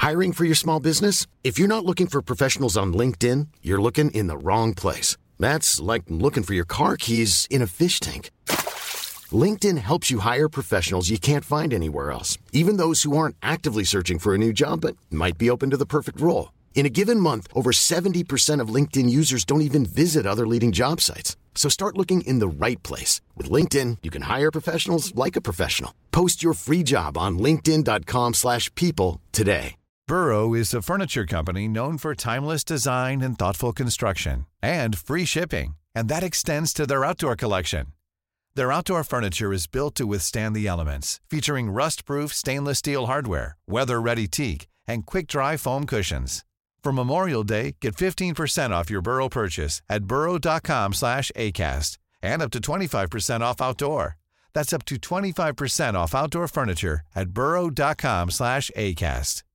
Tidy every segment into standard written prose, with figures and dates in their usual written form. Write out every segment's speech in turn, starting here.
Hiring for your small business? If you're not looking for professionals on LinkedIn, you're looking in the wrong place. That's like looking for your car keys in a fish tank. LinkedIn helps you hire professionals you can't find anywhere else, even those who aren't actively searching for a new job but might be open to the perfect role. In a given month, over 70% of LinkedIn users don't even visit other leading job sites. So start looking in the right place. With LinkedIn, you can hire professionals like a professional. Post your free job on linkedin.com/people today. Burrow is a furniture company known for timeless design and thoughtful construction, and free shipping, and that extends to their outdoor collection. Their outdoor furniture is built to withstand the elements, featuring rust-proof stainless steel hardware, weather-ready teak, and quick-dry foam cushions. For Memorial Day, get 15% off your Burrow purchase at burrow.com/acast, and up to 25% off outdoor. That's up to 25% off outdoor furniture at burrow.com/acast.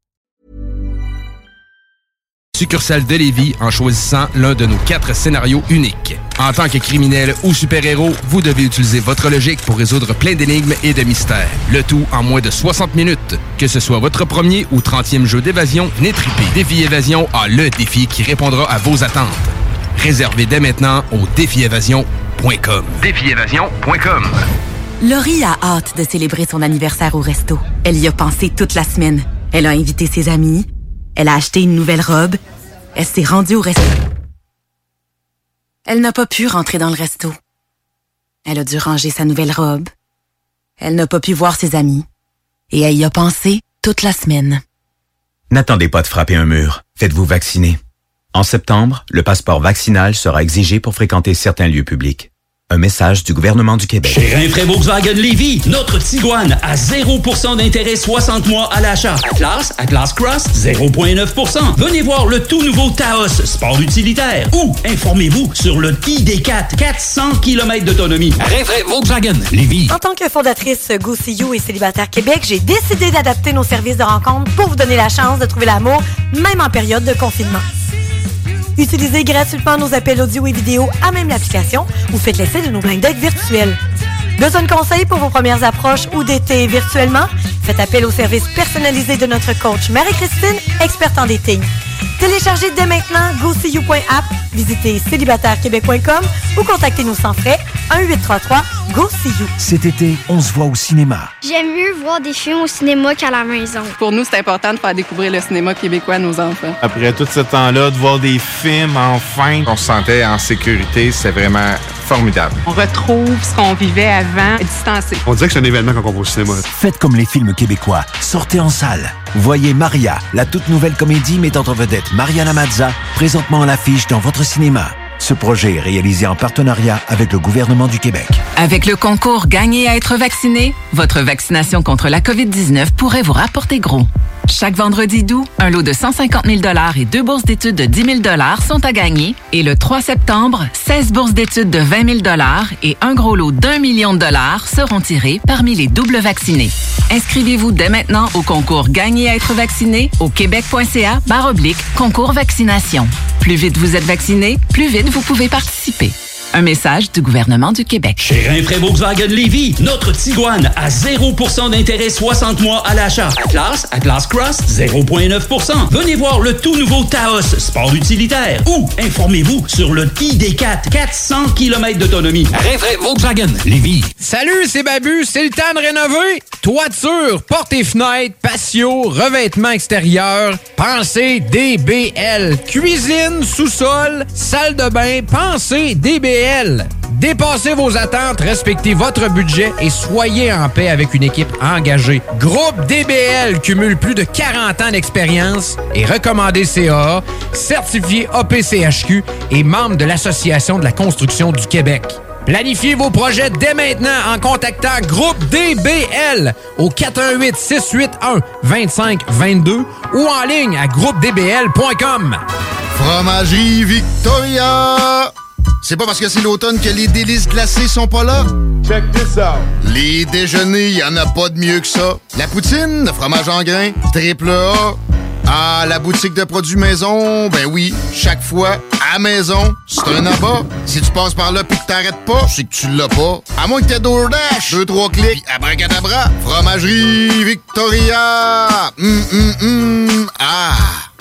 Succursale de Lévis en choisissant l'un de nos 4 scénarios uniques. En tant que criminel ou super-héros, vous devez utiliser votre logique pour résoudre plein d'énigmes et de mystères. Le tout en moins de 60 minutes. Que ce soit votre premier ou 30e jeu d'évasion, venez triper. Défi Évasion a le défi qui répondra à vos attentes. Réservez dès maintenant au défievasion.com. Défievasion.com. Laurie a hâte de célébrer son anniversaire au resto. Elle y a pensé toute la semaine. Elle a invité ses amis. Elle a acheté une nouvelle robe. Elle s'est rendue au resto. Elle n'a pas pu rentrer dans le resto. Elle a dû ranger sa nouvelle robe. Elle n'a pas pu voir ses amis. Et elle y a pensé toute la semaine. N'attendez pas de frapper un mur. Faites-vous vacciner. En septembre, le passeport vaccinal sera exigé pour fréquenter certains lieux publics. Un message du gouvernement du Québec. Chez Rinfraie Volkswagen Lévis, notre Tiguan à 0% d'intérêt 60 mois à l'achat. Atlas Cross, 0,9%. Venez voir le tout nouveau Taos, sport utilitaire. Ou informez-vous sur le ID4, 400 km d'autonomie. Rinfraie Volkswagen Lévis. En tant que fondatrice Go See You et Célibataire Québec, j'ai décidé d'adapter nos services de rencontre pour vous donner la chance de trouver l'amour, même en période de confinement. Utilisez gratuitement nos appels audio et vidéo à même l'application ou faites l'essai de nos blind dates virtuels. Besoin de conseils pour vos premières approches ou d'été virtuellement? Faites appel au service personnalisé de notre coach Marie-Christine, experte en dating. Téléchargez dès maintenant GoSeeYou.app, visitez célibatairequebec.com ou contactez-nous sans frais 1-833-GO-SEE-YOU. Cet été, on se voit au cinéma. J'aime mieux voir des films au cinéma qu'à la maison. Pour nous, c'est important de faire découvrir le cinéma québécois à nos enfants. Après tout ce temps-là, de voir des films, enfin, on se sentait en sécurité, c'est vraiment formidable. On retrouve ce qu'on vivait avant, distancé. On dirait que c'est un événement quand on va au cinéma. Faites comme les films québécois. Sortez en salle. Voyez Maria, la toute nouvelle comédie mettant en vedette Mariana Mazza, présentement à l'affiche dans votre cinéma. Ce projet est réalisé en partenariat avec le gouvernement du Québec. Avec le concours Gagner à être vacciné, votre vaccination contre la COVID-19 pourrait vous rapporter gros. Chaque vendredi d'août, un lot de 150 000 $ et 2 bourses d'études de 10 000 $ sont à gagner. Et le 3 septembre, 16 bourses d'études de 20 000 $ et un gros lot d'1 million de $ seront tirés parmi les doubles vaccinés. Inscrivez-vous dès maintenant au concours Gagner à être vacciné au québec.ca/concours vaccination. Plus vite vous êtes vacciné, plus vite vous pouvez participer. Un message du gouvernement du Québec. Chez Rinfraie Volkswagen Lévis, notre Tiguan à 0% d'intérêt 60 mois à l'achat. Atlas Cross, 0,9%. Venez voir le tout nouveau Taos, sport utilitaire. Ou informez-vous sur le ID4, 400 km d'autonomie. Rinfraie Volkswagen Lévis. Salut, c'est Babu, c'est le temps de rénover. Toiture, portes et fenêtres, patio, revêtement extérieur. Pensez DBL. Cuisine, sous-sol, salle de bain, pensez DBL. Dépassez vos attentes, respectez votre budget et soyez en paix avec une équipe engagée. Groupe DBL cumule plus de 40 ans d'expérience et recommandé CAA, certifié APCHQ et membre de l'Association de la construction du Québec. Planifiez vos projets dès maintenant en contactant Groupe DBL au 418-681-2522 ou en ligne à groupedbl.com. Fromagerie Victoria! C'est pas parce que c'est l'automne que les délices glacées sont pas là. Check this out. Les déjeuners, y en a pas de mieux que ça. La poutine, le fromage en grains, triple A. Ah, la boutique de produits maison, ben oui, chaque fois, à maison, c'est un abat. Si tu passes par là pis que t'arrêtes pas, c'est que tu l'as pas. À moins que t'aies DoorDash, 2-3 clics, abracadabra. Fromagerie Victoria. Ah!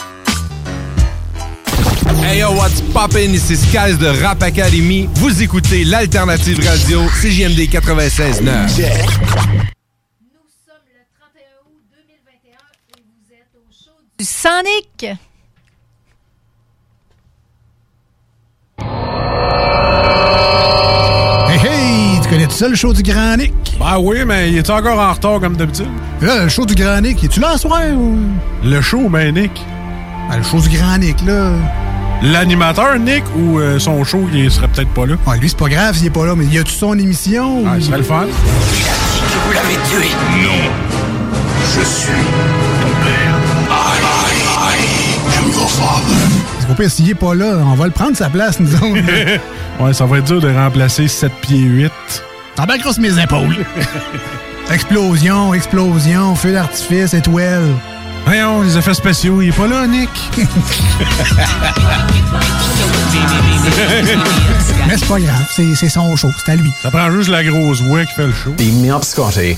Hey yo, what's poppin'? Ici Skies de Rap Academy. Vous écoutez l'Alternative Radio CJMD 96.9. Nous sommes le 31 août 2021 et vous êtes au show du Sonic. Hey, hey! Tu connais tout ça, le show du Grand Nick? Ben oui, mais il est encore en retard comme d'habitude. Là, le show du Grand Nick, es-tu là ce soir? Ou... Le show, ben Nick. Ben, le show du Grand Nick, là... L'animateur, Nick, ou son show, il serait peut-être pas là? Ouais, lui, c'est pas grave s'il est pas là, mais y a-tu son émission? Ah, il serait le fun. Il a dit que vous l'avez tué. Non. Je suis ton père. I am your father. C'est qu'au pire, s'il est pas là, on va le prendre sa place, nous autres. Ouais, ça va être dur de remplacer 7 pieds 8. T'en bats grosse mes épaules. Explosion, feu d'artifice, étoile. Voyons, les effets spéciaux, il est pas là, Nick. Mais c'est pas grave, c'est son show, c'est à lui. Ça prend juste la grosse voix qui fait le show. Beam me up, Scotty.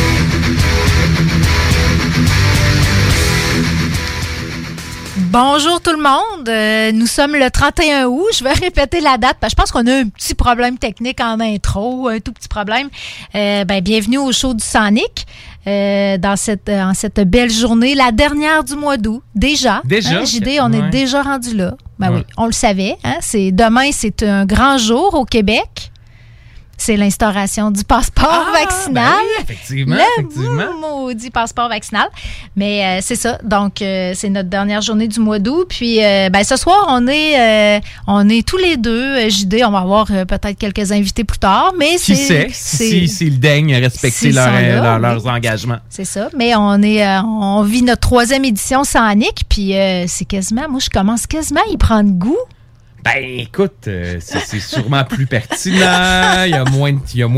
Bonjour tout le monde, nous sommes le 31 août. Je vais répéter la date parce que je pense qu'on a un petit problème technique en intro, un tout petit problème. Bienvenue au show du Sonic. En cette belle journée, la dernière du mois d'août. Déjà? Hein, JD, on est déjà rendu là. Oui, on le savait. Hein? Demain, c'est un grand jour au Québec. C'est l'instauration du passeport vaccinal. Ben oui, effectivement. Le maudit passeport vaccinal. Mais c'est ça. Donc, c'est notre dernière journée du mois d'août. Puis, ce soir, on est tous les deux. JD, on va avoir peut-être quelques invités plus tard. Mais qui sait s'ils daignent respecter leurs engagements. C'est ça. Mais on vit notre 3e édition sans Nick. Puis, c'est quasiment, moi, je commence quasiment à y prendre goût. Ben, écoute, c'est sûrement plus pertinent. Il y a moins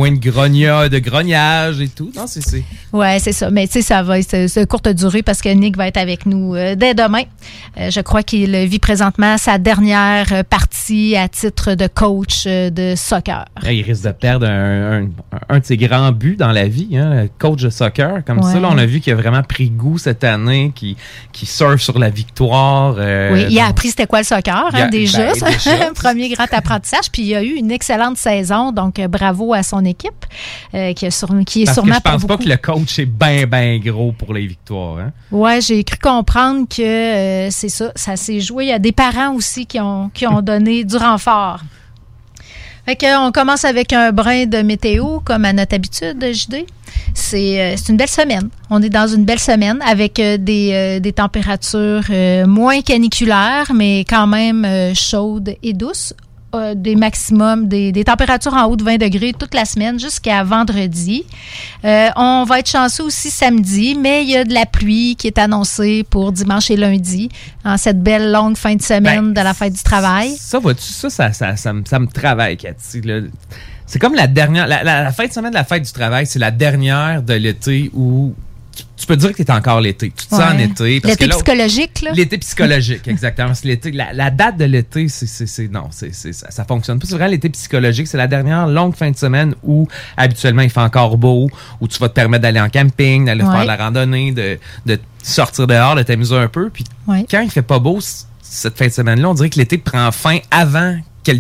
de grognage et tout. Non, c'est... Ouais, c'est ça. Mais tu sais, ça va être courte durée parce que Nick va être avec nous dès demain. Je crois qu'il vit présentement sa dernière partie à titre de coach de soccer. Il risque de perdre un de ses grands buts dans la vie, hein, coach de soccer. Comme ça, là, on a vu qu'il a vraiment pris goût cette année, qui surfe sur la victoire. Oui, il a appris c'était quoi le soccer, déjà. Premier grand apprentissage. Puis il a eu une excellente saison. Donc, bravo à son équipe qui est sûrement que je pense pas que le coach est bien gros pour les victoires. Hein? Oui, j'ai cru comprendre que c'est ça. Ça s'est joué. Il y a des parents aussi qui ont donné du renfort. Fait qu'on commence avec un brin de météo, comme à notre habitude, JD. C'est une belle semaine. On est dans une belle semaine avec des températures moins caniculaires, mais quand même chaudes et douces. Des maximums, des températures en haut de 20 degrés toute la semaine jusqu'à vendredi. On va être chanceux aussi samedi, mais il y a de la pluie qui est annoncée pour dimanche et lundi, en cette belle longue fin de semaine de la fête du travail. Ça me travaille, Cathy. Là. C'est comme la dernière... La fin de semaine de la fête du travail, c'est la dernière de l'été où... Tu peux dire que tu es encore l'été. Tu te sens en été. Parce l'été psychologique, là. L'été psychologique, exactement. C'est l'été. La date de l'été, ça fonctionne pas. C'est vrai, l'été psychologique, c'est la dernière longue fin de semaine où, habituellement, il fait encore beau, où tu vas te permettre d'aller en camping, d'aller faire de la randonnée, de sortir dehors, de t'amuser un peu. Puis quand il fait pas beau, cette fin de semaine-là, on dirait que l'été prend fin avant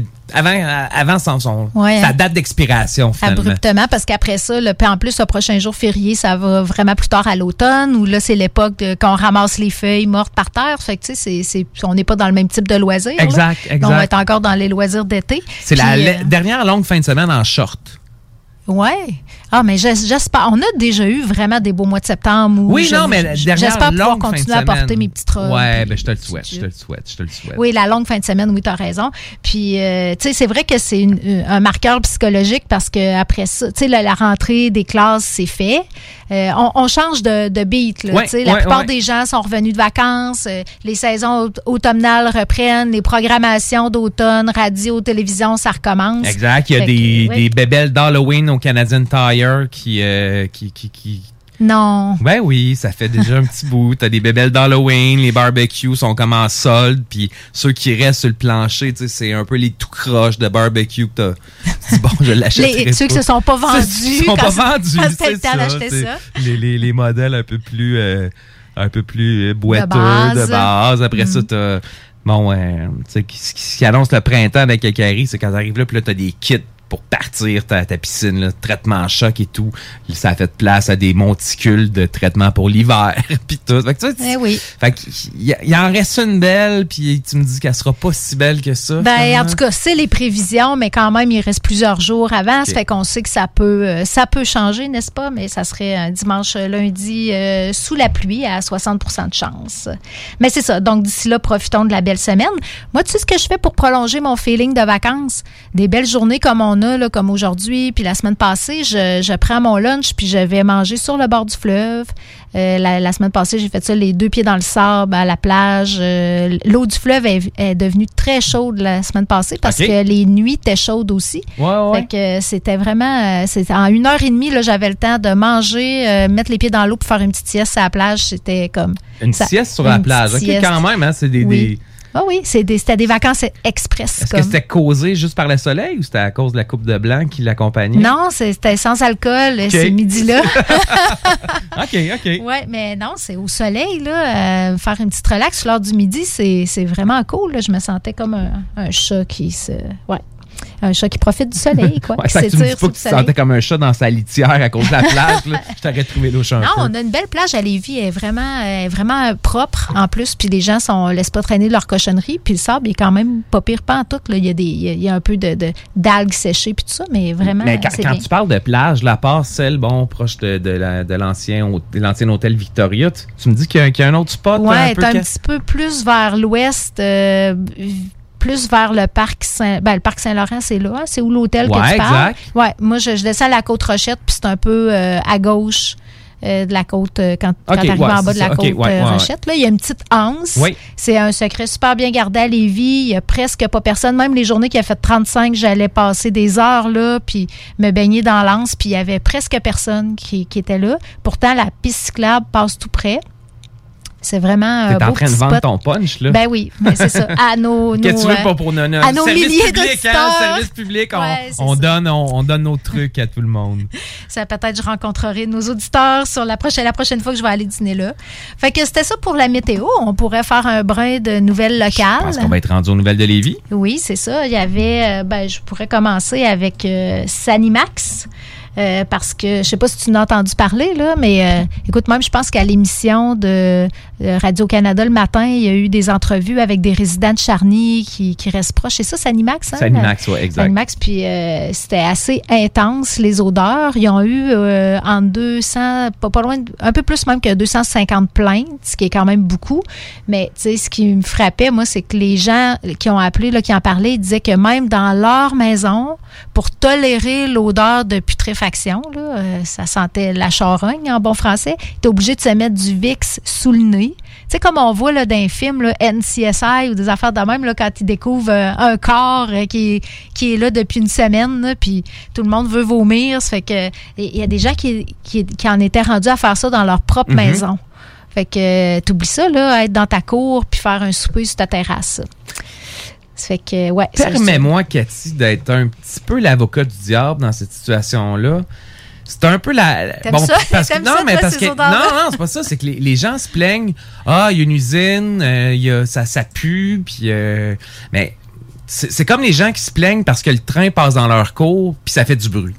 sa date d'expiration, finalement. Abruptement, parce qu'après ça, en plus, le prochain jour férié, ça va vraiment plus tard à l'automne, où là, c'est l'époque qu'on ramasse les feuilles mortes par terre. Fait que, tu sais, on n'est pas dans le même type de loisirs. Exact. On va être encore dans les loisirs d'été. C'est la dernière longue fin de semaine en short. Ouais. Ah, mais j'espère. On a déjà eu vraiment des beaux mois de septembre. Oui, non, mais la dernière j'espère pouvoir longue continuer fin de à porter semaine. mes petites robes. Ouais, ben je te le souhaite. Oui, la longue fin de semaine, oui, tu as raison. Puis, tu sais, c'est vrai que c'est un marqueur psychologique parce que après ça, tu sais, la rentrée des classes, c'est fait. On change de beat, là. Tu sais, la plupart des gens sont revenus de vacances. Les saisons automnales reprennent. Les programmations d'automne, radio, télévision, ça recommence. Exact. Il y a des bébelles d'Halloween au Canadian Tire qui Non. Ben oui, ça fait déjà un petit bout. T'as des bébelles d'Halloween, les barbecues sont comme en solde, puis ceux qui restent sur le plancher, tu sais, c'est un peu les tout croches de barbecue que t'as. Bon, je l'achèterai. Ceux qui se sont pas vendus. Ceux qui sont pas vendus, c'est le temps d'acheter ça. Les modèles un peu plus un peu plus boiteux, de base. Après ça, t'as... Bon, tu sais, ce qui annonce le printemps avec Yakari, c'est quand t'arrives là, puis là, t'as des kits pour partir ta piscine, là, traitement choc et tout. Ça a fait place à des monticules de traitement pour l'hiver, puis tout. Fait que fait qu'il en reste une belle, puis tu me dis qu'elle sera pas si belle que ça. Ben, en tout cas, c'est les prévisions, mais quand même, il reste plusieurs jours avant. Ça fait qu'on sait que ça peut changer, n'est-ce pas? Mais ça serait un dimanche, lundi, sous la pluie, à 60% de chance. Mais c'est ça. Donc, d'ici là, profitons de la belle semaine. Moi, tu sais ce que je fais pour prolonger mon feeling de vacances? Des belles journées comme on a, là, comme aujourd'hui, puis la semaine passée, je prends mon lunch, puis je vais manger sur le bord du fleuve. La semaine passée, j'ai fait ça les 2 pieds dans le sable, à la plage. L'eau du fleuve est devenue très chaude la semaine passée parce que les nuits étaient chaudes aussi. Fait que c'était vraiment... en 1h30, là, j'avais le temps de manger, mettre les pieds dans l'eau pour faire une petite sieste à la plage. C'était comme... Une sieste sur la plage. OK, quand même, hein, c'est des... Ah oui, c'était des vacances express. Est-ce que c'était causé juste par le soleil ou c'était à cause de la coupe de blanc qui l'accompagnait? Non, c'était sans alcool, ce midi-là. OK. Oui, mais non, c'est au soleil, là. Faire une petite relax l'heure du midi, c'est vraiment cool. Là. Je me sentais comme un chat qui se... Ouais. Un chat qui profite du soleil, quoi. Ouais, ça tu me dis pas que tu te sentais comme un chat dans sa litière à cause de la plage. Là. Je t'aurais trouvé l'eau un peu. Non, on a une belle plage à Lévis. Elle est vraiment propre en plus. Puis les gens laissent pas traîner leur cochonnerie. Puis le sable est quand même pas pire pas en tout. Là. Il y a un peu d'algues séchées puis tout ça, mais vraiment. Mais quand tu parles de plage, la part celle proche de l'ancien hôtel Victoria, tu me dis qu'il y a un autre spot. Oui, un petit peu plus vers l'ouest. Plus vers le parc le parc Saint-Laurent, c'est là. C'est où l'hôtel que tu parles? Exact. Oui, moi, je descends à la côte Rochette, puis c'est un peu à gauche de la côte, quand tu arrives en bas de la côte Rochette. Là, il y a une petite anse. Oui. C'est un secret super bien gardé à Lévis. Il n'y a presque pas personne. Même les journées qui a fait 35, j'allais passer des heures là, puis me baigner dans l'anse, puis il y avait presque personne qui était là. Pourtant, la piste cyclable passe tout près. C'est vraiment un beau T'es en train de vendre spot. ton punch, là. Ben oui, mais c'est ça. À nos Qu'est-ce que tu veux pas pour nos milliers d'auditeurs. Service public, on donne nos trucs à tout le monde. Ça peut-être je rencontrerai nos auditeurs sur la prochaine fois que je vais aller dîner là. Fait que c'était ça pour la météo. On pourrait faire un brin de nouvelles locales. Je pense qu'on va être rendu aux nouvelles de Lévis. Oui, c'est ça. Il y avait, je pourrais commencer avec Sanimax. Parce que, je sais pas si tu en as entendu parler, là, mais écoute, même je pense qu'à l'émission de Radio-Canada le matin, il y a eu des entrevues avec des résidents de Charny qui restent proches. C'est ça, Sanimax? Hein? Sanimax, oui, exact. Sanimax, puis c'était assez intense, les odeurs. Ils ont eu en 200, pas loin, un peu plus même que 250 plaintes, ce qui est quand même beaucoup. Mais, tu sais, ce qui me frappait, moi, c'est que les gens qui ont appelé, là, qui en parlaient, ils disaient que même dans leur maison, pour tolérer l'odeur de putréfaction, là, ça sentait la charogne en bon français. Tu es obligé de se mettre du Vicks sous le nez. Tu sais, comme on voit là, dans un film, là, NCSI ou des affaires de même, là, quand ils découvrent un corps qui est là depuis une semaine, puis tout le monde veut vomir. Ça fait que il y a des gens qui en étaient rendus à faire ça dans leur propre maison. Fait que t'oublies ça, là, être dans ta cour puis faire un souper sur ta terrasse. Ça fait que, ouais. Permets-moi, Cathy, d'être un petit peu l'avocat du diable dans cette situation-là. C'est un peu la... T'aimes ça? Parce que, T'aimes non, ça, mais toi, parce que... Non, c'est pas ça. C'est que les gens se plaignent. Ah, il y a une usine, ça pue, puis... mais c'est comme les gens qui se plaignent parce que le train passe dans leur cour, puis ça fait du bruit.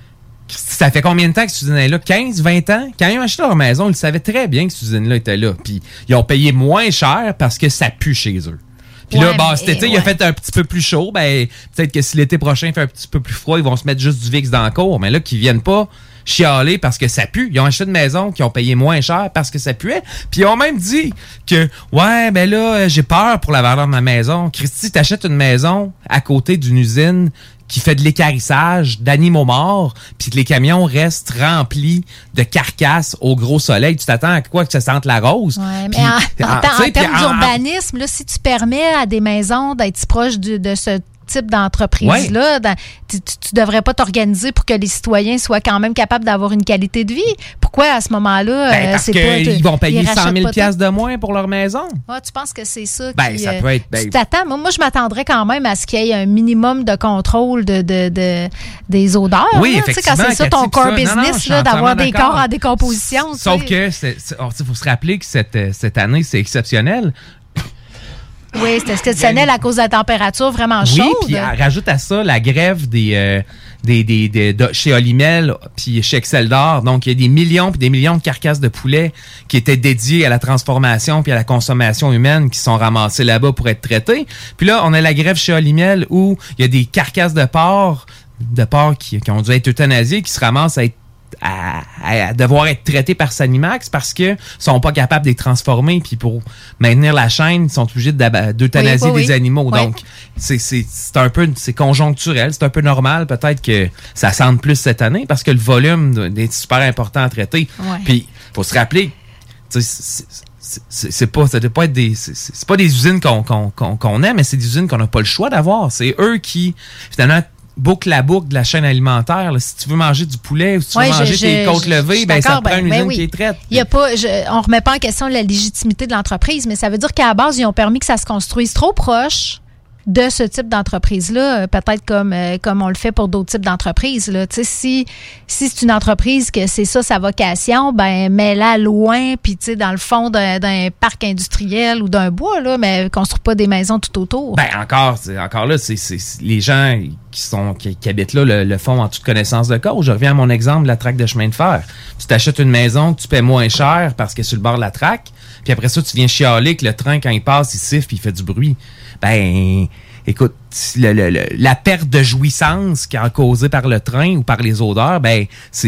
Ça fait combien de temps que cette usine est là? 15, 20 ans? Quand ils ont acheté leur maison, ils savaient très bien que cette usine-là était là. Puis ils ont payé moins cher parce que ça pue chez eux. Puis là, cet été, il a fait un petit peu plus chaud. Ben, peut-être que si l'été prochain fait un petit peu plus froid, ils vont se mettre juste du Vicks dans le cour. Mais là, qu'ils viennent pas chialer parce que ça pue. Ils ont acheté une maison qui ont payé moins cher parce que ça puait. Puis ils ont même dit que, ouais, ben là, j'ai peur pour la valeur de ma maison. Christy, t'achètes une maison à côté d'une usine qui fait de l'équarrissage d'animaux morts, puis que les camions restent remplis de carcasses au gros soleil. Tu t'attends à quoi que ça sente la rose? Ouais, mais en termes d'urbanisme, là, si tu permets à des maisons d'être si proches de ce type d'entreprise-là. Tu devrais pas t'organiser pour que les citoyens soient quand même capables d'avoir une qualité de vie. Pourquoi, à ce moment-là, parce c'est qu'ils vont payer 100 000 $ de moins pour leur maison? Ah, tu penses que c'est ça? Ça peut être... tu t'attends. Moi, je m'attendrais quand même à ce qu'il y ait un minimum de contrôle des odeurs. Oui, là, effectivement. Quand c'est ça ton core business, là, d'avoir des corps en décomposition. Sauf que, il faut se rappeler que cette année, c'est exceptionnel. Oui, c'est exceptionnel à cause de la température vraiment chaude. Oui, puis rajoute à ça la grève chez Olimel puis chez Excel d'Or. Donc, il y a des millions puis des millions de carcasses de poulet qui étaient dédiées à la transformation puis à la consommation humaine qui sont ramassées là-bas pour être traitées. Puis là, on a la grève chez Olimel où il y a des carcasses de porcs qui ont dû être euthanasiées qui se ramassent à devoir être traités par Sanimax parce que sont pas capables de les transformer, puis pour maintenir la chaîne, ils sont obligés d'euthanasier des animaux. Oui. Donc, c'est un peu, c'est conjoncturel, c'est un peu normal. Peut-être que ça sente plus cette année parce que le volume est super important à traiter. Ouais. Puis, faut se rappeler, c'est pas des usines qu'on aime, mais c'est des usines qu'on n'a pas le choix d'avoir. C'est eux qui, finalement, boucle la boucle de la chaîne alimentaire. Là. Si tu veux manger du poulet ou si tu veux manger tes côtes levées, ça te prend une usine qui est traite. On remet pas en question la légitimité de l'entreprise, mais ça veut dire qu'à la base, ils ont permis que ça se construise trop proche de ce type d'entreprise-là, peut-être comme on le fait pour d'autres types d'entreprises. Là. Si c'est une entreprise que c'est ça sa vocation, ben mets-la loin, puis dans le fond d'un parc industriel ou d'un bois, là, mais construis pas des maisons tout autour. Ben encore là, c'est les gens qui habitent là le font en toute connaissance de cause. Je reviens à mon exemple de la traque de chemin de fer. Tu t'achètes une maison que tu paies moins cher parce qu'elle est sur le bord de la traque, puis après ça, tu viens chialer que le train, quand il passe, il siffle puis il fait du bruit. Ben, écoute, la perte de jouissance qui est causée par le train ou par les odeurs, ben, c'est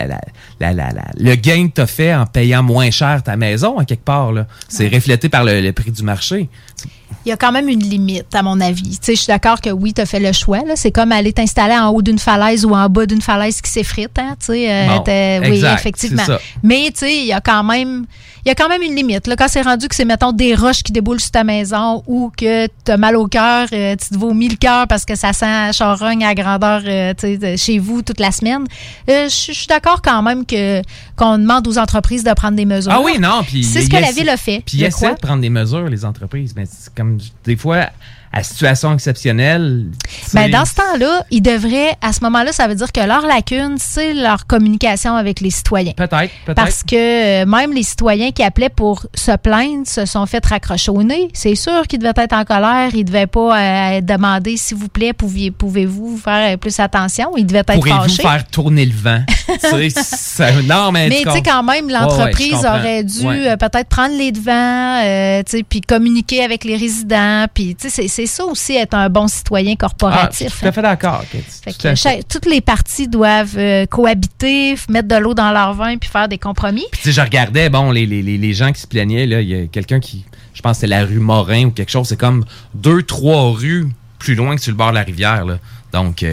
le gain que tu as fait en payant moins cher ta maison, en quelque part. Là. C'est reflété par le prix du marché. Il y a quand même une limite, à mon avis. Je suis d'accord que oui, tu as fait le choix. Là. C'est comme aller t'installer en haut d'une falaise ou en bas d'une falaise qui s'effrite. Hein, oui, exact, effectivement. Mais il y a quand même une limite. Là, quand c'est rendu que c'est, mettons, des roches qui déboulent sur ta maison ou que tu as mal au cœur, tu te vomis le cœur parce que ça sent charogne à grandeur chez vous toute la semaine, je suis d'accord quand même qu'on demande aux entreprises de prendre des mesures. Ah oui, non. Puis c'est ce que la ville a fait. Puis ils essaient de prendre des mesures, les entreprises. Mais c'est comme des fois... à situation exceptionnelle. Ben dans ce temps-là, ils devraient, à ce moment-là, ça veut dire que leur lacune, c'est leur communication avec les citoyens. Peut-être. Parce que même les citoyens qui appelaient pour se plaindre se sont fait raccrocher au nez. C'est sûr qu'ils devaient être en colère. Ils ne devaient pas demander, s'il vous plaît, pouvez-vous faire plus attention? Ils devaient être fâchés. Pourriez-vous faire tourner le vent? Non, mais tu sais, quand même, l'entreprise aurait dû peut-être prendre les devants, puis communiquer avec les résidents. Puis, tu sais, c'est ça aussi, être un bon citoyen corporatif. Je suis tout à fait d'accord. Toutes les parties doivent cohabiter, mettre de l'eau dans leur vin puis faire des compromis. Puis, je regardais, les gens qui se plaignaient, là, il y a quelqu'un qui, je pense que c'est la rue Morin ou quelque chose, c'est comme 2-3 rues plus loin que sur le bord de la rivière. Là. Donc,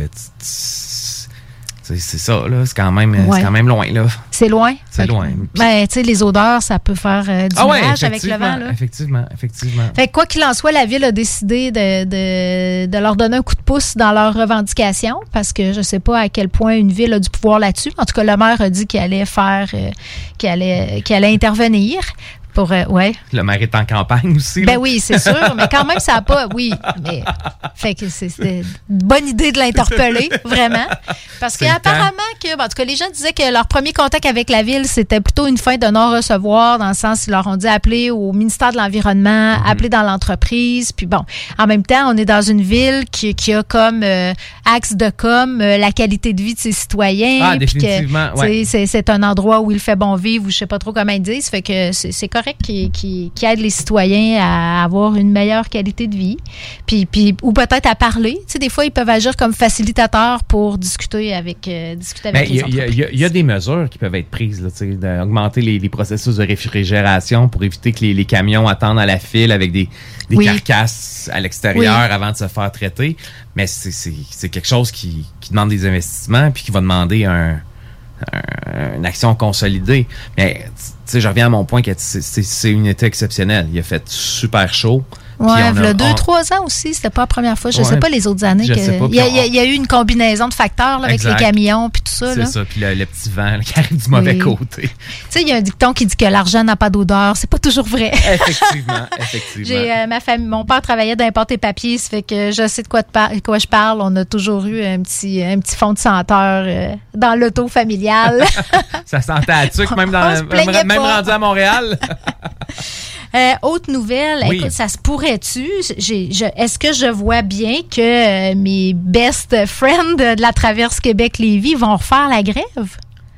c'est ça, là. C'est quand même loin, là. C'est loin? C'est loin. Ben, tu sais, les odeurs, ça peut faire du ménage avec le vent, là. Effectivement. Fait que quoi qu'il en soit, la Ville a décidé de leur donner un coup de pouce dans leurs revendications, parce que je sais pas à quel point une ville a du pouvoir là-dessus. En tout cas, le maire a dit qu'il allait qu'il allait intervenir. Le maire est en campagne aussi. Ben oui, c'est sûr, mais quand même, ça n'a pas... Oui, mais... Fait que c'était une bonne idée de l'interpeller, vraiment. Parce qu'apparemment, en tout cas, les gens disaient que leur premier contact avec la Ville, c'était plutôt une fin de non-recevoir, dans le sens qu'ils leur ont dit appeler au ministère de l'Environnement, appeler dans l'entreprise. Puis bon, en même temps, on est dans une ville qui a comme axe de la qualité de vie de ses citoyens. Ah, définitivement, c'est un endroit où il fait bon vivre, ou je sais pas trop comment ils disent. Fait que c'est correct qui aide les citoyens à avoir une meilleure qualité de vie, puis ou peut-être à parler. Tu sais, des fois, ils peuvent agir comme facilitateurs pour discuter avec les entreprises. Il y a des mesures qui peuvent être prises, là, tu sais, d'augmenter les processus de réfrigération pour éviter que les camions attendent à la file avec des carcasses à l'extérieur avant de se faire traiter. Mais c'est quelque chose qui demande des investissements puis qui va demander une action consolidée. Mais tu sais, je reviens à mon point que c'est une été exceptionnelle. Il a fait super chaud. Oui, il y a 2-3 ans aussi, c'était pas la première fois. Je ne sais pas les autres années. Il y a eu une combinaison de facteurs là, avec les camions puis tout ça. C'est ça, puis le petit vent là, qui arrive du mauvais côté. Tu sais, il y a un dicton qui dit que l'argent n'a pas d'odeur. C'est pas toujours vrai. Effectivement. Ma famille, mon père travaillait dans les papier, ça fait que je sais de quoi je parle. On a toujours eu un petit fond de senteur dans l'auto familiale. Ça sentait à tuque, même rendu à Montréal. Autre nouvelle, écoute, ça se pourrait-tu? Est-ce que je vois bien que mes best friends de la Traverse Québec-Lévis vont refaire la grève?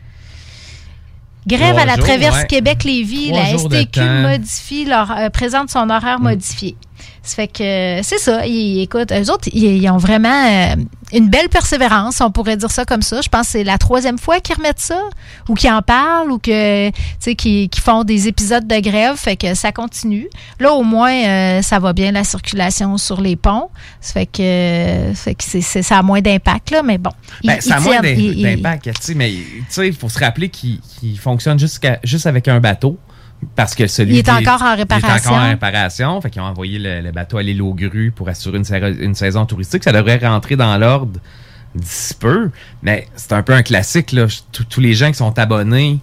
Grève à la Traverse Québec-Lévis, la STQ présente son horaire modifié. Ça fait que c'est ça. Écoute, eux autres, ils ont vraiment une belle persévérance, on pourrait dire ça comme ça. Je pense que c'est la 3e fois qu'ils remettent ça, ou qu'ils en parlent, ou qu'ils font des épisodes de grève. Fait que ça continue. Là, au moins, ça va bien la circulation sur les ponts. Ça fait que ça a moins d'impact, là, mais bon. Ça a moins d'impact, mais il faut se rappeler qu'il fonctionne juste avec un bateau. Parce que il est encore en réparation. Fait qu'ils ont envoyé le bateau à l'île aux grues pour assurer une saison touristique. Ça devrait rentrer dans l'ordre d'ici peu. Mais c'est un peu un classique, là. Tous les gens qui sont abonnés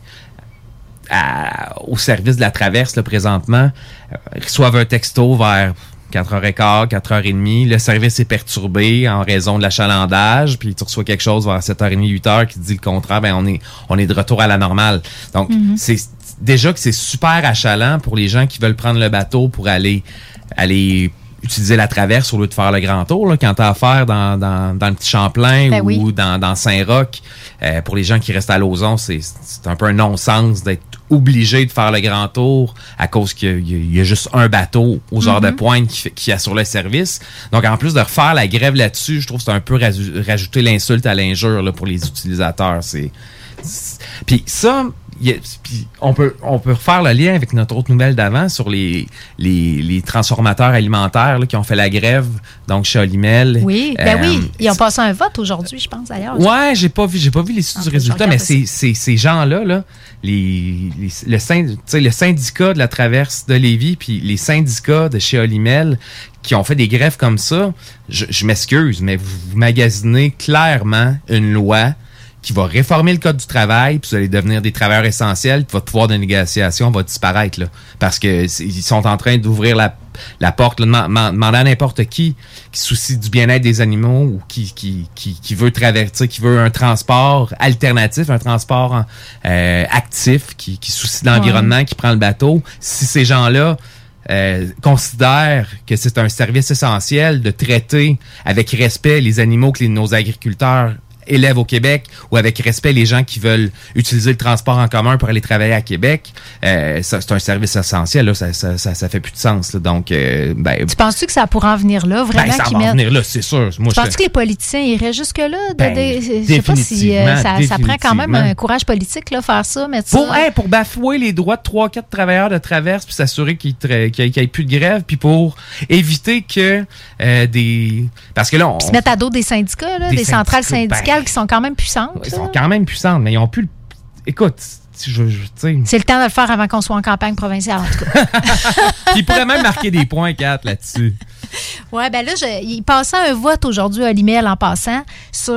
au service de la Traverse, là, présentement, reçoivent un texto vers 4h15, 4h30. Le service est perturbé en raison de l'achalandage. Puis tu reçois quelque chose vers 7h30, 8h qui te dit le contraire. On est de retour à la normale. Donc, c'est déjà que c'est super achalant pour les gens qui veulent prendre le bateau pour aller utiliser la Traverse au lieu de faire le grand tour. Là, quand tu as affaire dans le petit Champlain ou dans Saint-Roch, pour les gens qui restent à Lauson, c'est un peu un non-sens d'être obligé de faire le grand tour à cause qu'il y a juste un bateau aux heures de pointe qui assure le service. Donc, en plus de refaire la grève là-dessus, je trouve que c'est un peu rajouter l'insulte à l'injure là, pour les utilisateurs. Puis ça... Puis on peut refaire le lien avec notre autre nouvelle d'avant sur les transformateurs alimentaires là, qui ont fait la grève, donc chez Olimel. Oui, ils ont passé un vote aujourd'hui, je pense, d'ailleurs. Ouais, j'ai pas vu l'issue du résultat, mais ces gens-là, là, le syndicat de la Traverse de Lévis puis les syndicats de chez Olimel qui ont fait des grèves comme ça, je m'excuse, mais vous magasinez clairement une loi qui va réformer le code du travail, puis vous allez devenir des travailleurs essentiels, puis votre pouvoir de négociation va disparaître, là. Parce que ils sont en train d'ouvrir la porte, là, demander à n'importe qui soucie du bien-être des animaux ou qui veut traverser, qui veut un transport alternatif, un transport actif, qui soucie de l'environnement, qui prend le bateau. Si ces gens-là considèrent que c'est un service essentiel de traiter avec respect les animaux que nos agriculteurs élèves au Québec ou avec respect les gens qui veulent utiliser le transport en commun pour aller travailler à Québec, c'est un service essentiel. Là, ça fait plus de sens. Là. Donc, tu penses-tu que ça pourrait en venir là, vraiment? Ça va en venir là, c'est sûr. Moi, tu penses que les politiciens iraient jusque-là? Je sais pas si ça prend quand même un courage politique, là, faire ça, mettre ça... Pour bafouer les droits de 3-4 travailleurs de Traverse puis s'assurer qu'il n'y ait plus de grève, puis pour éviter que parce que là... Puis se mettre à dos des syndicats, là, des centrales syndicales qui sont quand même puissantes. Ils sont quand même puissantes, mais ils n'ont plus... Écoute, c'est le temps de le faire avant qu'on soit en campagne provinciale, en tout cas. Ils pourraient même marquer des points, Kat, là-dessus. Oui, ben là, il passait un vote aujourd'hui à Olimel en passant sur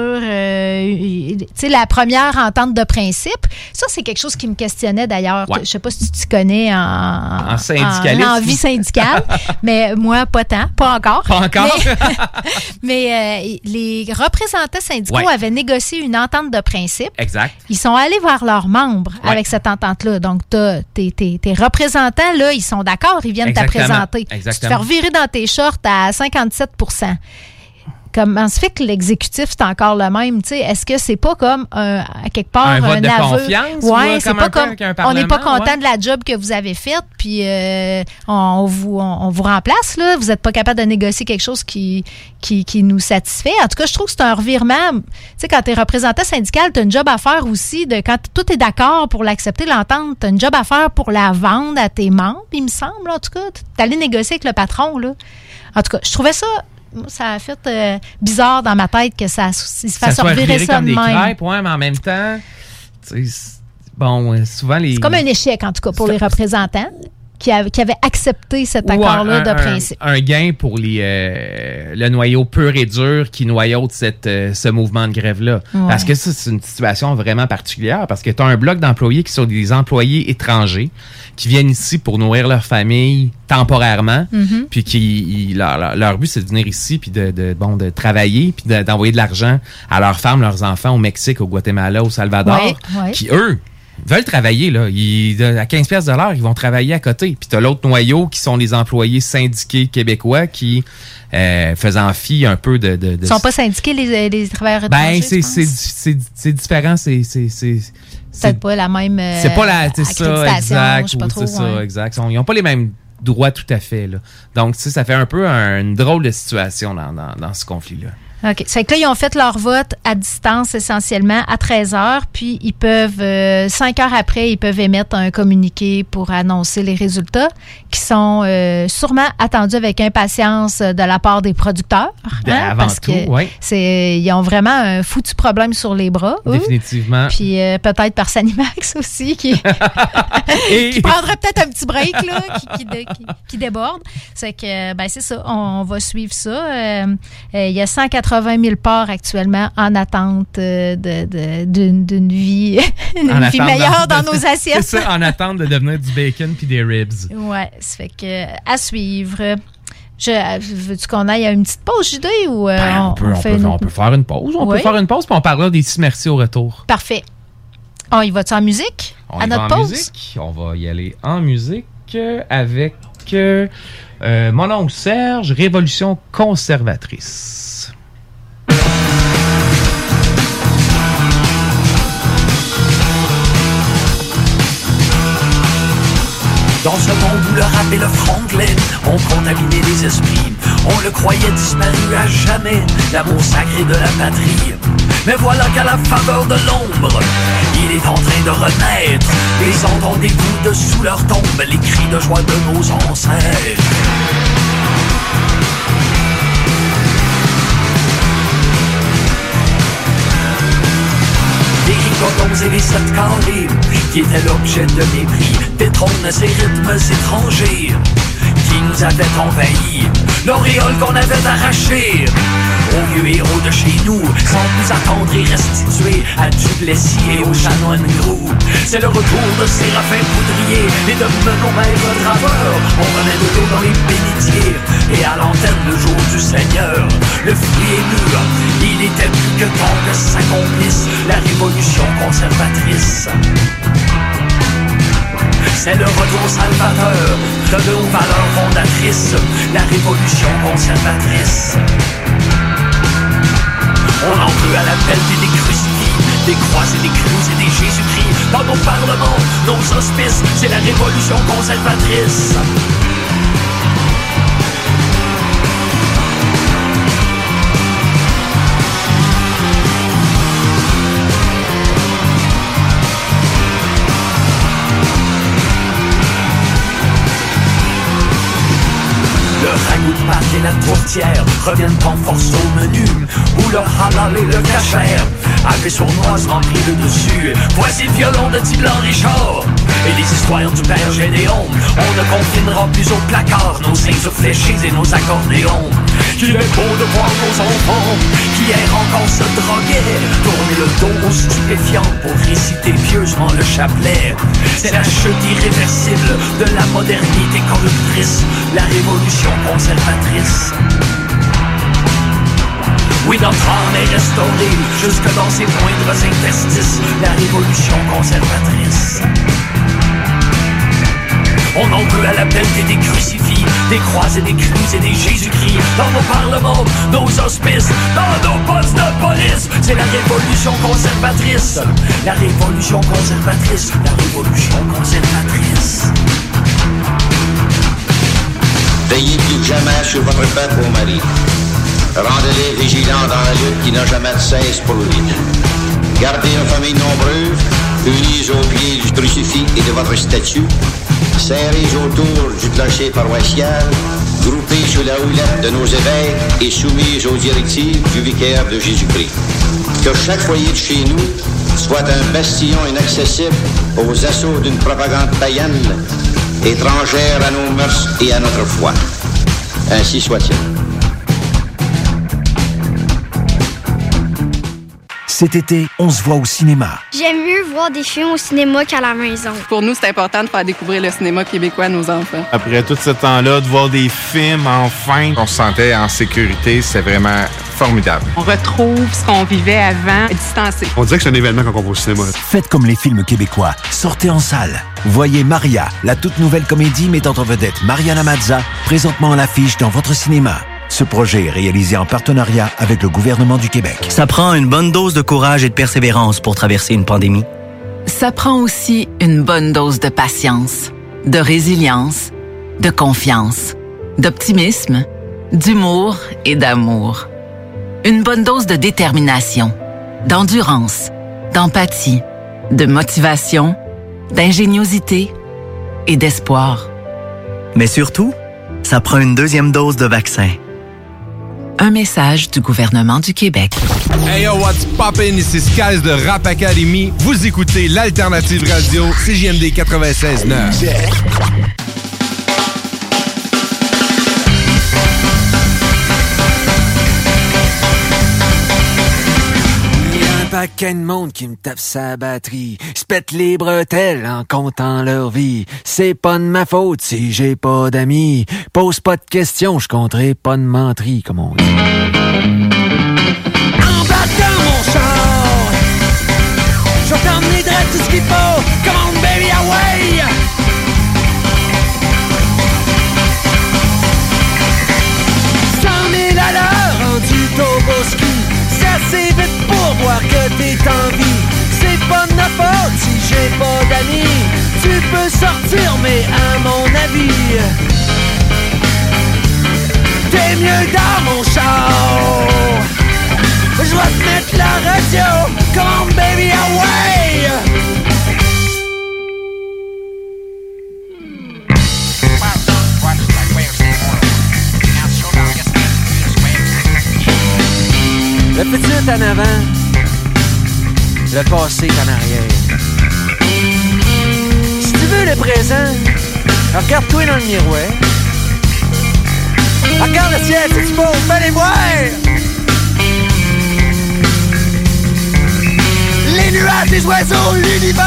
la première entente de principe. Ça, c'est quelque chose qui me questionnait d'ailleurs. Ouais. Je ne sais pas si tu t'y connais en vie syndicale, mais moi, pas tant, pas encore. Pas encore? Mais les représentants syndicaux avaient négocié une entente de principe. Exact. Ils sont allés vers leurs membres avec cette entente-là. Donc, tes représentants, là, ils sont d'accord, ils viennent te présenter. Exactement. Tu te fais revirer dans tes shorts à 57 %. Comment se fait que l'exécutif, c'est encore le même? T'sais, est-ce que c'est pas comme, à quelque part, un vote aveu? de confiance? Oui, c'est pas comme, on n'est pas content de la job que vous avez faite, puis on vous remplace, là. Vous n'êtes pas capable de négocier quelque chose qui nous satisfait. En tout cas, je trouve que c'est un revirement. Tu sais, quand tu es représentant syndical, tu as une job à faire aussi. Quand tout est d'accord pour l'accepter, l'entente, tu as une job à faire pour la vendre à tes membres, il me semble. En tout cas, tu es allé négocier avec le patron, là. En tout cas, je trouvais ça... Ça a fait bizarre dans ma tête que ça se fasse revirer ça comme de des même. crêpes, mais en même temps, souvent les... C'est comme un échec, en tout cas, pour les représentants. qui avait accepté cet accord-là de principe. Un gain pour le noyau pur et dur qui noyaute ce mouvement de grève-là. Ouais. Parce que ça, c'est une situation vraiment particulière, parce que tu as un bloc d'employés qui sont des employés étrangers, qui viennent ici pour nourrir leur famille temporairement, puis qui leur but, c'est de venir ici, puis de travailler, puis d'envoyer de l'argent à leurs femmes, leurs enfants au Mexique, au Guatemala, au Salvador, qui, eux, veulent travailler, là. À 15$ de l'heure, ils vont travailler à côté. Puis t'as l'autre noyau qui sont les employés syndiqués québécois qui faisant fi un peu de... Ils sont pas syndiqués, les travailleurs étrangers, c'est différent, c'est peut-être pas la même c'est pas la accréditation, ça, exact, je sais pas trop. C'est ça, exact. Ils n'ont pas les mêmes droits tout à fait, là. Donc, ça fait un peu une drôle de situation dans ce conflit-là. OK. C'est que là, ils ont fait leur vote à distance essentiellement à 13h, puis ils peuvent, 5 heures après, ils peuvent émettre un communiqué pour annoncer les résultats qui sont sûrement attendus avec impatience de la part des producteurs. Parce que ils ont vraiment un foutu problème sur les bras. Définitivement. Puis peut-être par Sanimax aussi qui prendrait peut-être un petit break là, qui déborde. C'est que, c'est ça, on va suivre ça. Il y a 180 000 parts actuellement en attente d'une vie, vie meilleure dans nos assiettes. C'est ça, en attente de devenir du bacon puis des ribs. Ouais, ça fait que à suivre. Veux-tu qu'on aille à une petite pause, JD, ou on peut faire une pause. On peut faire une pause, puis on parlera des 6 merci au retour. Parfait. On y va-tu en musique à notre pause? Musique. On va y aller en musique avec mon oncle Serge, Révolution conservatrice. Dans ce monde où le rap et le franglais ont contaminé les esprits, on le croyait disparu à jamais, l'amour sacré de la patrie. Mais voilà qu'à la faveur de l'ombre, il est en train de renaître. Les entendez-vous de sous leur tombe les cris de joie de nos ancêtres. Les ricodons et les sept carrés qui étaient l'objet de mépris détrônent ces rythmes étrangers qui nous avaient envahis, l'auréole qu'on avait arrachée aux vieux héros de chez nous, sans nous attendre et restituer à Duplessis et aux chanoines Groux. C'est le retour de Séraphin Poudrier et de Menon maître draveur. On remet de l'eau dans les bénitiers et à l'antenne le jour du Seigneur. Le fruit est mûr, il était plus que temps que s'accomplisse la révolution conservatrice. C'est le retour salvateur de nos valeurs fondatrices, la révolution conservatrice. On en veut à l'appel des crucifix, des croix et des crues et des Jésus-Christ. Dans nos parlements, nos hospices, c'est la révolution conservatrice. Ragoût de pâte et la tourtière reviennent en force au menu, où le halal et le cachère avaient sournoisement pris le dessus. Voici le violon de Tiblan Richard et les histoires du père Gédéon. On ne confinera plus au placard nos seins fléchis et nos accordéons. Qu'il est beau de voir nos enfants qui hier encore se droguaient, tourner le dos aux stupéfiants pour réciter pieusement le chapelet. C'est la chute irréversible de la modernité corruptrice, la révolution conservatrice. Oui, notre âme est restaurée jusque dans ses moindres interstices, la révolution conservatrice. On en veut à la pelletée des crucifix, des croix et des crues et des Jésus-Christ. Dans nos parlements, nos hospices, dans nos postes de police. C'est la révolution conservatrice. La révolution conservatrice. La révolution conservatrice. Veillez plus que jamais sur votre peuple au Mali. Rendez-les vigilants dans la lutte qui n'a jamais de cesse pour lui. Gardez une famille nombreuse, unis au pied du crucifix et de votre statue. Serrés autour du clocher paroissial, groupés sous la houlette de nos évêques et soumis aux directives du vicaire de Jésus-Christ. Que chaque foyer de chez nous soit un bastion inaccessible aux assauts d'une propagande païenne étrangère à nos mœurs et à notre foi. Ainsi soit-il. Cet été, on se voit au cinéma. J'aime mieux voir des films au cinéma qu'à la maison. Pour nous, c'est important de faire découvrir le cinéma québécois à nos enfants. Après tout ce temps-là, de voir des films, enfin, on se sentait en sécurité, c'est vraiment formidable. On retrouve ce qu'on vivait avant, distancé. On dirait que c'est un événement quand on va au cinéma. Faites comme les films québécois. Sortez en salle. Voyez Maria, la toute nouvelle comédie mettant en vedette Mariana Mazza, présentement à l'affiche dans votre cinéma. Ce projet est réalisé en partenariat avec le gouvernement du Québec. Ça prend une bonne dose de courage et de persévérance pour traverser une pandémie. Ça prend aussi une bonne dose de patience, de résilience, de confiance, d'optimisme, d'humour et d'amour. Une bonne dose de détermination, d'endurance, d'empathie, de motivation, d'ingéniosité et d'espoir. Mais surtout, ça prend une deuxième dose de vaccin. Un message du gouvernement du Québec. Hey yo, what's poppin'? Ici Skies de Rap Academy. Vous écoutez l'Alternative Radio, CJMD 96.9. Paquet de monde qui me tape sa batterie, se pète les bretelles en comptant leur vie. C'est pas de ma faute si j'ai pas d'amis. Pose pas de questions, je compterai pas de menterie, comme on dit. Embarque dans mon char, je vais t'emmener direct tout ce qu'il faut. Come on baby, away! 100 000 à l'heure rendu Toboski. C'est assez vite pour voir que t'es en vie. C'est pas de ma faute si j'ai pas d'amis. Tu peux sortir mais à mon avis t'es mieux dans mon char. Je vais te mettre la radio. Come on baby, away! Le petit est en avant, le passé est en arrière. Si tu veux le présent, regarde-toi dans le miroir. Regarde le ciel, c'est-tu beau? Fais les voir! Les nuages, les oiseaux, l'univers!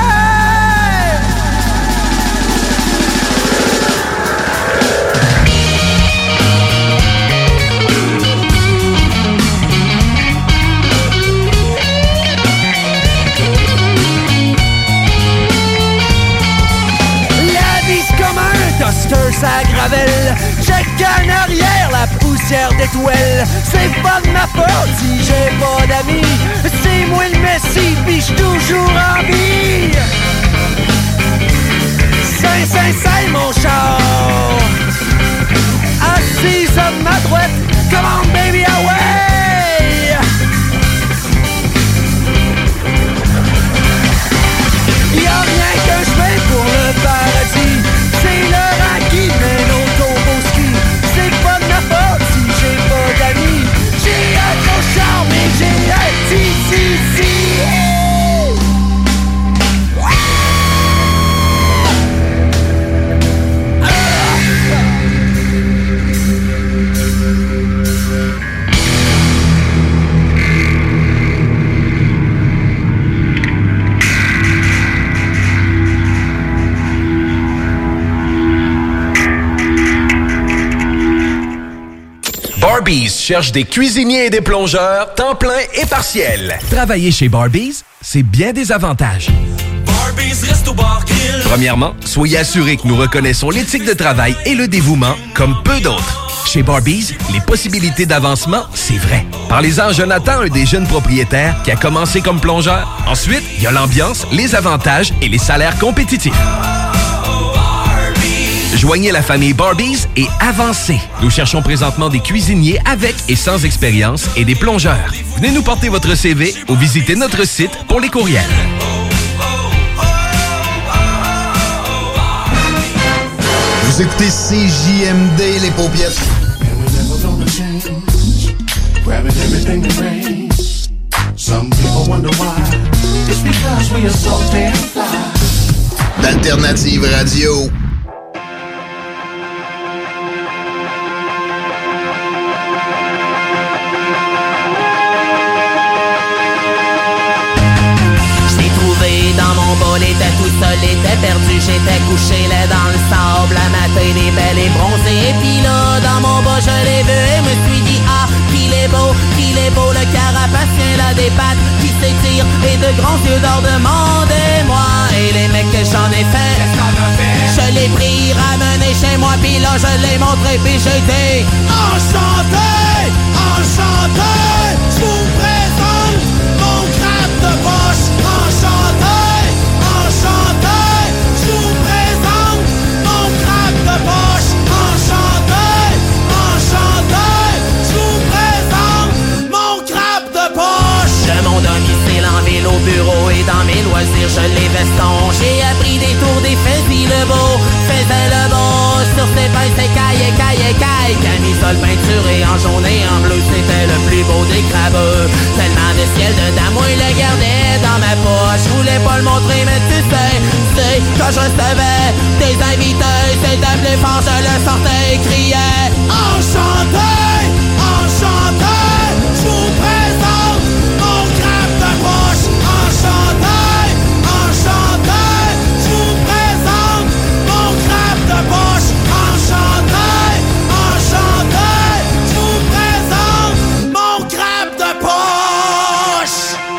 Toaster, ça gravelle. Check en arrière la poussière d'étoiles. C'est pas de ma faute si j'ai pas d'amis. C'est moi le messie pis j'suis toujours en vie. C'est mon char. Assise à ma droite. Come on baby, away! Y'a rien que j'fais pour le paradis. C'est l'heure à qui mène au Toboski. C'est pas de ma faute si j'ai pas d'amis. J'ai un gros char mais j'ai un si. Barbies cherche des cuisiniers et des plongeurs, temps plein et partiel. Travailler chez Barbies, c'est bien des avantages. Premièrement, soyez assurés que nous reconnaissons l'éthique de travail et le dévouement comme peu d'autres. Chez Barbies, les possibilités d'avancement, c'est vrai. Parlez-en à Jonathan, un des jeunes propriétaires qui a commencé comme plongeur. Ensuite, il y a l'ambiance, les avantages et les salaires compétitifs. Joignez la famille Barbies et avancez. Nous cherchons présentement des cuisiniers avec et sans expérience et des plongeurs. Venez nous porter votre CV ou visitez notre site pour les courriels. Vous écoutez CJMD, les paupiètes. D'Alternative Radio. j'étais couché là dans le sable, la matin des belles et bronzées. Et puis là, dans mon bas, je l'ai vu et me suis dit, ah, qu'il est beau, le carapacien là des pattes qui s'étirent et de grands yeux d'or, demandez-moi. Et les mecs que j'en ai fait, je l'ai pris, ramené chez moi, puis là je l'ai montré, puis j'ai dit enchanté, enchanté, je vous présente mon crabe de poche. Enchanté, enchanté, je vous présente mon crabe de poche. Enchanté, enchanté, je vous présente mon crabe de poche. De mon domicile en ville au bureau et dans mes loisirs je l'ai veston. J'ai appris des tours des fusils, le beau faisait le beau. Sur ses pinces c'est caille, camisole peinturée en jaune et en bleu, c'était le plus beau des crabeux. Tellement de ciel dedans, moi il le gardait dans ma poche. Je voulais pas le montrer mais tu sais, quand je recevais des invités, c'était plus fort, je le sortais et criais enchanté, enchanté, je vous présente mon crabe de poche. Enchanté, enchanté, je vous présente mon crabe de poche. Enchanté, enchanté, je vous présente mon crabe de poche.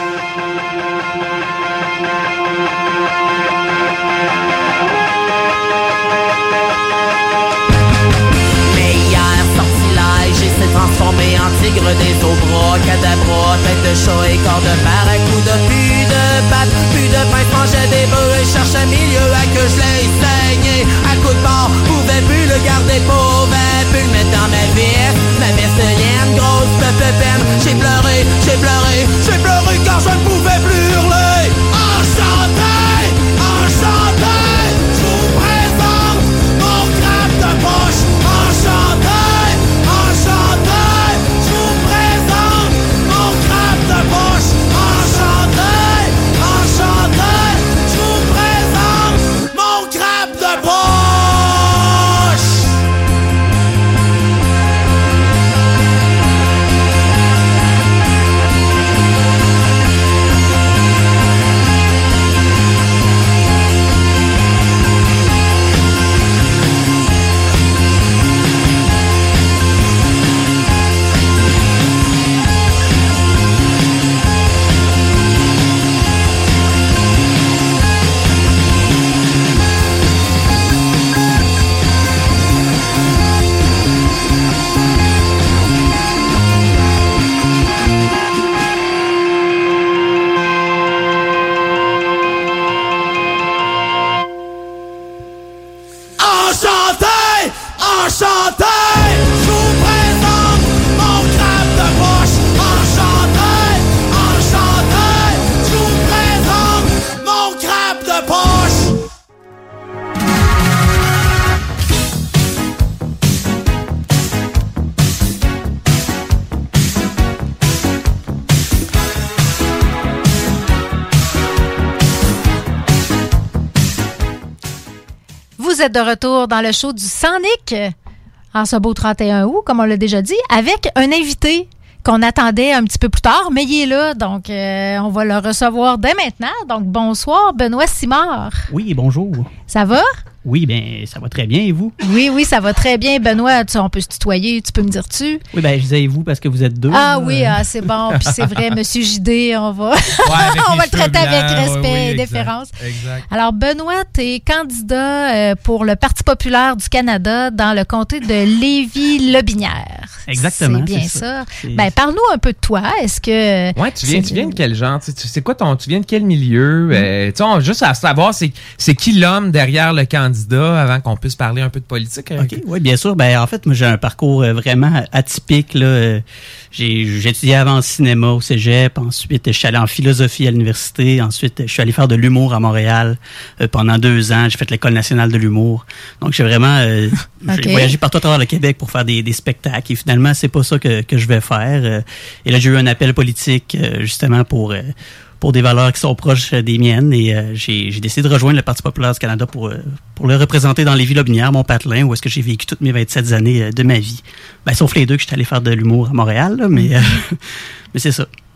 Mais hier, sortilège, il s'est transformé en tigre des eaux bras, cadabra, tête de chat et corps de barracuda, plus de pattes, plus de pain, mangeait des bœufs et cherchait milieu à que je l'ai saigné. À coup de barre, pouvais plus le garder, pouvais plus le mettre dans ma veste lienne, grosse peine. J'ai pleuré car je ne pouvais plus hurler. Enchanté, enchanté, je vous présente mon crabe de poche. Enchanté, enchanté, je vous présente mon crabe de poche. Enchanté, enchanté, je vous présente mon crabe de poche. Enchanté, je vous présente mon crabe de poche. Enchanté, enchanté, je vous présente mon crabe de poche. Vous êtes de retour dans le show du Sonic en ce beau 31 août, comme on l'a déjà dit, avec un invité qu'on attendait un petit peu plus tard, mais il est là, donc on va le recevoir dès maintenant. Donc bonsoir, Benoît Simard. Oui, bonjour. Ça va? Oui, bien, ça va très bien, et vous? Oui, ça va très bien, Benoît. On peut se tutoyer, tu peux me dire tu? Oui, bien, je disais vous parce que vous êtes deux. Ah oui, c'est bon. Puis c'est vrai, Monsieur JD, on va on va le traiter avec respect et déférence. Exact. Alors, Benoît, tu es candidat pour le Parti populaire du Canada dans le comté de Lévis-Lobinière. Exactement. C'est bien ça. Ben, parle-nous un peu de toi. Est-ce que... Ouais, tu viens de quel genre? C'est quoi tu viens de quel milieu? Juste à savoir, c'est qui l'homme derrière le candidat avant qu'on puisse parler un peu de politique. OK, oui, bien sûr. Ben, en fait, moi, j'ai un parcours vraiment atypique, là. J'ai étudié avant le cinéma au cégep. Ensuite, je suis allé en philosophie à l'université. Ensuite, je suis allé faire de l'humour à Montréal pendant 2 ans. J'ai fait l'École nationale de l'humour. Donc, j'ai vraiment j'ai voyagé partout à travers le Québec pour faire des spectacles. Et finalement, c'est pas ça que je vais faire. Et là, j'ai eu un appel politique justement pour des valeurs qui sont proches des miennes. Et j'ai décidé de rejoindre le Parti populaire du Canada pour le représenter dans Lévis-Lobinière, mon patelin, où est-ce que j'ai vécu toutes mes 27 années de ma vie. Ben, sauf les 2 que j'étais allé faire de l'humour à Montréal, là, mais c'est ça.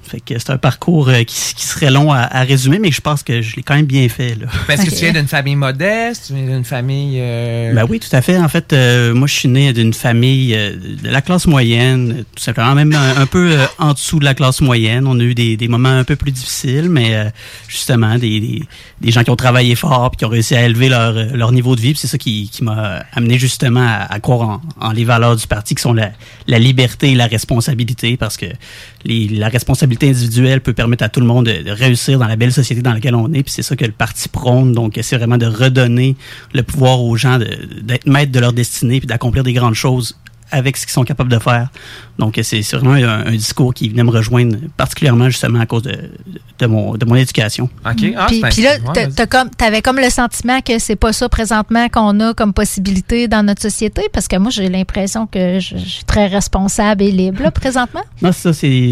Fait que c'est un parcours qui serait long à résumer, mais je pense que je l'ai quand même bien fait. Là. Est-ce que tu viens d'une famille modeste? Tu viens d'une famille... Ben oui, tout à fait. En fait, moi, je suis né d'une famille de la classe moyenne, tout simplement, même un peu en dessous de la classe moyenne. On a eu des moments un peu plus difficiles, mais justement, des gens qui ont travaillé fort puis qui ont réussi à élever leur niveau de vie. Puis c'est ça qui m'a amené justement à croire en les valeurs du parti, qui sont la liberté et la responsabilité, parce que la responsabilité individuelle peut permettre à tout le monde de réussir dans la belle société dans laquelle on est, puis c'est ça que le parti prône. Donc, c'est vraiment de redonner le pouvoir aux gens d'être maîtres de leur destinée puis d'accomplir des grandes choses avec ce qu'ils sont capables de faire. Donc, c'est vraiment un discours qui venait me rejoindre particulièrement justement à cause de mon éducation. OK. Puis là, t'avais comme le sentiment que c'est pas ça présentement qu'on a comme possibilité dans notre société, parce que moi, j'ai l'impression que je suis très responsable et libre, là, présentement. Non, ça,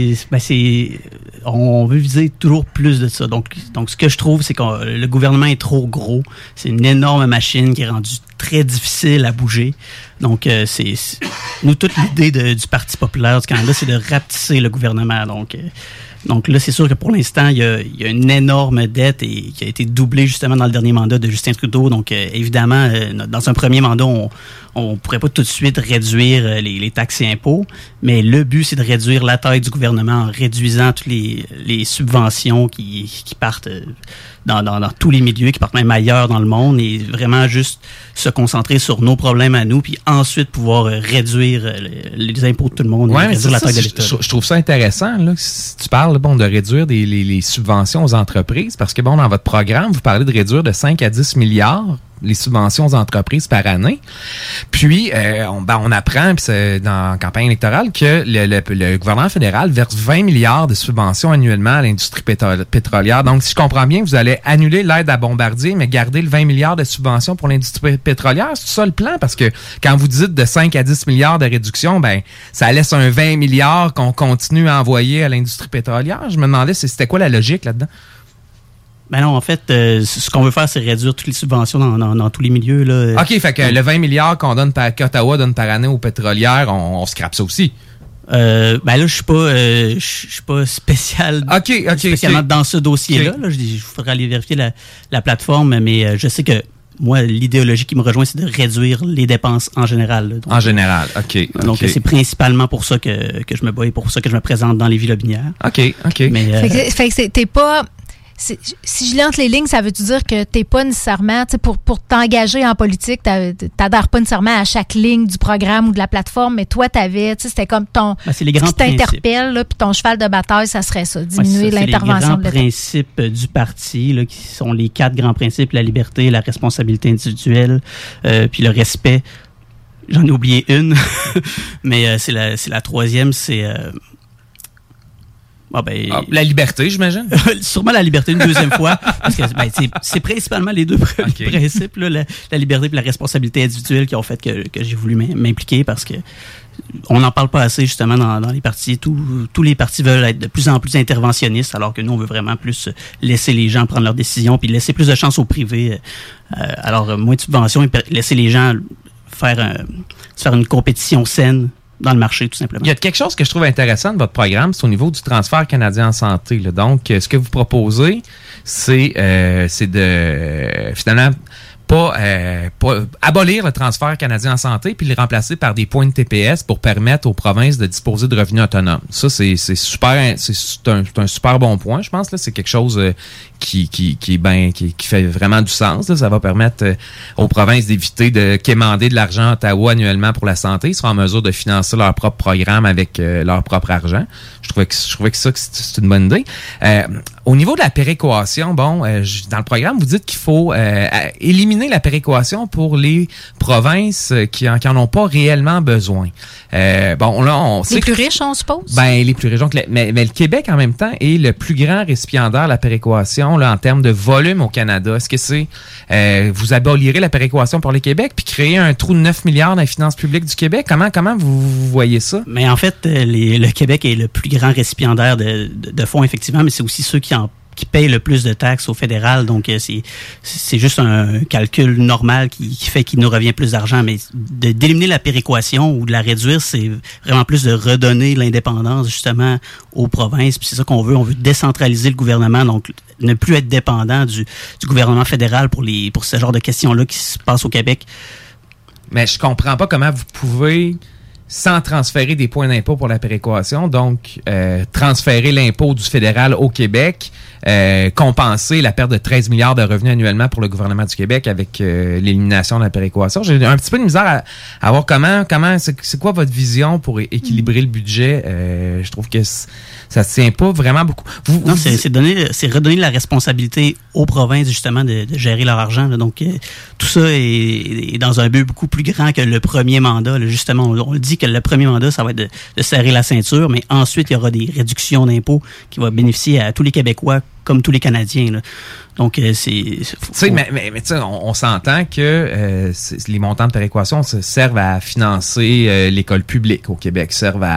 on veut viser toujours plus de ça. Donc ce que je trouve, c'est que le gouvernement est trop gros. C'est une énorme machine qui est rendue très difficile à bouger. Donc, nous, toute l'idée du Parti populaire du Canada, c'est de rapetisser le gouvernement. Donc là, c'est sûr que pour l'instant, il y a une énorme dette qui a été doublée justement dans le dernier mandat de Justin Trudeau. Donc, évidemment, dans un premier mandat, on pourrait pas tout de suite réduire les taxes et impôts, mais le but, c'est de réduire la taille du gouvernement en réduisant toutes les subventions qui partent dans tous les milieux, qui partent même ailleurs dans le monde, et vraiment juste se concentrer sur nos problèmes à nous, puis ensuite pouvoir réduire les impôts de tout le monde, et réduire la taille de l'État. Je trouve ça intéressant, là, si tu parles de réduire les subventions aux entreprises, parce que dans votre programme, vous parlez de réduire de 5 à 10 milliards les subventions aux entreprises par année. Puis, on apprend dans la campagne électorale que le gouvernement fédéral verse 20 milliards de subventions annuellement à l'industrie pétrolière. Donc, si je comprends bien, vous allez annuler l'aide à Bombardier, mais garder le 20 milliards de subventions pour l'industrie pétrolière. C'est ça le plan? Parce que quand vous dites de 5 à 10 milliards de réduction, ça laisse un 20 milliards qu'on continue à envoyer à l'industrie pétrolière. Je me demandais, c'était quoi la logique là-dedans? Ben non, en fait, ce qu'on veut faire, c'est réduire toutes les subventions dans tous les milieux. Là. OK, fait que le 20 milliards qu'Ottawa donne par année aux pétrolières, on scrape ça aussi. Ben là, je suis pas spécialement dans ce dossier-là. Là. Il faudrait aller vérifier la plateforme, mais je sais que moi, l'idéologie qui me rejoint, c'est de réduire les dépenses en général. Là. Donc, en général, OK. Donc, c'est principalement pour ça que je me bats et pour ça que je me présente dans les villes lobinières. OK. Mais, fait que t'es pas... Si je lis entre les lignes, ça veut-tu dire que t'es pas nécessairement, pour t'engager en politique, t'adhères pas nécessairement à chaque ligne du programme ou de la plateforme, mais toi, c'était comme ton... c'est les grands qui t'interpelle, là, puis ton cheval de bataille, ça serait ça, diminuer l'intervention de l'État. C'est les grands principes du parti, là, qui sont les 4 grands principes: la liberté, la responsabilité individuelle, puis le respect. J'en ai oublié une, mais c'est la troisième, c'est... la liberté, j'imagine. Sûrement la liberté une deuxième fois, parce que c'est principalement les deux principes, là, la liberté et la responsabilité individuelle, qui ont fait que j'ai voulu m'impliquer, parce que on n'en parle pas assez justement dans les partis. Tous les partis veulent être de plus en plus interventionnistes, alors que nous, on veut vraiment plus laisser les gens prendre leurs décisions, puis laisser plus de chance au privé. Alors, moins de subventions, et laisser les gens faire une compétition saine dans le marché, tout simplement. Il y a quelque chose que je trouve intéressant de votre programme, c'est au niveau du transfert canadien en santé. Là. Donc, ce que vous proposez, c'est de finalement pas abolir le transfert canadien en santé puis le remplacer par des points de TPS pour permettre aux provinces de disposer de revenus autonomes. Ça, c'est super, c'est un super bon point, je pense. Là, c'est quelque chose qui fait vraiment du sens. Là. Ça va permettre aux provinces d'éviter de quémander de l'argent à Ottawa annuellement pour la santé. Ils seront en mesure de financer leur propre programme avec leur propre argent. Je trouvais que c'est une bonne idée. Au niveau de la péréquation, dans le programme, vous dites qu'il faut éliminer la péréquation pour les provinces qui en ont pas réellement besoin. Là, on sait les plus riches, on suppose? Les plus riches. Mais le Québec, en même temps, est le plus grand récipiendaire de la péréquation là, en termes de volume au Canada. Est-ce que c'est vous abolirez la péréquation pour le Québec puis créer un trou de 9 milliards dans les finances publiques du Québec? Comment vous voyez ça? Mais en fait, le Québec est le plus grand récipiendaire de fonds, effectivement, mais c'est aussi ceux qui qui paye le plus de taxes au fédéral. Donc, c'est juste un calcul normal qui fait qu'il nous revient plus d'argent. Mais d'éliminer la péréquation ou de la réduire, c'est vraiment plus de redonner l'indépendance, justement, aux provinces. Puis c'est ça qu'on veut. On veut décentraliser le gouvernement, donc ne plus être dépendant du gouvernement fédéral pour ce genre de questions-là qui se passent au Québec. Mais je comprends pas comment vous pouvez, sans transférer des points d'impôt pour la péréquation, donc transférer l'impôt du fédéral au Québec, compenser la perte de 13 milliards de revenus annuellement pour le gouvernement du Québec avec l'élimination de la péréquation. J'ai un petit peu de misère à voir comment c'est quoi votre vision pour équilibrer le budget. Je trouve que ça se tient pas vraiment beaucoup. C'est redonner la responsabilité aux provinces, justement, de gérer leur argent. Là. Donc, tout ça est dans un but beaucoup plus grand que le premier mandat. Là. Justement, on le dit que le premier mandat, ça va être de serrer la ceinture, mais ensuite, il y aura des réductions d'impôts qui vont bénéficier à tous les Québécois comme tous les Canadiens. Là. Donc, mais on s'entend que les montants de péréquation servent à financer l'école publique au Québec, servent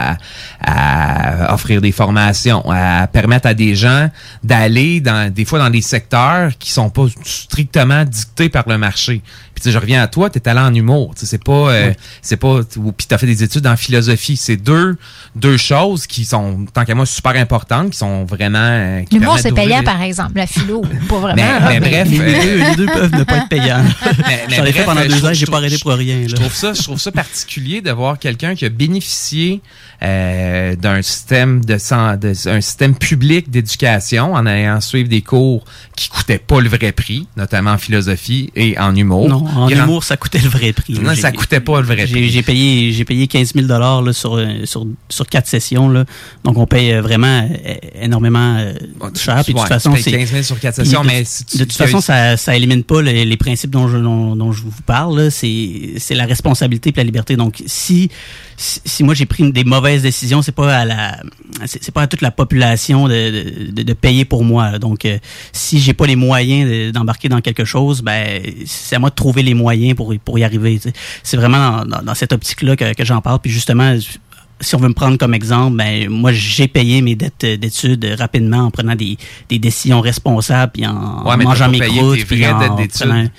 à offrir des formations, à permettre à des gens d'aller des fois dans des secteurs qui sont pas strictement dictés par le marché. Puis je reviens à toi, t'es allé en humour, c'est pas puis t'as fait des études en philosophie. C'est deux choses qui sont, tant qu'à moi, super importantes, qui sont vraiment l'humour, c'est payant, par exemple. La philo, pas vraiment. Mais bref, les deux peuvent ne pas être payants. J'en ai fait pendant 2 ans, j'ai pas arrêté pour rien. Là. Je trouve ça particulier de voir quelqu'un qui a bénéficié d'un système un système public d'éducation en ayant suivi des cours qui coûtaient pas le vrai prix, notamment en philosophie et en humour. Non, en humour, ça coûtait le vrai prix. Non, ça coûtait pas le vrai prix. J'ai payé 15 000 $ là, sur 4 sessions. Là. Donc, on paye vraiment énormément cher. Puis, de toute façon, c'est 15 000 sur 4 sessions, mais de toute façon, ça élimine pas les principes dont je vous parle. Là. C'est la responsabilité et la liberté. Donc, si moi j'ai pris des mauvaises décisions, c'est pas à toute la population de payer pour moi. Donc, si j'ai pas les moyens d'embarquer dans quelque chose, ben c'est à moi de trouver les moyens pour y arriver. T'sais. C'est vraiment dans cette optique-là que j'en parle. Puis justement, si on veut me prendre comme exemple, ben moi j'ai payé mes dettes d'études rapidement en prenant des décisions responsables puis en mangeant mes croûtes. Tes vraies dettes d'études.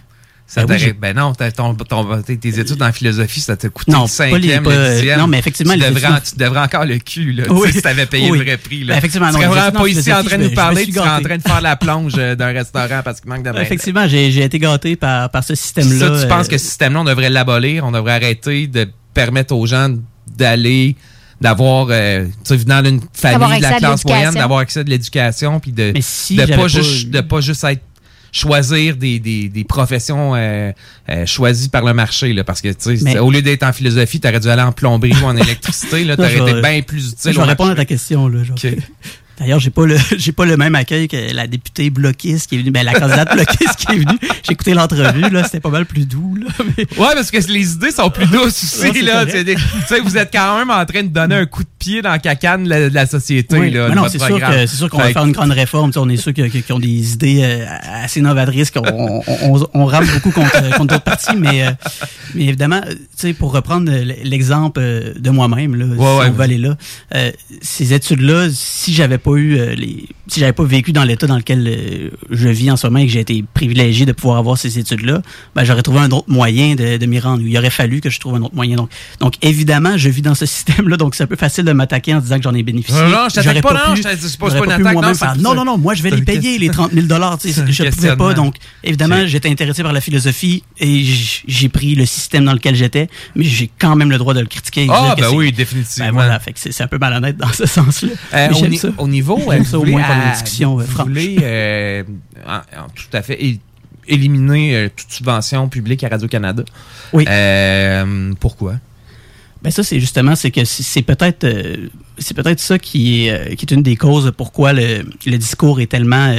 Ben non, tes études en philosophie, ça t'a coûté le 5e, le 10e. Non, mais effectivement, tu devrais encore le cul, là, si t'avais payé le vrai prix. Là. Ben, effectivement, tu serais vraiment pas ici en train de nous parler, tu serais en train de faire la plonge d'un restaurant parce qu'il manque de main. Effectivement, j'ai été gâté par ce système-là. Ça, tu penses que ce système-là, on devrait l'abolir, on devrait arrêter de permettre aux gens d'avoir, venant d'une famille de la classe moyenne, d'avoir accès à de l'éducation, puis de pas juste être choisir des professions choisies par le marché, là, parce que au lieu d'être en philosophie, t'aurais dû aller en plomberie ou en électricité, là, t'aurais été bien plus utile. Je vais répondre à ta question, là. Okay. D'ailleurs, j'ai pas le même accueil que la députée bloquiste qui est venue, la candidate bloquiste qui est venue. J'ai écouté l'entrevue, là, c'était pas mal plus doux, là. Mais... Ouais, parce que les idées sont plus douces aussi, là. Vous êtes quand même en train de donner un coup de pied dans la cacane de la société, oui. là. Mais non, c'est sûr qu'on va faire une grande réforme. On est ceux qui ont des idées assez novatrices, on rame beaucoup contre d'autres partis, mais évidemment, pour reprendre l'exemple de moi-même, là, on va aller là, ces études-là, si j'avais pas vécu dans l'état dans lequel je vis en ce moment et que j'ai été privilégié de pouvoir avoir ces études-là, ben j'aurais trouvé un autre moyen de m'y rendre. Il aurait fallu que je trouve un autre moyen. Donc évidemment, je vis dans ce système-là, donc c'est un peu facile de m'attaquer en disant que j'en ai bénéficié. Non, je t'attaque pas, non, c'est pas une attaque. Non, moi je vais les payer, les 30 000 $. Je ne pouvais pas, donc évidemment, j'étais intéressé par la philosophie et j'ai pris le système dans lequel j'étais, mais j'ai quand même le droit de le critiquer. Oui, définitivement. Ben voilà, fait que c'est un peu malhonnête dans ce sens-là. Au niveau, ça au moins comme une discussion vous voulez tout à fait éliminer toute subvention publique à Radio-Canada. Oui. Pourquoi? Ben ça, c'est que c'est peut-être ça qui est une des causes pourquoi le discours est tellement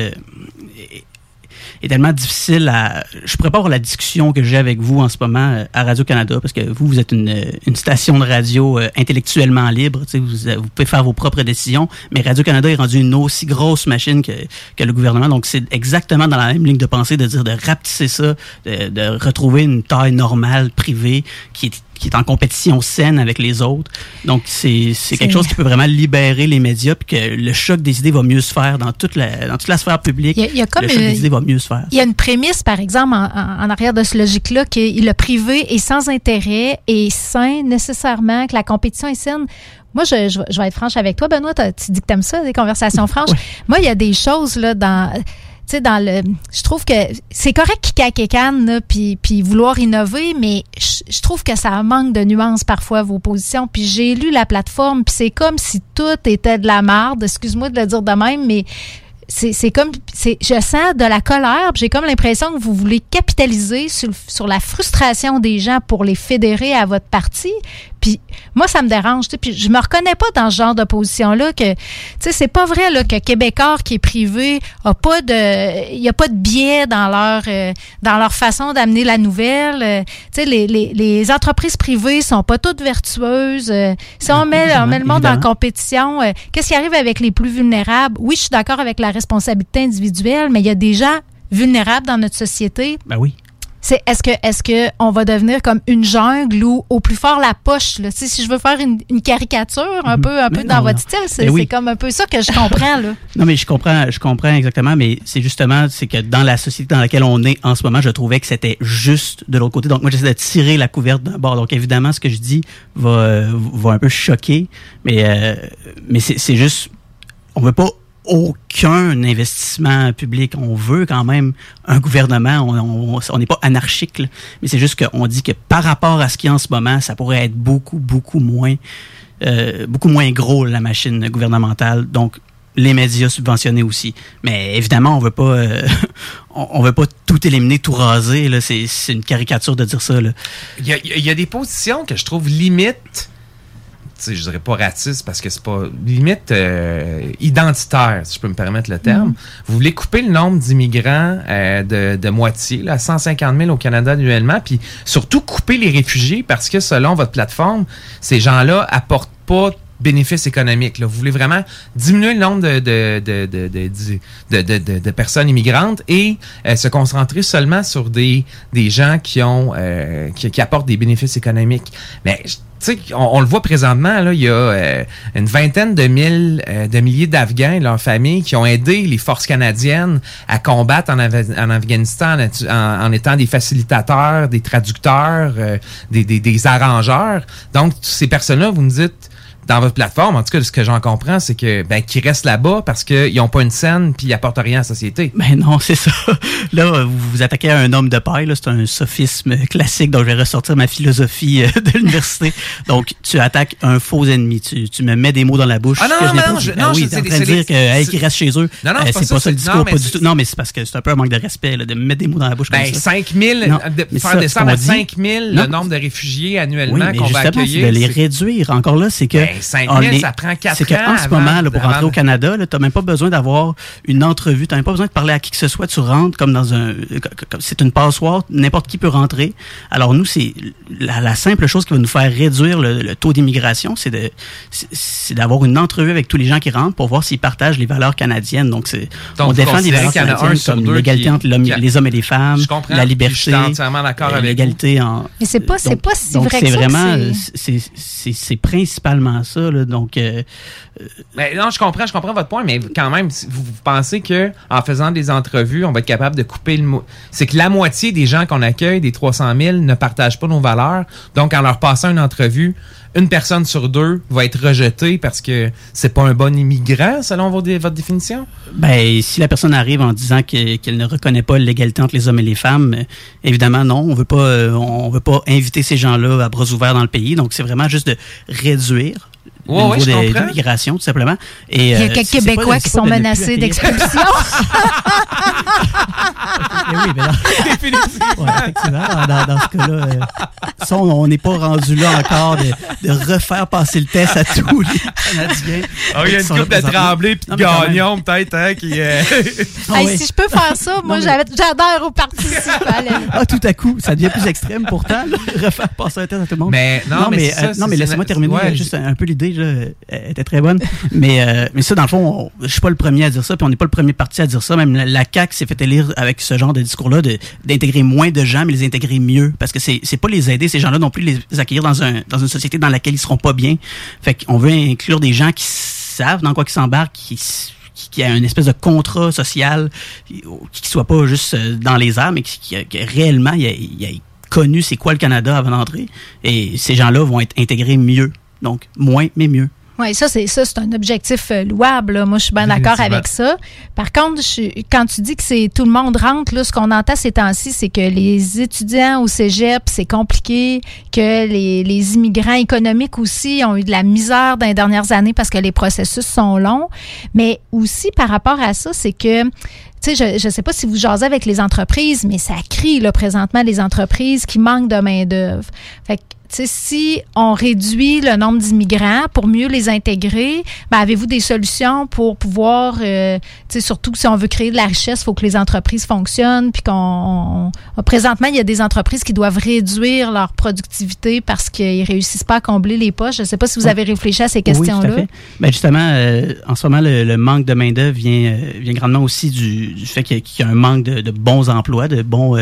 difficile je prépare la discussion que j'ai avec vous en ce moment à Radio-Canada, parce que vous êtes une station de radio intellectuellement libre, vous pouvez faire vos propres décisions, mais Radio-Canada est rendu une aussi grosse machine que le gouvernement, donc c'est exactement dans la même ligne de pensée de dire de rapetisser ça, de retrouver une taille normale, privée, qui est qui est en compétition saine avec les autres. Donc, c'est quelque chose qui peut vraiment libérer les médias, puis que le choc des idées va mieux se faire dans toute la sphère publique. Il y a comme le choc des idées va mieux se faire. Il y a une prémisse, par exemple, en arrière de ce logique-là, que le privé est sans intérêt et sain nécessairement, que la compétition est saine. Moi, je vais être franche avec toi, Benoît. Tu dis que t'aimes ça, des conversations franches. Oui. Moi, il y a des choses là je trouve que c'est correct qu'il canne puis vouloir innover, mais je trouve que ça manque de nuances parfois, vos positions. Puis j'ai lu la plateforme, puis c'est comme si tout était de la merde. Excuse-moi de le dire de même, mais c'est comme je sens de la colère, puis j'ai comme l'impression que vous voulez capitaliser sur la frustration des gens pour les fédérer à votre parti. Puis moi, ça me dérange. Puis je me reconnais pas dans ce genre de position-là que, tu sais, c'est pas vrai là, que Québécois qui est privé il y a pas de biais dans leur façon d'amener la nouvelle. Tu sais, les entreprises privées sont pas toutes vertueuses. Si on met le monde en compétition, qu'est-ce qui arrive avec les plus vulnérables? Oui, je suis d'accord avec la responsabilité individuelle, mais il y a des gens vulnérables dans notre société. Ben oui. Est-ce que on va devenir comme une jungle ou au plus fort la poche là? Si je veux faire une caricature un peu dans votre style, c'est comme un peu ça que je comprends là. Non, mais je comprends exactement, mais c'est que dans la société dans laquelle on est en ce moment, je trouvais que c'était juste de l'autre côté. Donc moi, j'essaie de tirer la couverte d'un bord. Donc évidemment, ce que je dis va un peu choquer, mais c'est juste, on veut pas aucun investissement public. On veut quand même un gouvernement. On n'est pas anarchique, là. Mais c'est juste qu'on dit que par rapport à ce qu'il y a en ce moment, ça pourrait être beaucoup moins gros, la machine gouvernementale. Donc, les médias subventionnés aussi. Mais évidemment, on veut pas tout éliminer, tout raser, là. C'est une caricature de dire ça, là. Il y a des positions que je trouve limite... je dirais pas raciste parce que c'est pas limite identitaire, si je peux me permettre le terme. Vous voulez couper le nombre d'immigrants de moitié, là, 150 000 au Canada annuellement, puis surtout couper les réfugiés parce que selon votre plateforme, ces gens-là apportent pas bénéfices économiques. Là. Vous voulez vraiment diminuer le nombre de personnes immigrantes et se concentrer seulement sur des gens qui apportent des bénéfices économiques. Mais tu sais, on le voit présentement, là, il y a une vingtaine de milliers d'Afghans et leurs familles qui ont aidé les forces canadiennes à combattre en Afghanistan en étant des facilitateurs, des traducteurs, des arrangeurs. Donc, ces personnes-là, vous me dites, dans votre plateforme, en tout cas, ce que j'en comprends, c'est que qu'ils restent là-bas parce qu'ils n'ont pas une scène puis ils apportent rien à la société. Ben non, c'est ça. Là, vous vous attaquez à un homme de paille. Là, c'est un sophisme classique. Donc, je vais ressortir ma philosophie de l'université. Donc, tu attaques un faux ennemi. Tu me mets des mots dans la bouche. Ah non, oui, t'es en train de dire qu'ils restent chez eux. Non, c'est pas ça le discours, pas du tout. Non, mais c'est parce que c'est un peu un manque de respect là, de me mettre des mots dans la bouche comme ça. 5 000, faire descendre à 5 000 le nombre de réfugiés annuellement qu'on va accueillir. De les réduire. Encore là, c'est que 5 000, ça prend 4 ans. C'est qu'en ce moment, là, pour rentrer au Canada, tu n'as même pas besoin d'avoir une entrevue, tu n'as même pas besoin de parler à qui que ce soit, tu rentres comme dans c'est une passoire, n'importe qui peut rentrer. Alors nous, c'est la simple chose qui va nous faire réduire le taux d'immigration, c'est d'avoir une entrevue avec tous les gens qui rentrent pour voir s'ils partagent les valeurs canadiennes. Donc on défend les valeurs canadiennes comme l'égalité entre les hommes et les femmes, la liberté, je suis entièrement d'accord avec l'égalité Mais c'est pas si vrai que ça. C'est vraiment, c'est principalement ça, là. Donc, non, je comprends votre point, mais quand même, vous pensez que en faisant des entrevues, on va être capable de couper c'est que la moitié des gens qu'on accueille, des 300 000, ne partagent pas nos valeurs. Donc, en leur passant une entrevue, une personne sur deux va être rejetée parce que c'est pas un bon immigrant, selon votre définition? Ben, si la personne arrive en disant qu'elle ne reconnaît pas l'égalité entre les hommes et les femmes, évidemment, non. On veut pas inviter ces gens-là à bras ouverts dans le pays. Donc, c'est vraiment juste de réduire le niveau de migration, tout simplement. Et, il y a quelques Québécois qui sont menacés d'expulsion. Oui, mais effectivement, dans ce cas-là, on n'est pas rendu là encore de refaire passer le test à tous les Canadiens. Il y a une couple de Tremblay et de Gagnon, peut-être, hein, qui... Si je peux faire ça, moi, j'adhère au participe. Tout à coup, ça devient plus extrême pourtant, refaire passer un test à tout le monde. Mais laissez-moi terminer juste un peu l'idée. là, elle était très bonne. mais ça, dans le fond, je suis pas le premier à dire ça, puis on n'est pas le premier parti à dire ça. Même la CAQ s'est fait élire avec ce genre de discours-là, d'intégrer moins de gens, mais les intégrer mieux. Parce que c'est pas les aider, ces gens-là non plus, les accueillir dans une société dans laquelle ils seront pas bien. Fait qu'on veut inclure des gens qui savent dans quoi qu'ils s'embarquent, qui a une espèce de contrat social, qui soit pas juste dans les airs, mais qui réellement, il a connu c'est quoi le Canada avant d'entrer. Et ces gens-là vont être intégrés mieux. Donc, moins, mais mieux. Oui, ça, c'est un objectif louable. Là. Moi, je suis bien d'accord avec ça. Par contre, quand tu dis que c'est tout le monde rentre, là, ce qu'on entend ces temps-ci, c'est que les étudiants au cégep, c'est compliqué, que les immigrants économiques aussi ont eu de la misère dans les dernières années parce que les processus sont longs. Mais aussi, par rapport à ça, c'est que tu sais, je sais pas si vous jasez avec les entreprises, mais ça crie là, présentement les entreprises qui manquent de main-d'œuvre. Fait que, tu sais, si on réduit le nombre d'immigrants pour mieux les intégrer, ben avez-vous des solutions pour pouvoir, tu sais, surtout si on veut créer de la richesse, il faut que les entreprises fonctionnent, puis présentement, il y a des entreprises qui doivent réduire leur productivité parce qu'ils réussissent pas à combler les poches. Je sais pas si vous avez réfléchi à ces questions-là. Oui, tout à fait. Ben justement, en ce moment, le manque de main-d'œuvre vient grandement aussi du fait qu'il y a un manque de bons emplois, de bons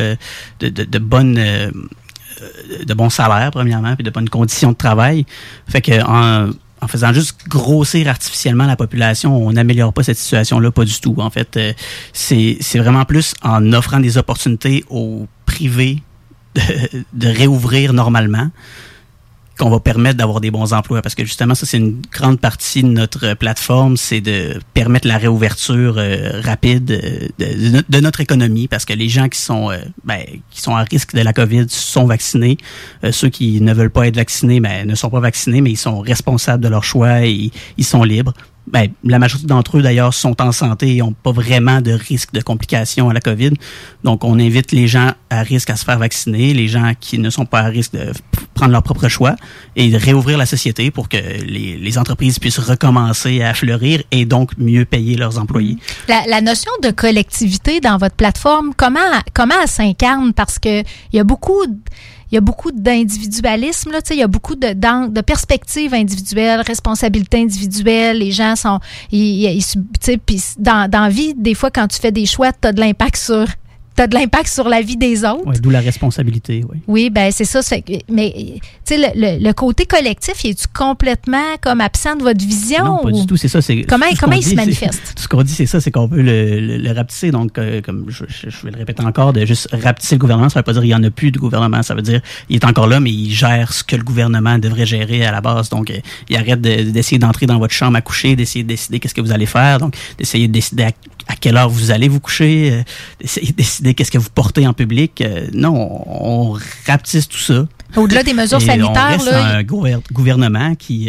salaires, premièrement, puis de bonnes conditions de travail. Fait que en faisant juste grossir artificiellement la population, on n'améliore pas cette situation-là, pas du tout. En fait, c'est vraiment plus en offrant des opportunités aux privés de réouvrir normalement qu'on va permettre d'avoir des bons emplois. Parce que justement, ça, c'est une grande partie de notre plateforme, c'est de permettre la réouverture rapide de notre économie. Parce que les gens qui sont à risque de la COVID sont vaccinés. Ceux qui ne veulent pas être vaccinés, ne sont pas vaccinés, mais ils sont responsables de leur choix et ils sont libres. La majorité d'entre eux, d'ailleurs, sont en santé et n'ont pas vraiment de risque de complications à la COVID. Donc, on invite les gens à risque à se faire vacciner, les gens qui ne sont pas à risque de prendre leur propre choix et de réouvrir la société pour que les entreprises puissent recommencer à fleurir et donc mieux payer leurs employés. La notion de collectivité dans votre plateforme, comment elle s'incarne? Parce que il y a beaucoup d'individualisme, là, tu sais, il y a beaucoup de perspectives individuelles, responsabilités individuelles, les gens sont, tu sais, puis dans la vie, des fois, quand tu fais des choix, t'as de l'impact sur la vie des autres. Oui, d'où la responsabilité, oui. Oui, ben c'est ça. Mais, tu sais, le côté collectif, est-tu complètement comme absent de votre vision? Non, pas du tout. C'est ça. Comment il se manifeste? Tout ce qu'on dit, c'est ça, c'est qu'on veut le rapetisser. Donc, comme je vais le répéter encore, de juste rapetisser le gouvernement, ça veut pas dire qu'il y en a plus de gouvernement. Ça veut dire il est encore là, mais il gère ce que le gouvernement devrait gérer à la base. Donc, il arrête d'essayer d'entrer dans votre chambre à coucher, d'essayer de décider qu'est-ce que vous allez faire. Donc, d'essayer de décider à quelle heure vous allez vous coucher, d'essayer de décider qu'est-ce que vous portez en public. Non, on rapetisse tout ça. Au-delà des mesures sanitaires, on reste un gouvernement qui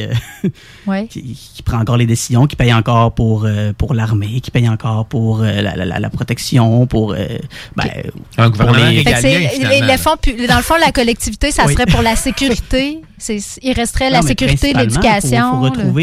prend encore les décisions, qui paye encore pour l'armée, qui paye encore pour la protection, pour un gouvernement régalien, dans le fond, la collectivité, ça serait pour la sécurité. Il resterait la sécurité, l'éducation.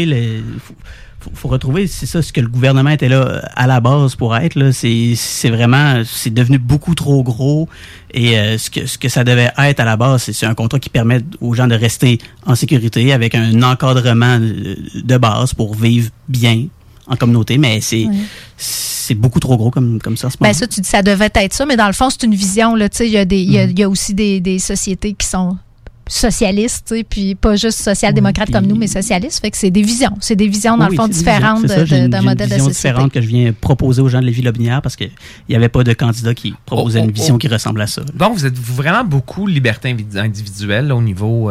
Faut retrouver, c'est ça, ce que le gouvernement était là à la base pour être. Là, c'est devenu beaucoup trop gros et ce que ça devait être à la base, c'est un contrat qui permet aux gens de rester en sécurité avec un encadrement de base pour vivre bien en communauté, mais c'est beaucoup trop gros comme ça. Ça, tu dis ça devait être ça, mais dans le fond, c'est une vision. Là, il y a aussi des sociétés qui sont socialistes, puis pas juste social-démocrates comme nous, mais socialistes. Fait que c'est des visions. C'est des visions, dans le fond, différentes d'un modèle de société. Une vision différente que je viens proposer aux gens de Lévis-Lobinière parce qu'il n'y avait pas de candidat qui proposait une vision qui ressemble à ça. Donc, vous êtes vraiment beaucoup liberté individuelle là, au niveau,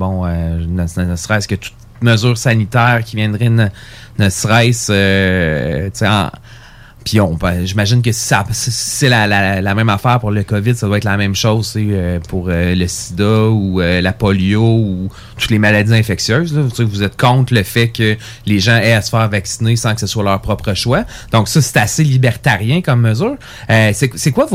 ne serait-ce que toute mesure sanitaire qui viendrait ne serait-ce, puis j'imagine que c'est la même affaire pour le COVID, ça doit être la même chose pour le sida ou la polio ou toutes les maladies infectieuses. Là. Vous êtes contre le fait que les gens aient à se faire vacciner sans que ce soit leur propre choix. Donc ça, c'est assez libertarien comme mesure. C'est quoi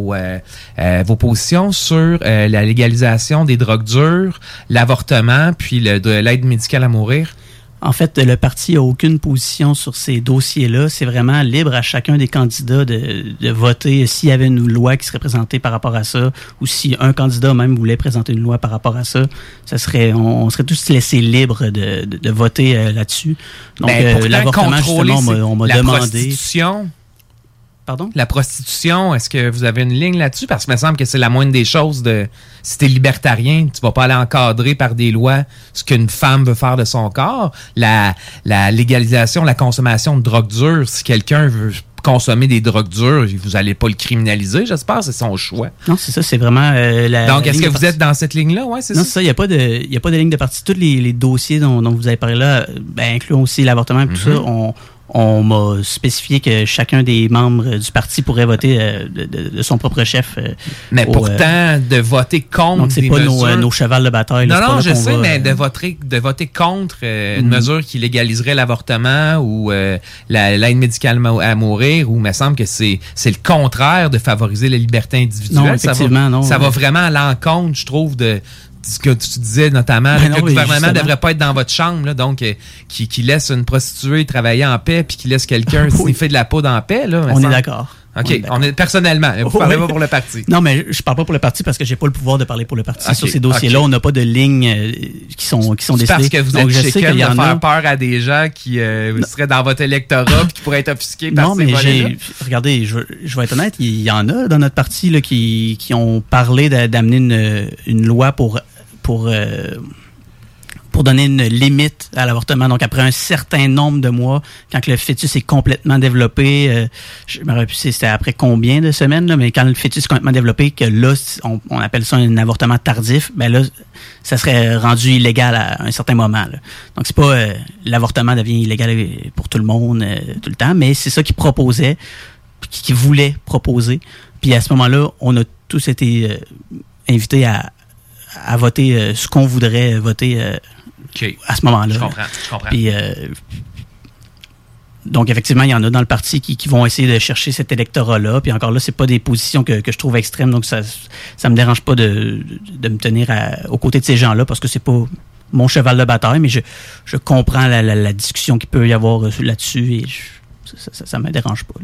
vos positions sur la légalisation des drogues dures, l'avortement, puis de l'aide médicale à mourir? En fait, le parti n'a aucune position sur ces dossiers-là. C'est vraiment libre à chacun des candidats de voter s'il y avait une loi qui serait présentée par rapport à ça, ou si un candidat même voulait présenter une loi par rapport à ça. On serait tous laissés libres de voter là-dessus. Donc, l'avortement, justement, on m'a demandé... Prostitution. Pardon? La prostitution, est-ce que vous avez une ligne là-dessus? Parce que il me semble que c'est la moindre des choses de... Si t'es libertarien, tu vas pas aller encadrer par des lois ce qu'une femme veut faire de son corps. La légalisation, la consommation de drogue dure, si quelqu'un veut consommer des drogues dures, vous allez pas le criminaliser, j'espère, c'est son choix. Non, c'est ça, c'est vraiment Donc, est-ce que vous êtes dans cette ligne-là? Ouais, c'est non, c'est ça, il n'y a pas de ligne de parti. Tous les dossiers dont vous avez parlé là, incluant aussi l'avortement et tout ça, on m'a spécifié que chacun des membres du parti pourrait voter de son propre chef. Mais pourtant, de voter contre donc c'est des pas mesures... nos chevals de bataille. Non, je sais, mais de voter contre une mesure qui légaliserait l'avortement ou l'aide médicale à mourir, ou il me semble que c'est le contraire de favoriser la liberté individuelle. Non, effectivement, ça va vraiment à l'encontre, je trouve, de ce que tu disais notamment, que le gouvernement ne devrait pas être dans votre chambre, là, donc qui laisse une prostituée travailler en paix puis qui laisse quelqu'un sniffer de la poudre en paix. Là, on est d'accord. OK, on est personnellement. Vous parlez pas pour le parti. Non, mais je parle pas pour le parti parce que j'ai pas le pouvoir de parler pour le parti. Sur ces dossiers-là, on n'a pas de lignes qui sont décidées. Parce que vous êtes chicken de faire peur à des gens qui seraient dans votre électorat et qui pourraient être offusqués par ces volets-là. Regardez, je vais être honnête, il y en a dans notre parti là, qui ont parlé d'amener une loi pour donner une limite à l'avortement. Donc, après un certain nombre de mois, quand le fœtus est complètement développé, je me rappelle plus c'était après combien de semaines, là, mais quand le fœtus est complètement développé, que là, on appelle ça un avortement tardif, ben là, ça serait rendu illégal à un certain moment. Là. Donc, c'est pas l'avortement devient illégal pour tout le monde tout le temps, mais c'est ça qu'ils proposaient, qu'ils voulaient proposer. Puis à ce moment-là, on a tous été invités à voter ce qu'on voudrait voter à ce moment-là. Je comprends. Puis, donc, effectivement, il y en a dans le parti qui vont essayer de chercher cet électorat-là. Puis encore là, c'est pas des positions que je trouve extrêmes. Donc, ça me dérange pas de me tenir aux côtés de ces gens-là parce que c'est pas mon cheval de bataille, mais je comprends la discussion qu'il peut y avoir là-dessus et ça me dérange pas. Là.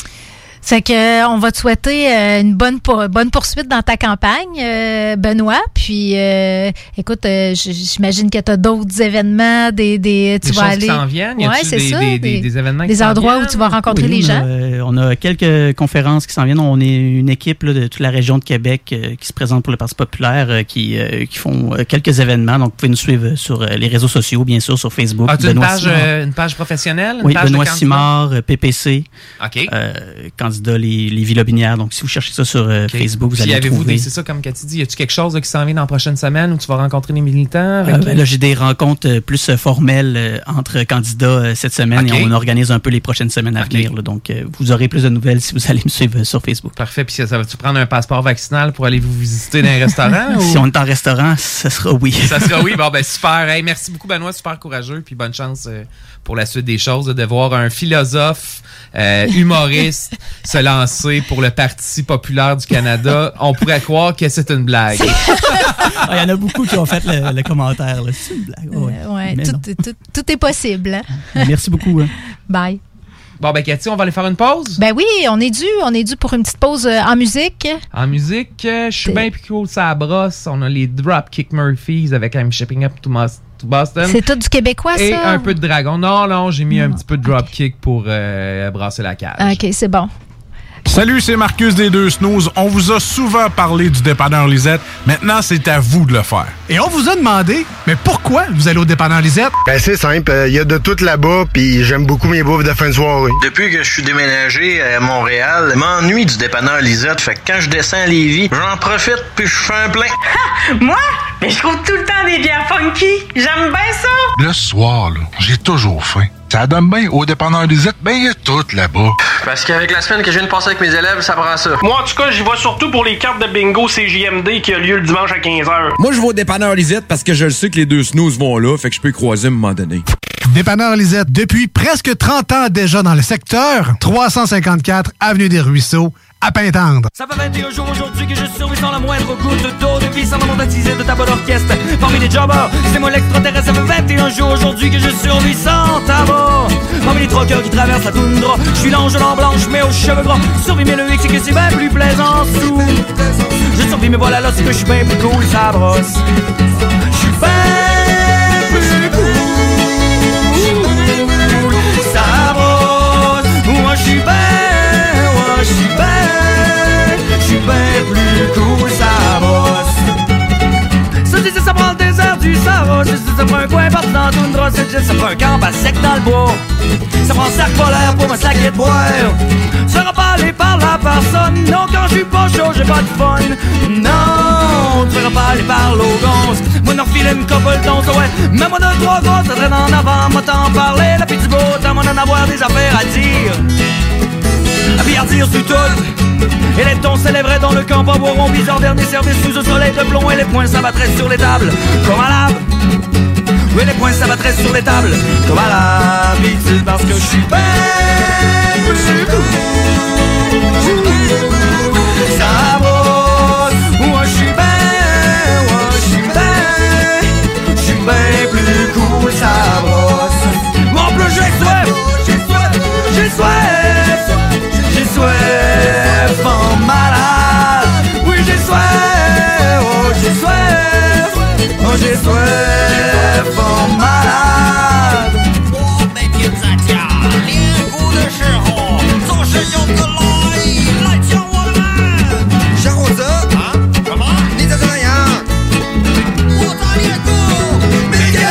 C'est que on va te souhaiter une bonne poursuite dans ta campagne, Benoît. Puis, écoute, j'imagine que tu as d'autres événements, des tu vas aller. Qui s'en viennent. Ouais, c'est ça. Des événements. Des endroits où tu vas rencontrer les gens. On a quelques conférences qui s'en viennent. On est une équipe là, de toute la région de Québec qui se présente pour le Parti populaire, qui font quelques événements. Donc, vous pouvez nous suivre sur les réseaux sociaux, bien sûr, sur Facebook. As-tu une page professionnelle? Oui, Benoît Simard, PPC. OK. Candidat les Villas-Binières. Donc, si vous cherchez ça sur Facebook, vous allez le trouver. C'est ça, comme Cathy dit, y a-tu quelque chose qui s'en vient dans la prochaine semaine où tu vas rencontrer les militants? Là, j'ai des rencontres plus formelles entre candidats cette semaine et on organise un peu les prochaines semaines à venir. Là, donc, vous aurez plus de nouvelles si vous allez me suivre sur Facebook. Parfait. Puis, ça va-tu prendre un passeport vaccinal pour aller vous visiter dans un restaurant? Si on est en restaurant, ça sera oui. Ça sera oui. Bon, ben super. Hey, merci beaucoup, Benoît. Super courageux. Puis, bonne chance pour la suite des choses, de voir un philosophe humoriste se lancer pour le Parti populaire du Canada. On pourrait croire que c'est une blague. Il y en a beaucoup qui ont fait le commentaire. Là. C'est une blague. Tout est possible. Hein? Merci beaucoup. Hein. Bye. Bon, ben Cathy, on va aller faire une pause? Ben oui, on est dû pour une petite pause en musique. En musique, je suis bien plus cool, ça brosse. On a les Dropkick Murphys avec I'm Shipping Up to Boston. C'est tout du québécois, ça? Et un peu de dragon. Non, j'ai mis un petit peu de Dropkick pour brasser la cage. OK, c'est bon. Salut, c'est Marcus des Deux Snooze. On vous a souvent parlé du dépanneur Lisette. Maintenant, c'est à vous de le faire. Et on vous a demandé, mais pourquoi vous allez au dépanneur Lisette? Ben, c'est simple. Il y a de tout là-bas, puis j'aime beaucoup mes bouffes de fin de soirée. Depuis que je suis déménagé à Montréal, je m'ennuie du dépanneur Lisette. Fait que quand je descends à Lévis, j'en profite puis je fais un plein. Ha! Moi? Mais je trouve tout le temps des bières funky. J'aime bien ça. Le soir, là, j'ai toujours faim. Ça donne bien au dépanneur Lisette, ben il y a tout là-bas. Parce qu'avec la semaine que je viens de passer avec mes élèves, ça prend ça. Moi, en tout cas, j'y vais surtout pour les cartes de bingo CJMD qui a lieu le dimanche à 15h. Moi, je vais au dépanneur Lisette parce que je le sais que les deux snooze vont là, fait que je peux y croiser à un moment donné. Dépanneur Lisette, depuis presque 30 ans déjà dans le secteur, 354 Avenue des Ruisseaux, à Pintendre. Ça fait 21 jours aujourd'hui que je survis sans la moindre goutte d'eau de vie, sans me monétiser de ta bonne orchestre. Parmi les jobbers, c'est moi l'extraterrestre. Ça fait 21 jours aujourd'hui aujourd'hui que je survis sans tabac. Parmi les troqueurs qui traversent la toundra, je suis l'ange en blanche mais aux cheveux gras. Survie mais le hic c'est que c'est bien plus plaisant sous. Je survis mais voilà là c'est que je suis bien plus cool, ça brosse. Je suis bien plus cool, ça brosse. Moi je suis bien plus cool, ça brosse. Ça prend le désert du Sahara, ça prend un coin partout dans la toundra, ça prend un camp à sec dans le bois. Ça prend un sac polaire pour me saquer de boire. Ça sera pas aller par la personne, non quand je suis pas chaud j'ai pas de fun. Non, tu feras pas aller par l'ogance. Moi n'en refile une couple d'onces, ouais. Mais moi de trois grosses, ça traîne en avant, moi t'en parler. La pitié du beau temps, moi d'en avoir des affaires à dire. À billardir sur tout. Et les tons s'élèveraient dans le camp, boiront bizarre dernier service sous un soleil de plomb. Et les poings s'abattraient sur les tables, comme à lave. Oui, les poings s'abattraient sur les tables, comme à l'habitude. Parce que je suis bien plus cool, ça brosse. Moi je suis bien plus cool, ça brosse. En plus j'ai soif en malade. Oui j'ai soif, oh j'ai soif en malade. Oh mais bien ça tient, les goûts de chéron, son chéron de l'ail, la tient moi là. Charose, hein? Comment? Ni de rien. Oh t'as les goûts, mais y'a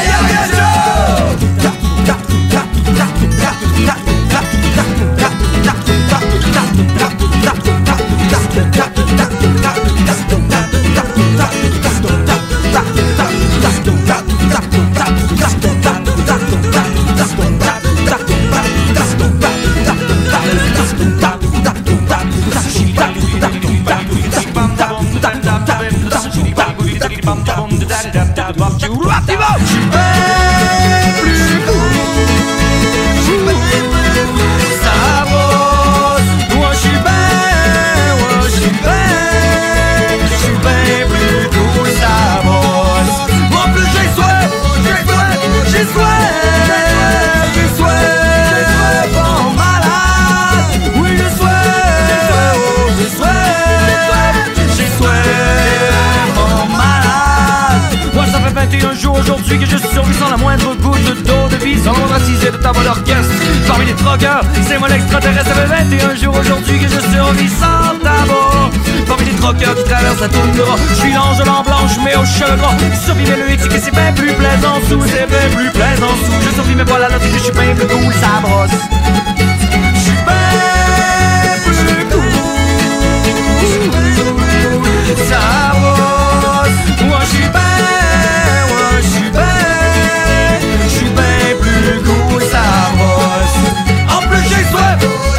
aujourd'hui que je suis survie sans la moindre goutte d'eau de vie, sans ratisé de ta voix d'orchestre. Parmi les troqueurs, c'est moi l'extraterrestre. Ça fait 21 jours aujourd'hui que je survis sans tabac. Parmi les troqueurs qui traversent la toundra, je suis l'ange en blanche mais aux cheveux gras. Survie mais le hic c'est que c'est bien plus plaisant sous, c'est bien plus plaisant sous. Je survis mais voilà là c'est que je suis bien plus cool, ça brosse. Je suis bien plus cool, ça brosse. Moi je suis bien plus cool, ça brosse. En plus j'ai soif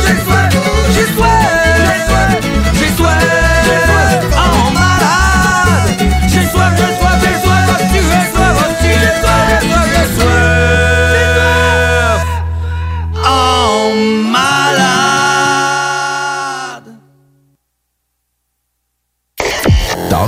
en malade. J'ai soif, tu es soif, en malade. Dans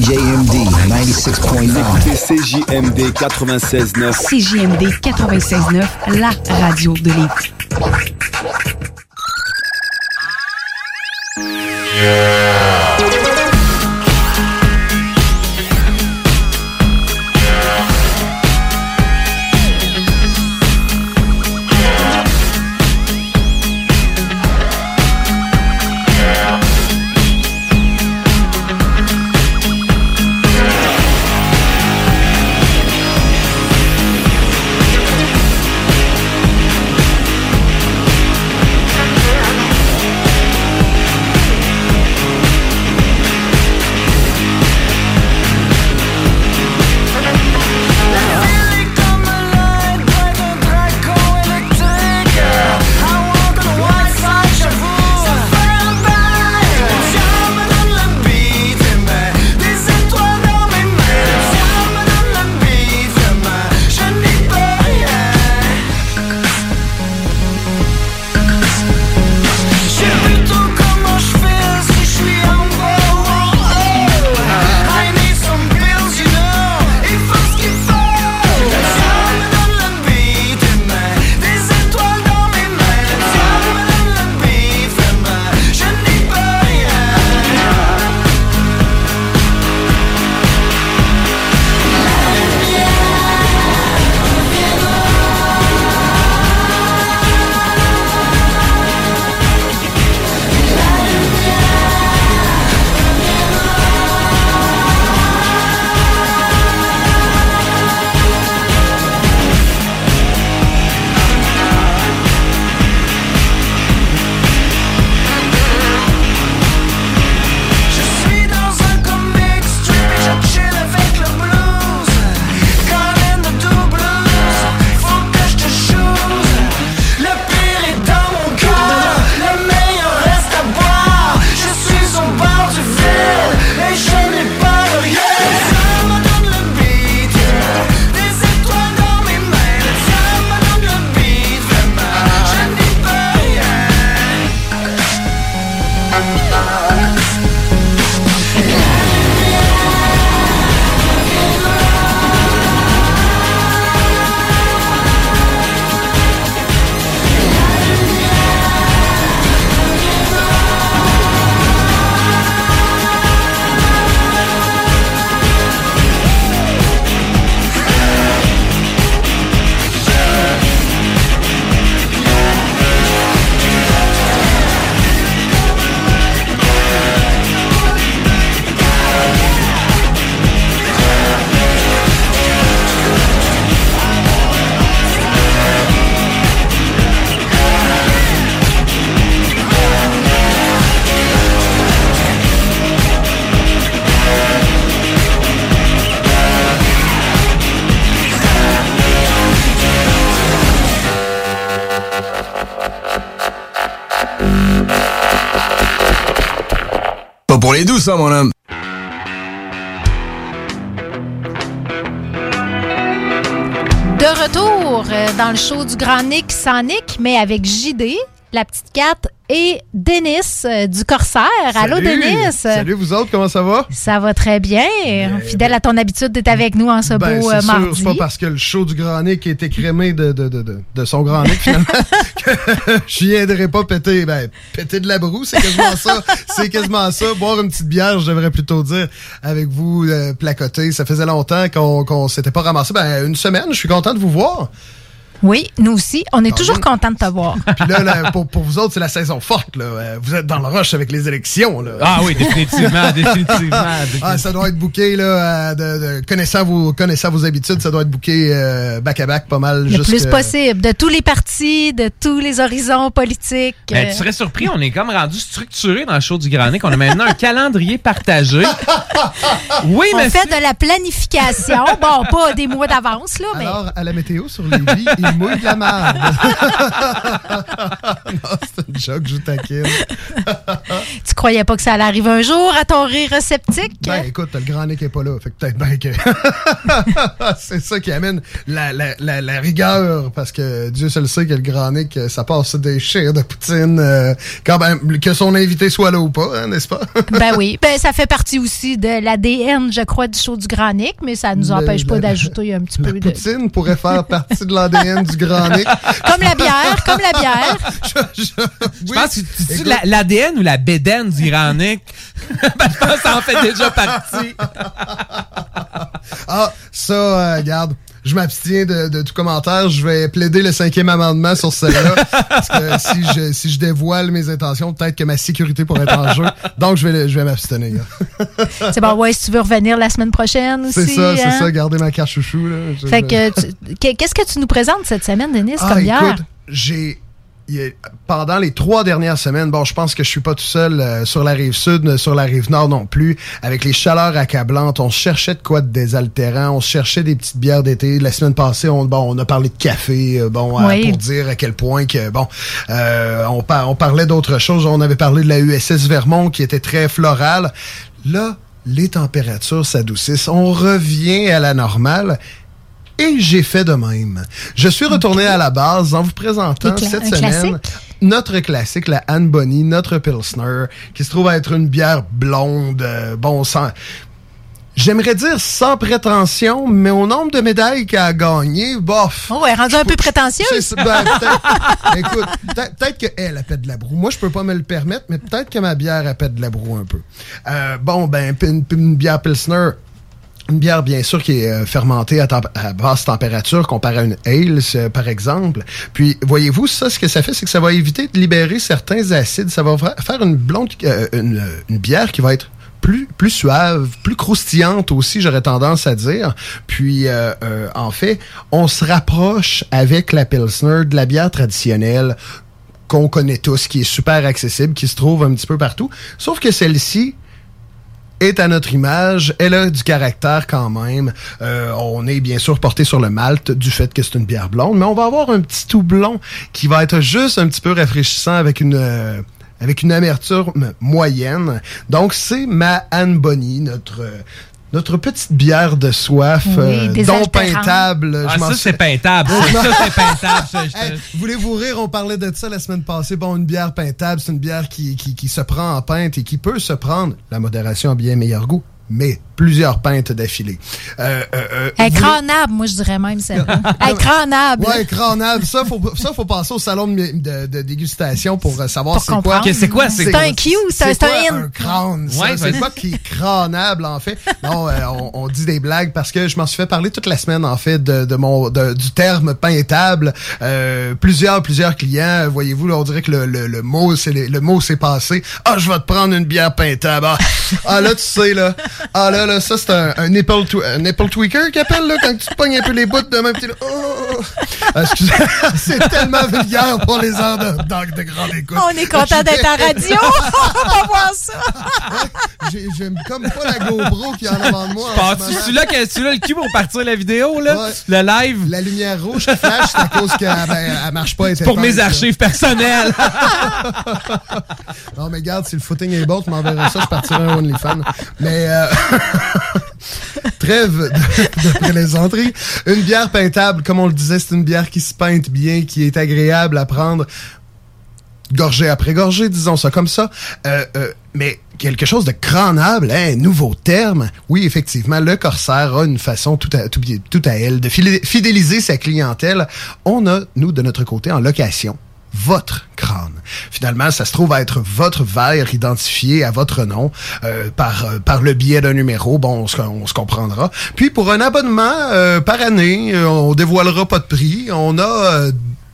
CJMD 96.9. Écoutez CJMD 96.9. CJMD 96.9, la radio de Lévis. Pas pour les douces, hein, mon homme. De retour dans le show du Grand Nick sans Nick, mais avec JD, la petite Kat et Denis du Corsaire. Allô, Denis. Salut, vous autres, comment ça va? Ça va très bien. Fidèle à ton habitude d'être avec nous en ce beau mardi. C'est pas parce que le show du Grand Nick a été crémé de son Grand Nick, finalement, que je viendrai pas péter de la broue, c'est quasiment ça. C'est quasiment ça. Boire une petite bière, je devrais plutôt dire, avec vous, placoter. Ça faisait longtemps qu'on s'était pas ramassé. Une semaine, je suis content de vous voir. Oui, nous aussi. On est toujours contents de te voir. Puis là, pour vous autres, c'est la saison forte. Là. Vous êtes dans le rush avec les élections. Là. Ah oui, définitivement. Ah, ça doit être booké, là, connaissant vos habitudes, ça doit être booké back-à-back pas mal. Le plus possible, de tous les partis, de tous les horizons politiques. Tu serais surpris, on est comme rendu structuré dans le show du Grand Nick. On a maintenant un calendrier partagé. Oui, on fait de la planification. Bon, pas des mois d'avance, là, mais... Alors, à la météo sur Lévis, il Il mouille de la merde. Non, c'est une joke, je taquine. Tu croyais pas que ça allait arriver un jour à ton rire sceptique? Ben, écoute, le grand Nick est pas là. Fait que peut-être bien que... c'est ça qui amène la rigueur, parce que Dieu seul sait que le grand Nick, ça passe des chires de poutine, quand même, que son invité soit là ou pas, hein, n'est-ce pas? Ben oui. Ben, ça fait partie aussi de l'ADN, je crois, du show du grand Nick, mais ça nous empêche pas d'ajouter un petit peu de... La poutine pourrait faire partie de l'ADN du grand Nick. Comme la bière. Je pense que c'est l'ADN ou la bédaine du grand Nick? Ben, je pense que ça en fait déjà partie. Ah, ça, regarde. Je m'abstiens de tout commentaire. Je vais plaider le 5e amendement sur celle-là. Parce que si je dévoile mes intentions, peut-être que ma sécurité pourrait être en jeu. Donc, je vais m'abstenir. C'est bon, ouais, si tu veux revenir la semaine prochaine aussi. C'est ça. Garder ma carte chouchou. Là. Fait que, qu'est-ce que tu nous présentes cette semaine, Denis, comme hier? Écoute, pendant les 3 dernières semaines, bon, je pense que je suis pas tout seul sur la rive sud, sur la rive nord non plus, avec les chaleurs accablantes, on cherchait de quoi de désaltérant, on cherchait des petites bières d'été. La semaine passée, on a parlé de café, pour dire à quel point que, on parlait d'autres choses. On avait parlé de la USS Vermont qui était très florale. Là, les températures s'adoucissent. On revient à la normale. Et j'ai fait de même. Je suis retourné à la base en vous présentant cette semaine notre classique, la Anne Bonny, notre Pilsner, qui se trouve être une bière blonde, j'aimerais dire sans prétention, mais au nombre de médailles qu'elle a gagnées, bof. Oh, elle est rendue un peu prétentieuse. Écoute, peut-être qu'elle a pète de la broue. Moi, je peux pas me le permettre, mais peut-être que ma bière a pète de la broue un peu. Une bière Pilsner... Une bière, bien sûr, qui est fermentée à basse température comparée à une ale, par exemple. Puis, voyez-vous, ça, ce que ça fait, c'est que ça va éviter de libérer certains acides. Ça va faire une blonde, une bière qui va être plus suave, plus croustillante aussi, j'aurais tendance à dire. Puis, en fait, on se rapproche avec la Pilsner de la bière traditionnelle qu'on connaît tous, qui est super accessible, qui se trouve un petit peu partout. Sauf que celle-ci est à notre image, elle a du caractère quand même. On est bien sûr porté sur le malt du fait que c'est une bière blonde, mais on va avoir un petit houblon qui va être juste un petit peu rafraîchissant avec une amertume moyenne. Donc c'est ma Anne Bonny, notre petite bière de soif, dont peintable. Ça, c'est peintable. Ça, c'est peintable. Voulez-vous rire? On parlait de ça la semaine passée. Bon, une bière peintable, c'est une bière qui se prend en pinte et qui peut se prendre, la modération a bien meilleur goût, mais plusieurs pintes d'affilée. Écranable, moi je dirais même ça. Écranable. Ouais, écranable. Ça, faut passer au salon de dégustation pour savoir pour c'est comprendre. quoi. C'est quoi? C'est un Q, c'est un crâne. C'est quoi qui est crânable, en fait? Non, on dit des blagues parce que je m'en suis fait parler toute la semaine, en fait, du terme peintable. Plusieurs clients, voyez-vous, là, on dirait que le mot s'est passé. Ah, je vais te prendre une bière peintable. Ah, là, tu sais, là. Ah là, ça, c'est un nipple tweaker qu'ils appellent, là, quand tu te pognes un peu les bouts de même. Excusez, c'est tellement vulgaire pour les heures de grande écoute. On est content d'être à radio. On va voir ça. J'aime comme pas la GoPro qui est en avant de moi. Tu l'as le cul pour partir la vidéo, là? Ouais. Le live? La lumière rouge qui flash, c'est à cause qu'elle marche pas. C'est pour mes archives personnelles. Non, mais regarde, si le footing est bon, tu m'enverras ça, je partirai un OnlyFans. Mais trêve de plaisanterie. Une bière peintable, comme on le disait, c'est une bière qui se peinte bien, qui est agréable à prendre gorgée après gorgée, disons ça comme ça. Mais quelque chose de crânable, hein, nouveau terme. Oui, effectivement, le Corsair a une façon tout à elle de fidéliser sa clientèle. On a, nous, de notre côté, en location, votre crâne. Finalement, ça se trouve à être votre verre identifié à votre nom par le biais d'un numéro. Bon, on se comprendra. Puis, pour un abonnement par année, on dévoilera pas de prix. On a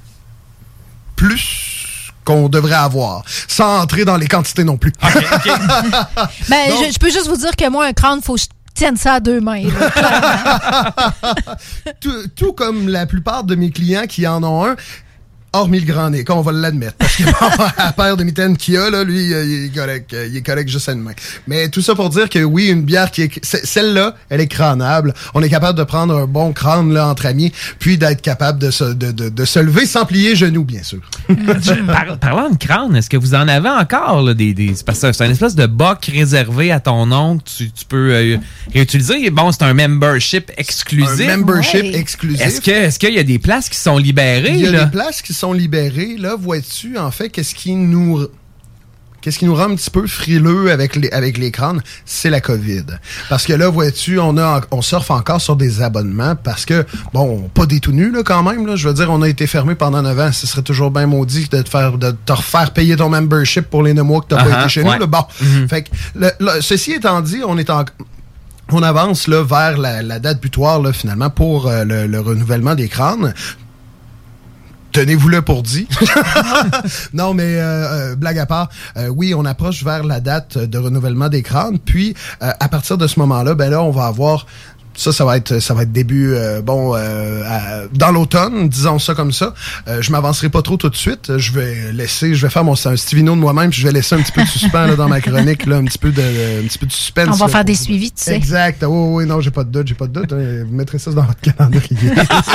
plus qu'on devrait avoir, sans entrer dans les quantités non plus. Okay. Ben, je peux juste vous dire que moi, un crâne, faut que je tienne ça à 2 mains. Tout comme la plupart de mes clients qui en ont un, Hormis le grand nez, on va l'admettre. Parce que la paire de mitaines qu'il a, là, lui, il est correct. Il est correct juste à une main. Mais tout ça pour dire que oui, une bière celle-là, elle est crânable. On est capable de prendre un bon crâne là entre amis, puis d'être capable de se lever sans plier genoux, bien sûr. Parlant de crâne, est-ce que vous en avez encore là, parce que c'est une espèce de boc réservé à ton oncle, tu peux réutiliser. Bon, c'est un membership exclusif. Un membership exclusif. Est-ce qu'il y a des places qui sont libérées? Il y a des places qui sont libérées. Là, vois-tu, en fait, qu'est-ce qui nous rend un petit peu frileux avec les crânes, c'est la COVID. Parce que là, vois-tu, on surfe encore sur des abonnements parce que, bon, pas des tout nus, là, quand même, là. Je veux dire, on a été fermé pendant 9 ans. Ce serait toujours bien maudit de te refaire payer ton membership pour les 9 mois que t'as pas été chez nous, là. Bon. Fait que, ceci étant dit, on avance, là, vers la date butoir, là, finalement, pour le renouvellement des crânes. Tenez-vous-le pour dit. Non, mais blague à part, oui, on approche vers la date de renouvellement des crânes. Puis, à partir de ce moment-là, ben là, on va avoir... Ça va être début, dans l'automne, disons ça comme ça. Je m'avancerai pas trop tout de suite. Je vais faire un Stivino de moi-même, puis je vais laisser un petit peu de suspens là, dans ma chronique, là, un petit peu de suspense. On va là, faire des suivis, tu sais. Exact. Oui, non, j'ai pas de doute. Vous mettrez ça dans votre calendrier.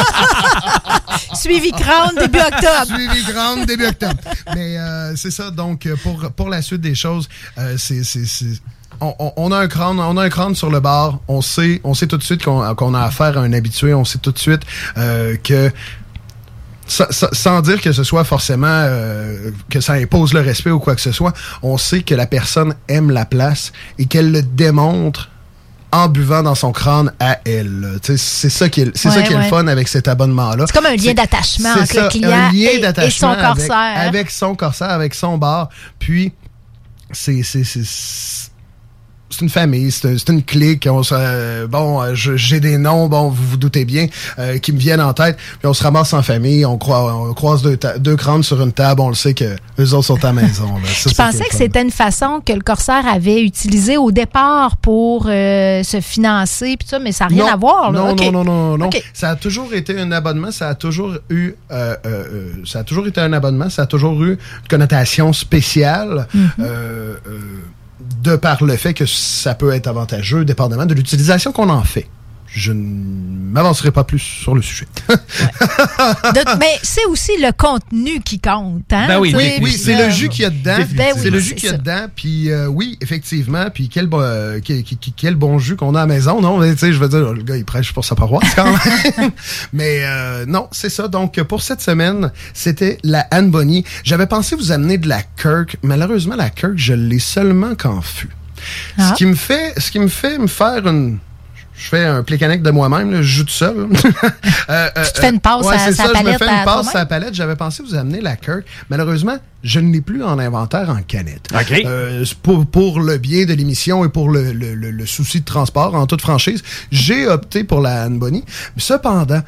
Suivi crâne, début octobre. Suivi crâne, début octobre. Mais c'est ça, donc, pour la suite des choses, on a un crâne sur le bar. On sait tout de suite qu'on a affaire à un habitué. On sait tout de suite que sans dire que ce soit forcément que ça impose le respect ou quoi que ce soit, on sait que la personne aime la place et qu'elle le démontre en buvant dans son crâne à elle. C'est ça qui est le fun avec cet abonnement-là. C'est comme un lien d'attachement entre le client et son corsaire. Avec son corsaire, avec son bar. Puis, c'est une famille, c'est une clique. J'ai des noms, vous vous doutez bien, qui me viennent en tête. Puis on se ramasse en famille, on croise deux crânes sur une table, on le sait que eux autres sont à la maison. Là. Je pensais que c'était une façon que le corsaire avait utilisée au départ pour se financer, puis ça, mais ça n'a rien à voir. Là. Non. Okay. Ça a toujours été un abonnement, ça a toujours été un abonnement, ça a toujours eu une connotation spéciale. De par le fait que ça peut être avantageux, dépendamment de l'utilisation qu'on en fait. Je ne m'avancerai pas plus sur le sujet. Mais c'est aussi le contenu qui compte. Hein? Ben oui, c'est le jus qu'il y a dedans. C'est le jus qu'il y a dedans. Puis oui, effectivement. Puis quel bon jus qu'on a à la maison. Non, mais tu sais, je veux dire, le gars, il prêche pour sa paroisse quand même. Mais non, c'est ça. Donc, pour cette semaine, c'était la Anne Bonny. J'avais pensé vous amener de la Kirk. Malheureusement, la Kirk, je l'ai seulement qu'en fût. Ce qui me fait me faire une... Je fais un plécanique de moi-même, là, je joue tout seul. Tu te fais une passe à sa palette. Je me fais une passe à la palette. J'avais pensé vous amener la Kirk. Malheureusement, je ne l'ai plus en inventaire en canette. OK. Pour le bien de l'émission et pour le souci de transport, en toute franchise, j'ai opté pour la Anne Bonny. Cependant,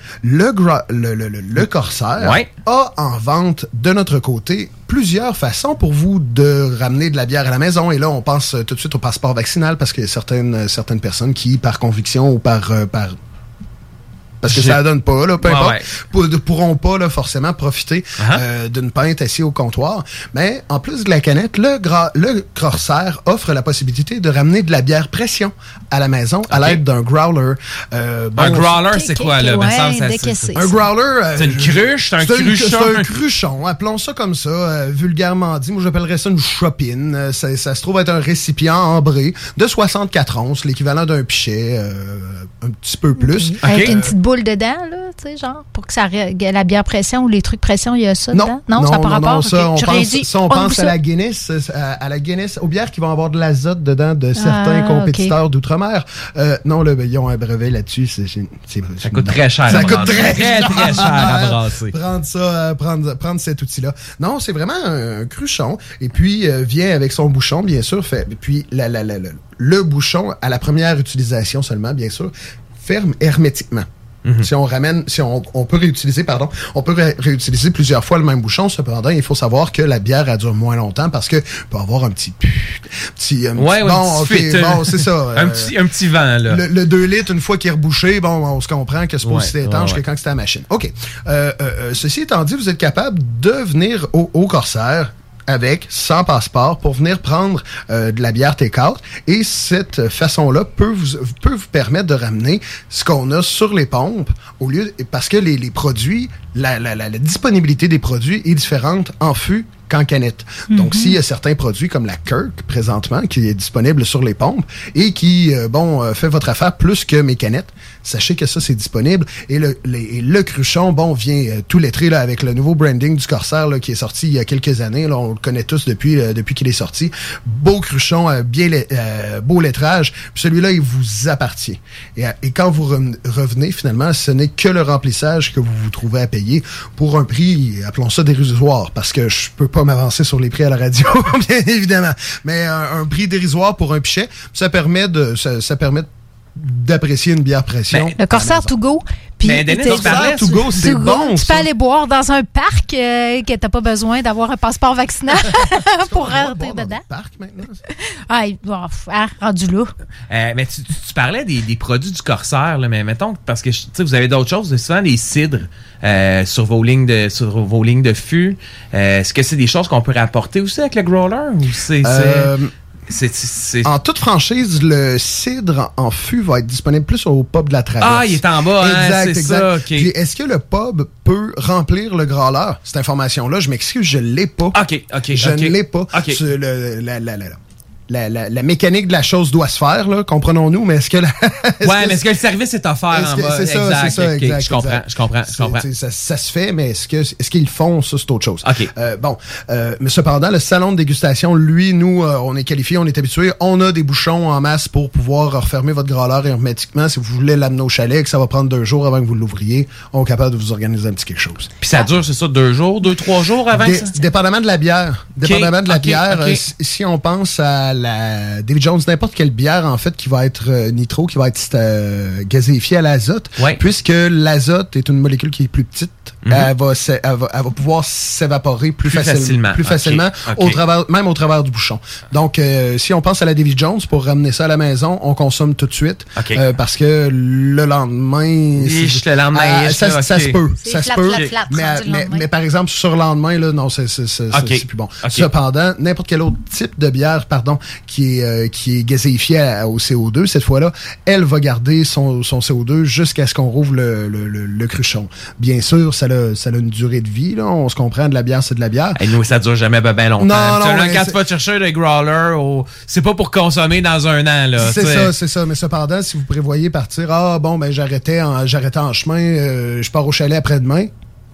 le Corsair a en vente de notre côté plusieurs façons pour vous de ramener de la bière à la maison. Et là, on pense tout de suite au passeport vaccinal parce qu'il y a certaines personnes qui, par conviction ou parce que ça ne donne pas, là, peu importe, ne pourront pas là, forcément profiter d'une pinte assise au comptoir. Mais en plus de la canette, le Corsair offre la possibilité de ramener de la bière pression à la maison à l'aide d'un growler. Un growler, c'est quoi, là? Un growler... c'est une cruche? C'est un cruchon? C'est un cruchon, appelons ça comme ça, vulgairement dit. Moi, j'appellerais ça une chopine. Ça se trouve être un récipient ambré de 64 onces, l'équivalent d'un pichet, un petit peu plus. Avec une petite boule dedans, là, tu sais, genre, pour que ça la bière pression ou les trucs pression, il y a ça dedans? Non, ça n'a pas rapport. On pense à la Guinness, aux bières qui vont avoir de l'azote dedans de certains compétiteurs d'outre-mer. Non, là, ils ont un brevet là-dessus. Ça coûte très cher. Ça coûte très cher à brasser. Prendre cet outil-là. Non, c'est vraiment un cruchon. Et puis, vient avec son bouchon, bien sûr. Et puis, le bouchon, à la première utilisation seulement, bien sûr, ferme hermétiquement. Si on ramène, on peut réutiliser, réutiliser plusieurs fois le même bouchon. Cependant, il faut savoir que la bière, elle dure moins longtemps parce que peut avoir un petit c'est ça. un petit vent, là. Le 2 litres, une fois qu'il est rebouché, on se comprend que c'est pas aussi étanche que quand c'était à la machine. OK. Ceci étant dit, vous êtes capable de venir au Corsair sans passeport pour venir prendre de la bière take-out, et cette façon-là peut vous permettre de ramener ce qu'on a sur les pompes parce que les produits, la disponibilité des produits est différente en fût qu'en canette. Donc, s'il y a certains produits comme la Kirk, présentement, qui est disponible sur les pompes et qui, fait votre affaire plus que mes canettes, sachez que ça, c'est disponible. Et le Cruchon, vient tout lettré là, avec le nouveau branding du Corsair là, qui est sorti il y a quelques années. Là, on le connaît tous depuis qu'il est sorti. Beau Cruchon, beau lettrage. Puis celui-là, il vous appartient. Et quand vous revenez, finalement, ce n'est que le remplissage que vous vous trouvez à payer pour un prix, appelons ça dérisoire, parce que je peux pas m'avancer sur les prix à la radio, bien évidemment. Mais un prix dérisoire pour un pichet, ça permet d'apprécier une bière pression. Le Corsair To Go. Mais Denis, Corsair To Go, c'est bon. Tu peux aller boire dans un parc que t'as pas besoin d'avoir un passeport vaccinal pour rentrer dedans. Parc maintenant. Rendu là. Mais tu parlais des produits du Corsair, là, mais mettons, parce que vous avez d'autres choses, c'est souvent des cidres sur vos lignes de fût. Est-ce que c'est des choses qu'on peut rapporter aussi avec le growler? Ou c'est En toute franchise, le cidre en fût va être disponible plus au pub de la Traverse. Ah, il est en bas, exact. Ça. Okay. Puis, est-ce que le pub peut remplir le growler? Cette information-là, je m'excuse, je l'ai pas. Je ne l'ai pas. La mécanique de la chose doit se faire, là, comprenons-nous, mais est-ce que mais est-ce que le service est offert en bas? C'est ça, exact. Je comprends. Ça se fait, mais est-ce qu'ils font ça, c'est autre chose. OK. Mais cependant, le salon de dégustation, lui, nous, on est qualifiés, on est habitués, on a des bouchons en masse pour pouvoir refermer votre growler hermétiquement. Si vous voulez l'amener au chalet, que ça va prendre 2 jours avant que vous l'ouvriez, on est capable de vous organiser un petit quelque chose. Puis ça dure, c'est ça, 2 jours, 2-3 jours avant que ça... Dépendamment de la bière. Si on pense à la Davy Jones, n'importe quelle bière, en fait, qui va être nitro, qui va être gazéifiée à l'azote, puisque l'azote est une molécule qui est plus petite, elle va pouvoir s'évaporer plus facilement même au travers du bouchon. Donc, si on pense à la Davy Jones, pour ramener ça à la maison, on consomme tout de suite, parce que le lendemain... ça se peut. Mais par exemple, sur le lendemain, là, non, c'est plus bon. Cependant, n'importe quel autre type de bière, qui est gazéifiée au CO2, cette fois-là, elle va garder son CO2 jusqu'à ce qu'on rouvre le cruchon. Bien sûr, ça a une durée de vie, là. On se comprend, de la bière, c'est de la bière. Et nous, ça dure jamais bien longtemps. Quand tu vas chercher le growler, c'est pas pour consommer dans un an, là. C'est ça. Mais cependant, si vous prévoyez partir, j'arrêtais en chemin, je pars au chalet après-demain.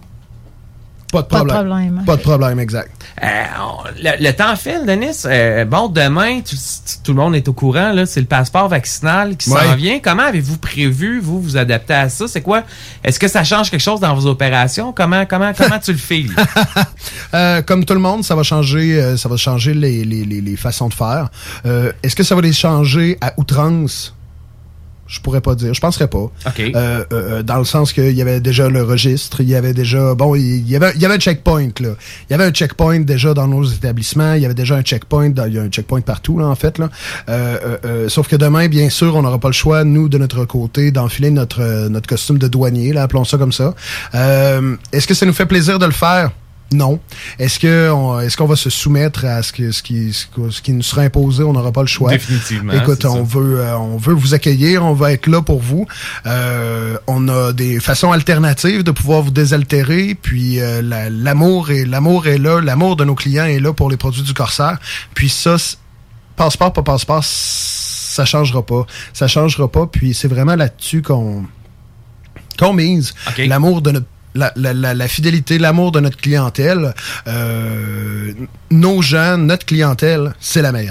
Pas de problème, exact. Le temps file, Denis. Demain, tout le monde est au courant, là, c'est le passeport vaccinal qui s'en vient. Comment avez-vous prévu, vous adapter à ça? C'est quoi? Est-ce que ça change quelque chose dans vos opérations? Comment tu le files? Comme tout le monde, ça va changer les façons de faire. Est-ce que ça va les changer à outrance? Je pourrais pas dire. Je penserais pas. Okay. Dans le sens qu'il y avait déjà le registre, il y avait déjà... il y avait un checkpoint, là. Il y avait un checkpoint déjà dans nos établissements, il y avait déjà un checkpoint, il y a un checkpoint partout, là, en fait, là. Sauf que demain, bien sûr, on n'aura pas le choix, nous, de notre côté, d'enfiler notre costume de douanier, là, appelons ça comme ça. Est-ce que ça nous fait plaisir de le faire? Non. Est-ce qu'on va se soumettre à ce qui nous sera imposé? On n'aura pas le choix. Définitivement. Écoute, on veut vous accueillir, on va être là pour vous. On a des façons alternatives de pouvoir vous désaltérer. Puis l'amour est là, l'amour de nos clients est là pour les produits du Corsair. Puis ça, passeport, pas passeport, ça changera pas. Ça changera pas. Puis c'est vraiment là-dessus qu'on mise. Okay. L'amour de notre la fidélité, l'amour de notre clientèle, nos gens, notre clientèle, c'est la meilleure.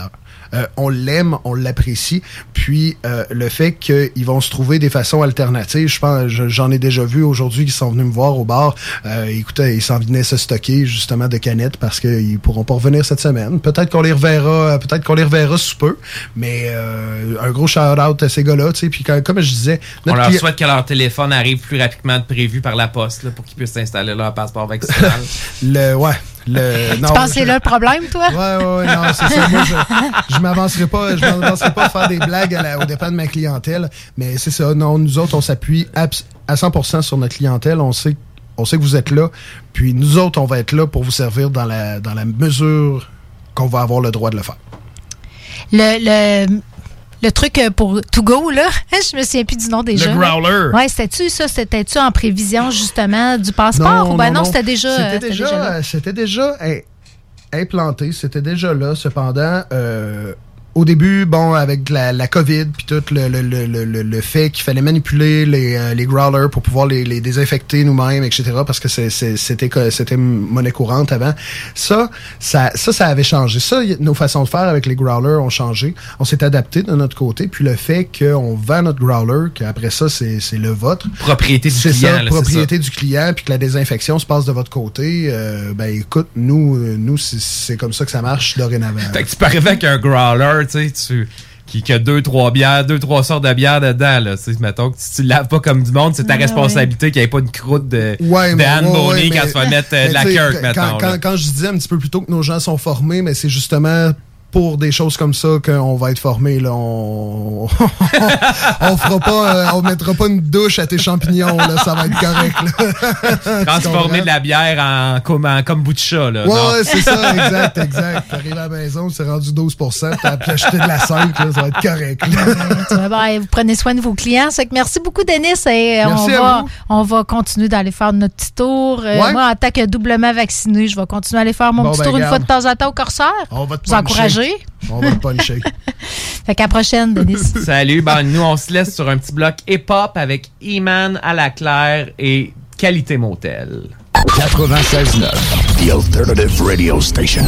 on l'aime, on l'apprécie. Puis le fait qu'ils vont se trouver des façons alternatives, je pense, j'en ai déjà vu aujourd'hui qui sont venus me voir au bar. Écoutez, ils s'en venaient se stocker justement de canettes parce qu'ils pourront pas revenir cette semaine. Peut-être qu'on les reverra sous peu, mais un gros shout-out à ces gars-là, tu sais. Puis comme je disais, on leur souhaite que leur téléphone arrive plus rapidement que prévu par la poste là, pour qu'ils puissent installer leur passeport vaccinal. Tu penses que c'est là le problème, toi? Ouais, non, c'est ça. Moi, je m'avancerai pas à faire des blagues au dépend de ma clientèle, mais c'est ça. Non, nous autres, on s'appuie à 100% sur notre clientèle. On sait que vous êtes là, puis nous autres, on va être là pour vous servir dans la mesure qu'on va avoir le droit de le faire. Le truc pour To Go, là, je me souviens plus du nom déjà. Le Growler. Oui, c'était-tu en prévision, justement, du passeport? Non, c'était déjà... C'était déjà implanté, c'était déjà là. Cependant, au début, bon, avec la COVID puis tout le fait qu'il fallait manipuler les growlers pour pouvoir les désinfecter nous-mêmes, etc., parce que c'était monnaie courante avant. Ça avait changé. Ça, nos façons de faire avec les growlers ont changé. On s'est adapté de notre côté. Puis le fait qu'on vend notre growler, qu'après ça, c'est le vôtre. Propriété du client. C'est ça, propriété du client, puis que la désinfection se passe de votre côté. Ben écoute, nous c'est comme ça que ça marche dorénavant. Fait que tu peux arriver avec un growler, tu sais, qui a 2-3 sortes de bières dedans, là. Tu sais, mettons que tu le laves pas comme du monde, c'est ta responsabilité qu'il n'y ait pas une croûte de Anne Bonny quand tu vas mettre de la Kirk, mettons. Quand je disais un petit peu plus tôt que nos gens sont formés, mais c'est justement pour des choses comme ça qu'on va être formé, là. On fera pas, on mettra pas une douche à tes champignons, là. Ça va être correct, là. Transformer de la bière en kombucha, là. Ouais, c'est ça, exact. T'arrives à la maison, c'est rendu 12%, t'as acheté de la 5, là. Ça va être correct, là. Vous prenez soin de vos clients. C'est que merci beaucoup, Denis. Et on va continuer d'aller faire notre petit tour. Moi, en tant que doublement vacciné, je vais continuer à aller faire mon petit tour une fois de temps en temps au Corsair. On va te vous encourager. On va te puncher. Fait qu'à la prochaine, Denis. Salut. Nous, on se laisse sur un petit bloc hip-hop avec E-Man à la Claire et Qualité Motel. 96.9, The Alternative Radio Station.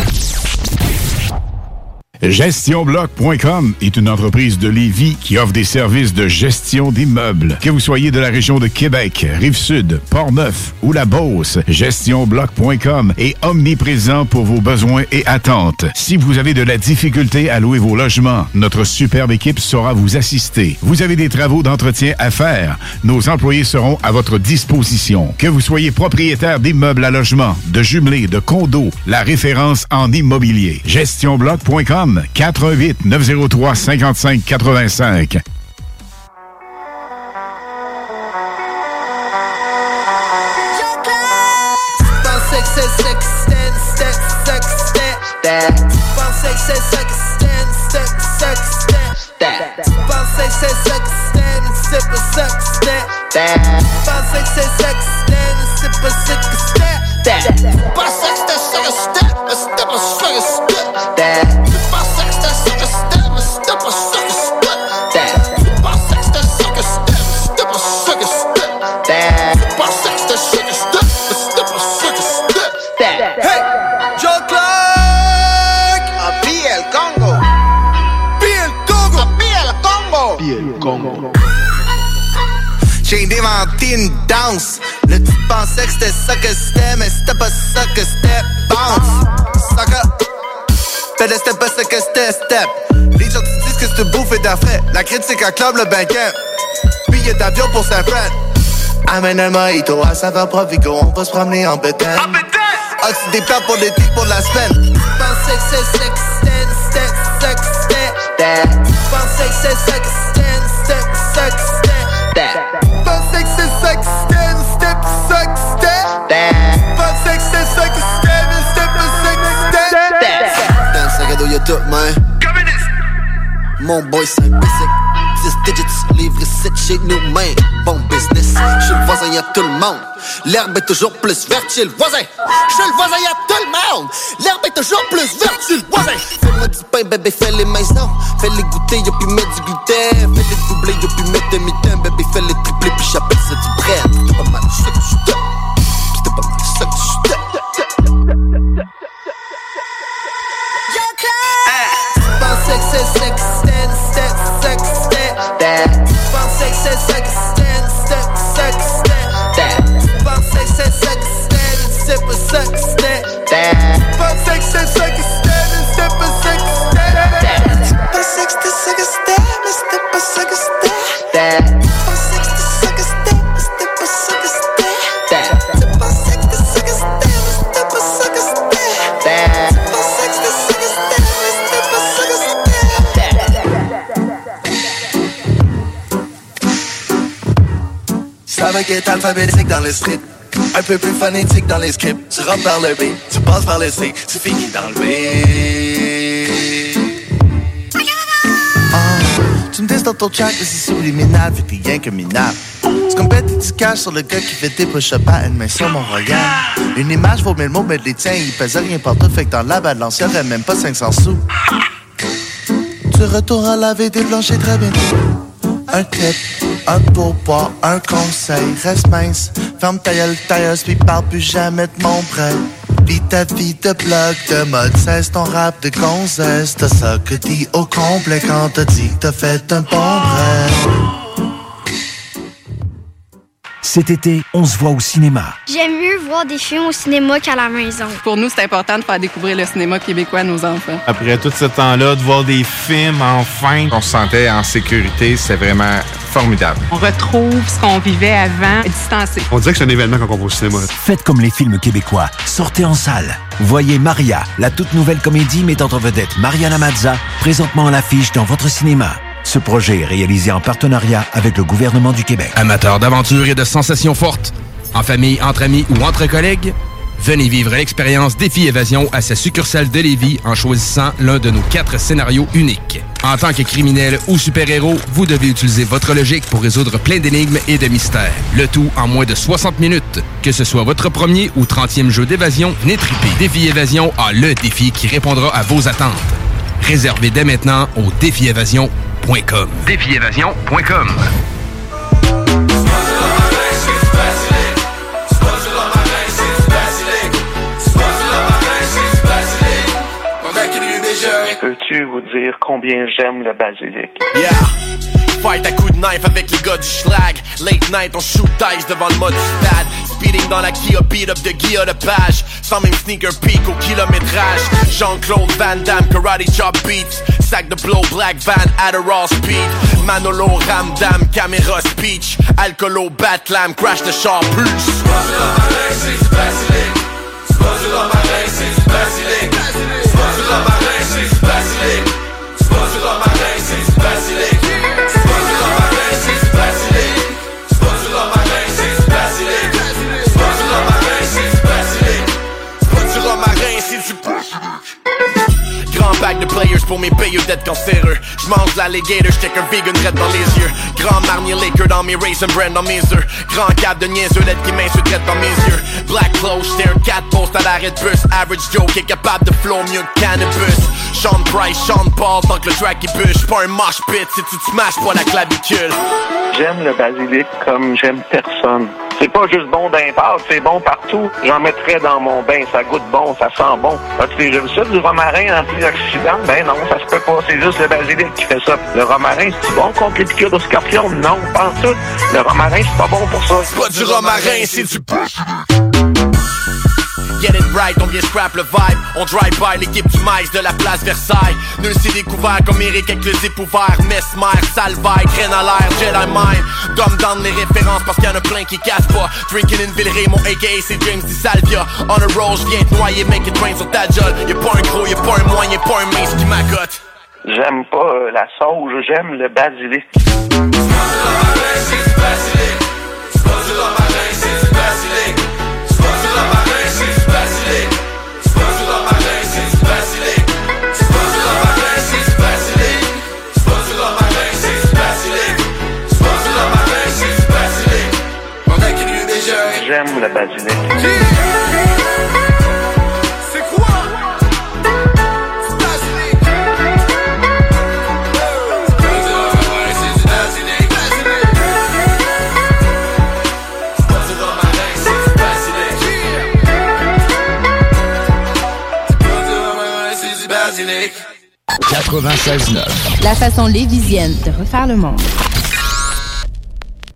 GestionBloc.com est une entreprise de Lévis qui offre des services de gestion d'immeubles. Que vous soyez de la région de Québec, Rive-Sud, Port-Neuf ou la Beauce, GestionBloc.com est omniprésent pour vos besoins et attentes. Si vous avez de la difficulté à louer vos logements, notre superbe équipe saura vous assister. Vous avez des travaux d'entretien à faire, nos employés seront à votre disposition. Que vous soyez propriétaire d'immeubles à logement, de jumelés, de condos, la référence en immobilier. GestionBloc.com 418 903 55 85. J'ai inventé une danse. Le tu pensais que c'était ça que c'était, mais c'était pas ça que c'était. Bounce, sucker. Fais le step pas ça que c'était, step. Les gens te disent que c'est une bouffe et d'affrait. La critique acclame le banquet. Billet d'avion pour Saint-Fred. Amène un mojito à saveur Provigo. On va se promener en bétail. As-tu des plans pour l'été, pour la semaine? Pensais que c'est ça que c'était, c'était ça que c'était. Pensais que c'est ça que c'était, c'était ça que c'était. Pensais que c'est ça que c'était ça que c'était. Pensais que c'est ça que c'était, mais c'était pas ça que c'était. Dans le sac à dos y'a tout, man. Mon boy c'est un basic. 10 digits, livre 7 chez nous, man. Bon business, chez le voisin y'a tout le monde. L'herbe est toujours plus verte chez le voisin. Chez le voisin y'a tout le monde. L'herbe est toujours plus verte chez le voisin. Fais-moi du pain, bébé, fais-les maisons. Fais-les goûter, y'a plus mettre du gluten. Fais-les doubler, y'a plus mettre demi-temps. Bébé, fais-les tripler, puis j'appelle ça du bread. C'était pas mal ça que j'étais. C'était pas mal ça que j'étais. Pensais que second stand, step by second stand. Tu pensais que c'est second stand, step by second stand. Tu pensais que c'est second stand, step by second stand. Tu pensais que c'était second stand, step by second stand. Tu pensais que c'était second stand, step by second stand. Tu pensais que c'était second stand, step by second stand. Tu pensais que c'était second stand, step by second stand. Savais qu'être alphabétique dans le strip, un peu plus phonétique dans les scripts. Tu rentres par le B, tu passes par le C, tu finis dans le B. Tu me dis dans ton track que c'est subliminal, fait que t'es rien que minable. Tu compètes et tu caches sur le gars qui fait tes push-ups à une main sur mon regard. Une image vaut 1000 mots, mais les tiens, ils pèsent rien partout, fait que dans la balance, y'aurait même pas 500 sous. Tu retournes à laver tes planchers très bientôt. Un tip, un pourboire, un conseil, reste mince. Ferme ta gueule, tailleuse, puis parle plus jamais de mon prêt. Vis ta vie de blog, de mode, cesse ton rap de gonzesse. T'as ça que dis au complet quand t'as dit que t'as fait un bon rêve. Cet été, on se voit au cinéma. J'aime mieux voir des films au cinéma qu'à la maison. Pour nous, c'est important de faire découvrir le cinéma québécois à nos enfants. Après tout ce temps-là, de voir des films, enfin, on se sentait en sécurité, c'est vraiment formidable. On retrouve ce qu'on vivait avant, distancé. On dirait que c'est un événement quand on va au cinéma. Faites comme les films québécois. Sortez en salle. Voyez Maria, la toute nouvelle comédie mettant en vedette Mariana Mazza, présentement à l'affiche dans votre cinéma. Ce projet est réalisé en partenariat avec le gouvernement du Québec. Amateurs d'aventure et de sensations fortes, en famille, entre amis ou entre collègues, venez vivre l'expérience Défi Évasion à sa succursale de Lévis en choisissant l'un de nos 4 scénarios uniques. En tant que criminel ou super-héros, vous devez utiliser votre logique pour résoudre plein d'énigmes et de mystères. Le tout en moins de 60 minutes. Que ce soit votre premier ou 30e jeu d'évasion, venez triper. Défi Évasion a le défi qui répondra à vos attentes. Réservez dès maintenant au défiévasion.com. Défiévasion.com. Peux-tu vous dire combien j'aime le basilic? Yeah! Fight à coups de knife avec les gars du schlag. Late night, on shoot dice devant le mode stade. Speeding dans la Kia, beat up de Guilla de page. Sans même sneaker peak au kilométrage. Jean-Claude Van Damme, karate chop beats. Sac de blow, black van, Adderall speed. Manolo, Ramdam, caméra speech. Alcoolo, Batlam, crash de char plus. C'est pas du Romarin, c'est du basilic. C'est pas du Romarin, c'est du basilic. C'est pas du Romarin, c'est du basilic. C'est pas du Romarin, c'est du basilic. C'est pas du Romarin, c'est du basilic. C'est pas du Romarin, c'est du basilic. C'est pas du Romarin, c'est du basilic. C'est pas du Romarin, c'est du basilic. Grand pack de players pour mes payeux d'être cancéreux. J'mange l'alligator, j't'ai qu'un vegan red dans les yeux. Grand marnier Laker dans mes Raisin Brand dans mes œufs. Grand cap de niaiseux, l'aide qui m'insulte dans mes yeux. Black clothes, j't'ai un 4 post à l'arrêt de bus. Average Joe qui est capable de flow mieux que cannabis. Sean Price, Sean Paul, tant que le track il bûche. Pas un mosh pit si tu te smashes pas la clavicule. J'aime le basilic comme j'aime personne. C'est pas juste bon d'un pâte, c'est bon partout. J'en mettrais dans mon bain, ça goûte bon, ça sent bon. As-tu déjà vu ça, du romarin antioxydant? Ben non, ça se peut pas, c'est juste le basilic qui fait ça. Le romarin, c'est bon contre les piqûres de scorpion? Non, pas en tout. Le romarin, c'est pas bon pour ça. C'est pas du romarin, c'est du Get it right, on vient scrap le vibe. On drive by l'équipe du maïs de la place Versailles. Nul s'est découvert comme Eric avec le zip ouvert. Mesmer, Salvaille, graine à l'air, Jedi Mind. Dumb down les références parce qu'il y en a plein qui cassent pas. Drinking in Villeray, mon aka c'est James Di Salvia. On a roll, j'viens te noyer, make it rain sur ta jolle. Y'a pas un gros, y'a pas un moyen, y'a pas un mince qui m'accote. J'aime pas la sauge, j'aime le basilic. C'est pas du romarin, c'est du basilic. C'est pas du romarin, c'est du basilic. C'est pas du romarin, c'est du basilic. C'est pas du romarin, c'est du basilic. C'est pas du romarin, c'est du basilic. C'est pas du romarin, c'est du basilic. C'est pas du romarin, c'est du basilic. On a qui lui déjà. J'aime le basilic. C'est quoi? C'est basilic. C'est pas du romarin, c'est du basilic. C'est pas du romarin, c'est du basilic. C'est pas du romarin, c'est du basilic. 96.9. La façon lévisienne de refaire le monde.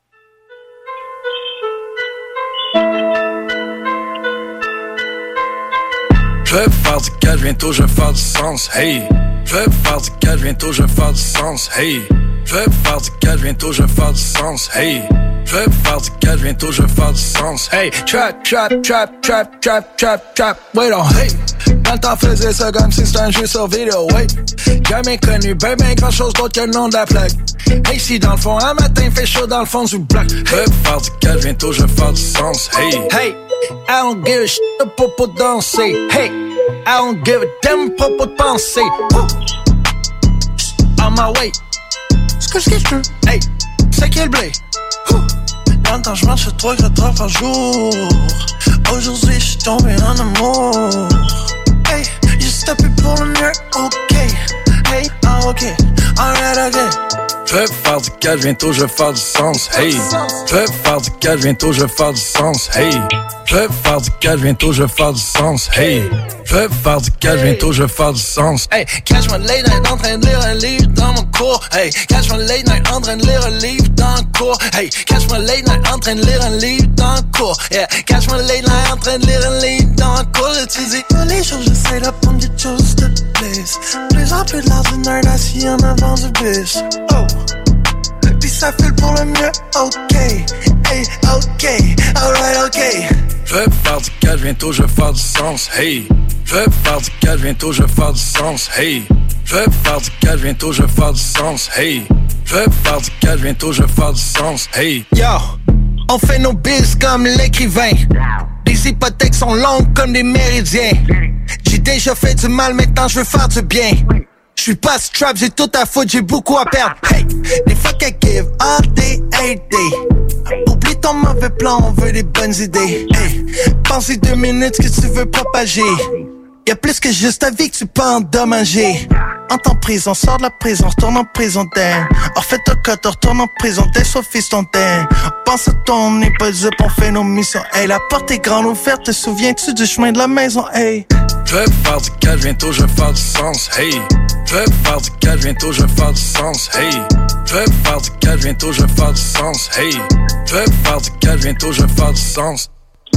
Je vais faire du cash, bientôt je vais faire du sens, hey. Je vais faire du cash, bientôt je vais faire du sens, hey. Je vais faire du cash, bientôt je vais faire du sens, hey. Je vais faire du cash, bientôt je vais faire du sens, hey. Trap, trap, trap, trap, trap, trap, trap, wait on, hey. Dans le temps faisait ça comme si c'était un jeu sur vidéo, hey. Jamais connu, ben grand chose d'autre que le nom de la plaque. Hey, si dans le fond, un matin fait chaud dans le fond du bloc. Je vais faire du cash, bientôt je vais faire du sens, hey. Hey, I don't give a shit de propos de danser, hey. I don't give a damn propos de penser. On my way. Hey, c'est qui le blé? Dans le temps, je marche 3 par jour. Aujourd'hui, je suis tombé en amour. Hey, j'ai stoppé pour le mieux, ok. Hey, ok, alright, ok. Je vais faire du cash, bientôt je vais faire du sens, hey. Je vais faire du cash, bientôt je vais faire du sens, hey. Je vais faire du cash, bientôt je vais faire du sens, hey. Je vais faire du cash, bientôt je vais faire du sens. Hey, catch my late night en train de lire un livre dans mon cours. Hey, catch my late night en train de lire un livre dans le cours. Hey, catch my late night en train de lire un livre dans le cours. Yeah, catch my late night en train de lire un livre dans le cours. Et tu dis, tous les jours j'essaie d'apprendre des choses de plus. Plus en plus de l'ordinaire assis en avant du bus. Oh. Pis ça file pour le mieux, ok, hey, ok, alright, ok. Je vais faire du cash, bientôt je vais faire du sens, hey. Je vais faire du cash, bientôt je vais faire du sens, hey. Je vais faire du cash, bientôt je vais faire du sens, hey. Je vais faire du cash, bientôt je vais faire du sens, hey. Yo, on fait nos bills comme l'écrivain. Les hypothèques sont longues comme des méridiens. J'ai déjà fait du mal, maintenant je veux faire du bien. J'suis pas strap, j'ai tout à foutre, j'ai beaucoup à perdre. Hey, des fuck I give all day, every day. Oublie ton mauvais plan, on veut des bonnes idées. Hey, pense-y 2 minutes que tu veux propager. Y'a plus que juste ta vie que tu peux endommager. Entre en prison, sors de la prison, retourne en prison d'air. Refais ta cote, retourne en prison, t'es sauf fiston d'air. Pense à toi, on n'est pas dupe, on fait nos missions. Hey, la porte est grande ouverte, te souviens-tu du chemin de la maison? Hey. Je vais faire du cash, bientôt je vais faire du sens, hey. Je vais faire du cash, bientôt je vais faire du sens, hey. Je vais faire du cash, bientôt je vais faire du sens, hey. Je vais faire du cash, bientôt je vais faire du sens.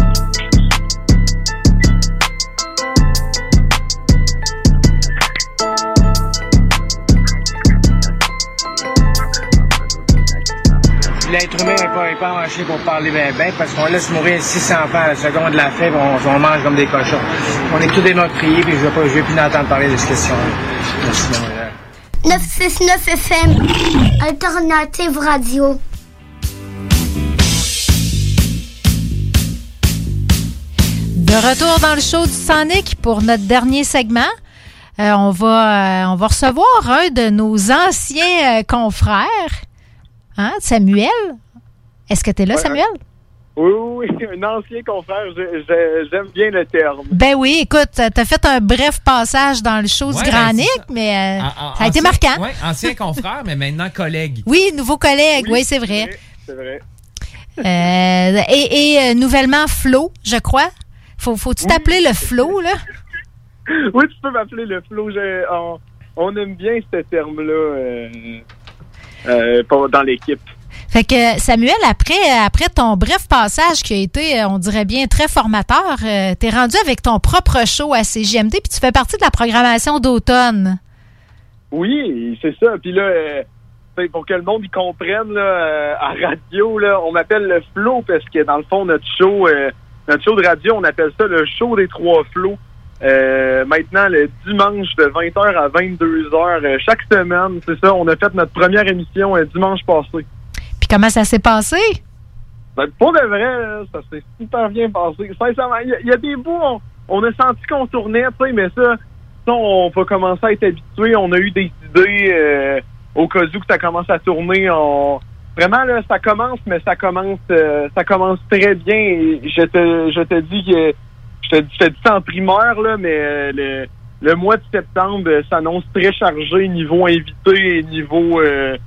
L'être humain n'est pas marché pour parler ben parce qu'on laisse mourir 600 enfants à la seconde de la faim, on mange comme des cochons. On est tous des meurtriers, puis je vais plus entendre parler de cette question-là. 969 FM, Alternative Radio. De retour dans le show du Sonic pour notre dernier segment. On va recevoir un de nos anciens confrères. Hein, Samuel? Est-ce que tu es là, Samuel? Oui, un ancien confrère, j'aime bien le terme. Ben oui, écoute, t'as fait un bref passage dans le show du Grand Nick, mais ça a été marquant. Oui, ancien confrère, mais maintenant collègue. Oui, nouveau collègue, oui, c'est vrai. C'est vrai. Et nouvellement Flo, je crois. Faut-tu t'appeler le Flo, là? Oui, tu peux m'appeler le Flo. On aime bien ce terme-là dans l'équipe. Fait que Samuel, après ton bref passage qui a été, on dirait bien, très formateur, t'es rendu avec ton propre show à CJMD, puis tu fais partie de la programmation d'automne. Oui, c'est ça. Puis là, pour que le monde y comprenne, là, à radio, là, on m'appelle le Flow parce que dans le fond, notre show de radio, on appelle ça le show des 3 flots. Maintenant, le dimanche de 20h à 22h, chaque semaine, c'est ça, on a fait notre première émission dimanche passé. Puis comment ça s'est passé? Ben, pour de vrai, ça s'est super bien passé. Sincèrement, il y a des bouts, on a senti qu'on tournait, tu sais, mais ça, on va commencer à être habitué. On a eu des idées au cas où que ça commence à tourner. Vraiment, là, ça commence, mais ça commence très bien. Et je te dis que je te dis ça en primeur, là, mais le mois de septembre s'annonce très chargé niveau invité et niveau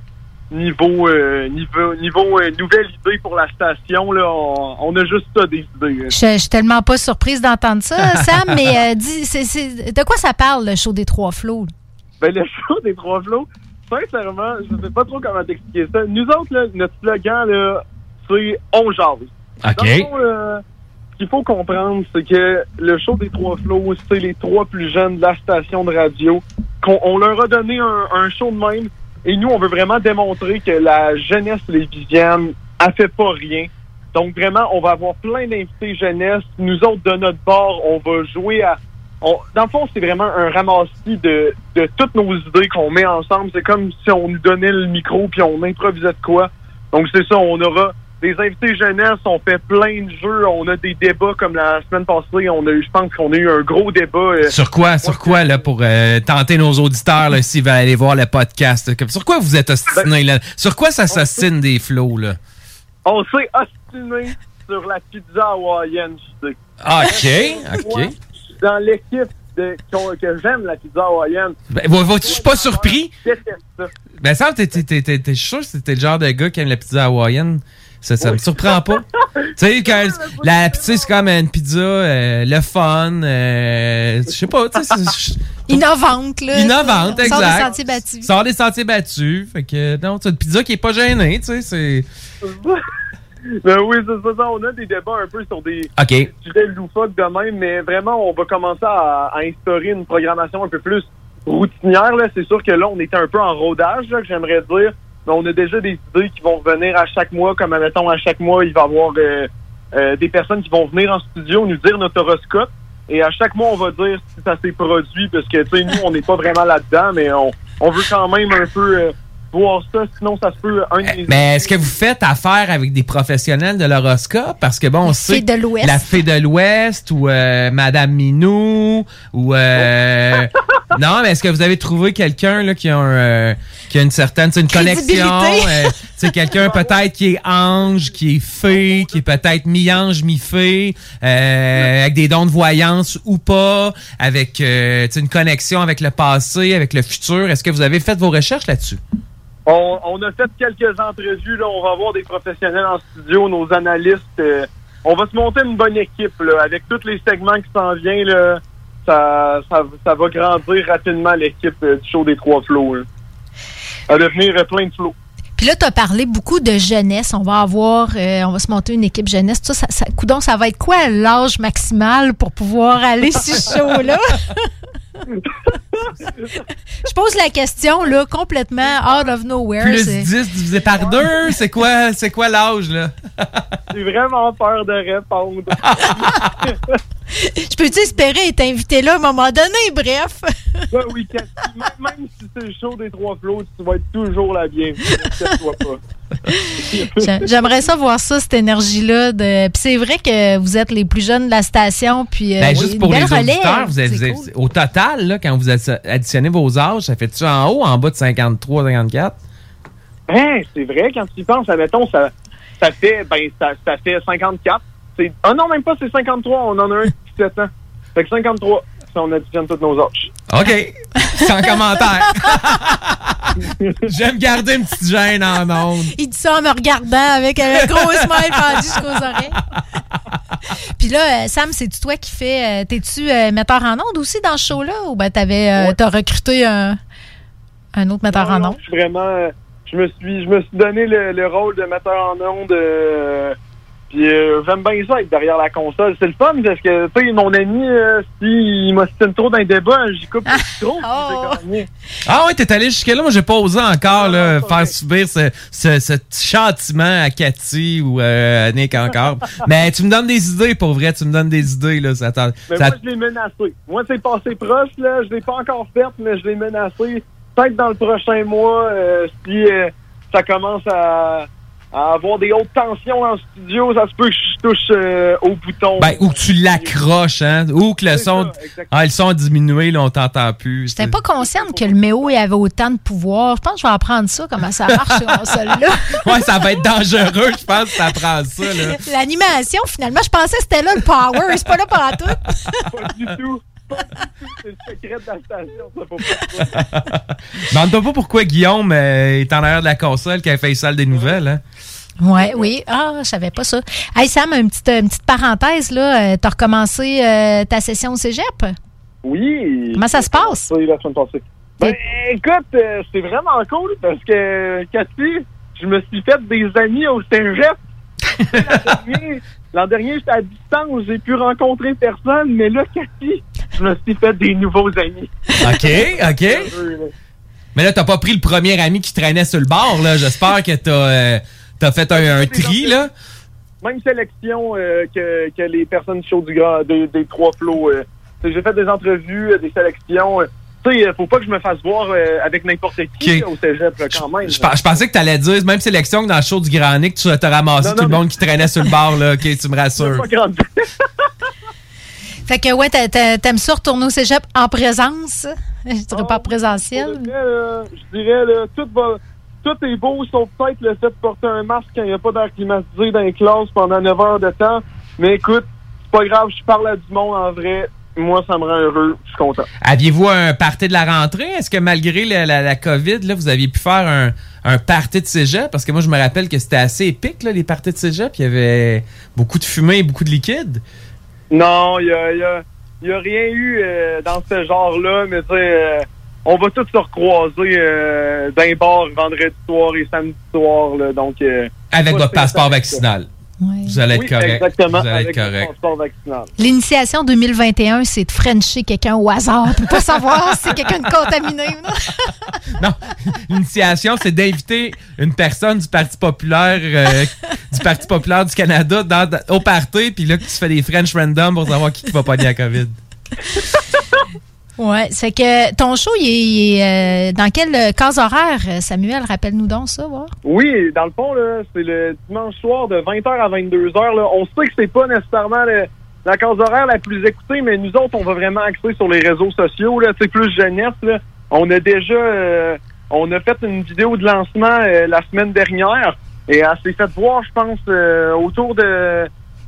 nouvelle idée pour la station. Là, on a juste ça, des idées. Je suis tellement pas surprise d'entendre ça, Sam, mais de quoi ça parle, le show des 3 flots? Ben, le show des 3 flots, sincèrement, je ne sais pas trop comment t'expliquer ça. Nous autres, là, notre slogan, là, c'est « On jase ». OK. Dans le fond, qu'il faut comprendre, c'est que le show des Trois Flots, c'est les trois plus jeunes de la station de radio. On leur a donné un show de même. Et nous, on veut vraiment démontrer que la jeunesse lévisienne a fait pas rien. Donc vraiment, on va avoir plein d'invités jeunesse. Nous autres, de notre bord, on va jouer à... dans le fond, c'est vraiment un ramassis de toutes nos idées qu'on met ensemble. C'est comme si on nous donnait le micro puis on improvisait de quoi. Donc c'est ça, on aura des invités jeunesse, on fait plein de jeux, on a des débats comme la semaine passée, je pense qu'on a eu un gros débat. Sur quoi, là, pour tenter nos auditeurs, là, s'ils veulent aller voir le podcast? Là, sur quoi vous êtes ostinés, là? Sur quoi ça s'ostine des flots, là? On s'est ostiné sur la pizza hawaïenne, je sais. OK. Dans l'équipe que j'aime la pizza hawaïenne. Je suis pas surpris. Je déteste ça. Ben ça, t'es sûr que t'es le genre de gars qui aime la pizza hawaïenne? Ça me surprend pas. Tu sais, la pizza, c'est comme une pizza, le fun, je sais pas, tu sais. Innovante, là. Innovante, exact. Sort des sentiers battus. Sort des sentiers battus. Fait que, non, c'est une pizza qui est pas gênée, tu sais, c'est... Ben oui, c'est ça. On a des débats un peu sur des sujets loufoques de même, mais vraiment, on va commencer à instaurer une programmation un peu plus routinière, là. C'est sûr que là, on était un peu en rodage, là, que j'aimerais dire. Mais on a déjà des idées qui vont revenir à chaque mois, comme, admettons, à chaque mois, il va y avoir des personnes qui vont venir en studio nous dire notre horoscope. Et à chaque mois, on va dire si ça s'est produit, parce que, tu sais, nous, on n'est pas vraiment là-dedans, mais on veut quand même un peu voir ça, sinon ça se peut... Mais est-ce que vous faites affaire avec des professionnels de l'horoscope? Parce que, bon, on sait... La Fée de l'Ouest, ou Madame Minou, ou... Non, mais est-ce que vous avez trouvé quelqu'un là qui a une certaine, une connexion, c'est quelqu'un peut-être qui est ange, qui est fée, qui est peut-être mi-ange, mi-fée, avec des dons de voyance ou pas, avec une connexion avec le passé, avec le futur. Est-ce que vous avez fait vos recherches là-dessus? On a fait quelques entrevues, là. On va avoir des professionnels en studio, nos analystes. On va se monter une bonne équipe, là, avec tous les segments qui s'en viennent, là. Ça va grandir rapidement l'équipe du show des Trois Flots. Hein. À devenir plein de flots. Puis là, tu as parlé beaucoup de jeunesse. On va se monter une équipe jeunesse. Coudonc, ça va être quoi l'âge maximal pour pouvoir aller sur ce show-là? Je pose la question, là, complètement out of nowhere. Plus 10 divisé par 2, c'est quoi l'âge, là? J'ai vraiment peur de répondre. Je peux-tu espérer être invité là à un moment donné, bref? Ben oui, Cathy, même si c'est le show des Trois Flots, tu vas être toujours la bienvenue. Ne pas. J'aimerais ça voir ça, cette énergie-là. Puis c'est vrai que vous êtes les plus jeunes de la station. Puis, juste pour les auditeurs, cool. Au total, là, quand vous additionnez vos âges, ça fait-tu en haut ou en bas de 53, 54? Hein, c'est vrai, quand tu y penses, admettons, ça fait 54. Ah non, même pas, c'est 53. On en a un qui a 17 ans. Fait que 53, si on additionne tous nos âges. OK. Sans commentaire. J'aime garder une petite gêne en ondes. Il dit ça en me regardant avec un gros smile pendu jusqu'aux oreilles. Puis là, Sam, c'est-tu toi qui fais... T'es-tu metteur en ondes aussi dans ce show-là? Ou ben t'as recruté un autre metteur en ondes? Vraiment... Je me suis donné le rôle de metteur en ondes... Puis j'aime bien ça être derrière la console. C'est le fun parce que, tu sais, mon ami, s'il m'ostine trop dans les débats, j'y coupe trop. J'ai gagné. Ah ouais, t'es allé jusque-là. Moi, j'ai pas osé encore faire subir ce châtiment à Cathy ou à Nick encore. Mais tu me donnes des idées, pour vrai. Tu me donnes des idées. Là, moi, je l'ai menacé. Moi, c'est passé proche. Là. Je l'ai pas encore fait, mais je l'ai menacé. Peut-être dans le prochain mois, si ça commence à avoir des hautes tensions en studio, ça se peut que je touche au bouton. Ou que tu l'accroches, hein? Ou que le son a diminué, là, on t'entend plus. J'étais pas consciente que le Méo avait autant de pouvoir. Je pense que je vais apprendre ça, comment ça marche sur console-là. Ouais, ça va être dangereux, je pense, que ça prend ça, là. L'animation, finalement, je pensais que c'était là le power. C'est pas là pour tout. Pas du tout. C'est le secret de la station, ça, faut pas. Demande-toi pas pourquoi Guillaume est en arrière de la console qui a fait salle des nouvelles, hein? Ouais, oui. Ah, je savais pas ça. Hey Sam, une petite parenthèse, là. T'as recommencé ta session au cégep? Oui. Comment ça se passe? Oui, la semaine passée. Ben, écoute, c'est vraiment cool parce que, Cathy, je me suis fait des amis au cégep. L'an dernier, j'étais à distance, j'ai pu rencontrer personne, mais là, Cathy, je me suis fait des nouveaux amis. OK. Mais là, t'as pas pris le premier ami qui traînait sur le bord, là. J'espère que t'as fait un tri, là. Même sélection que les du show du gars des Trois Flots. J'ai fait des entrevues, des sélections. Tu sais, faut pas que je me fasse voir avec n'importe qui au cégep, là, quand même. Je pensais que t'allais dire, même sélection que dans le show du Grand Nick, tu t'as ramassé tout le monde qui traînait sur le bord, là. OK, tu me rassures. Fait que, ouais, t'aimes ça retourner au cégep en présence? Je dirais pas présentiel. Je dirais, là, tout est beau, sauf peut-être le fait de porter un masque quand il n'y a pas d'air climatisé dans les classes pendant 9 heures de temps. Mais écoute, c'est pas grave, je parle à du monde en vrai. Moi, ça me rend heureux, je suis content. Aviez-vous un party de la rentrée? Est-ce que malgré la COVID, là, vous aviez pu faire un party de cégep? Parce que moi, je me rappelle que c'était assez épique, là, les parties de cégep. Il y avait beaucoup de fumée et beaucoup de liquide. Non, il y a rien eu dans ce genre-là, mais tu sais, on va tous se recroiser d'un bar vendredi soir et samedi soir, là, donc... avec votre passeport vaccinal. Ouais. Vous allez être correct. Exactement, vous allez avec être correct. le passeport vaccinal. L'initiation 2021, c'est de frencher quelqu'un au hasard. On peut pas savoir si c'est quelqu'un de contaminé ou non. Non, l'initiation, c'est d'inviter une personne du Parti populaire du Canada au party, puis là, que tu fais des French random pour savoir qui va pogner la COVID. Ouais, c'est que ton show, il est dans quelle case horaire, Samuel? Rappelle-nous donc ça, voir. Oui, dans le fond, là, c'est le dimanche soir de 20h à 22h. Là. On sait que c'est pas nécessairement la case horaire la plus écoutée, mais nous autres, on va vraiment axer sur les réseaux sociaux. Là, c'est plus jeunesse. Là. On a déjà on a fait une vidéo de lancement la semaine dernière et elle s'est fait voir, je pense, autour de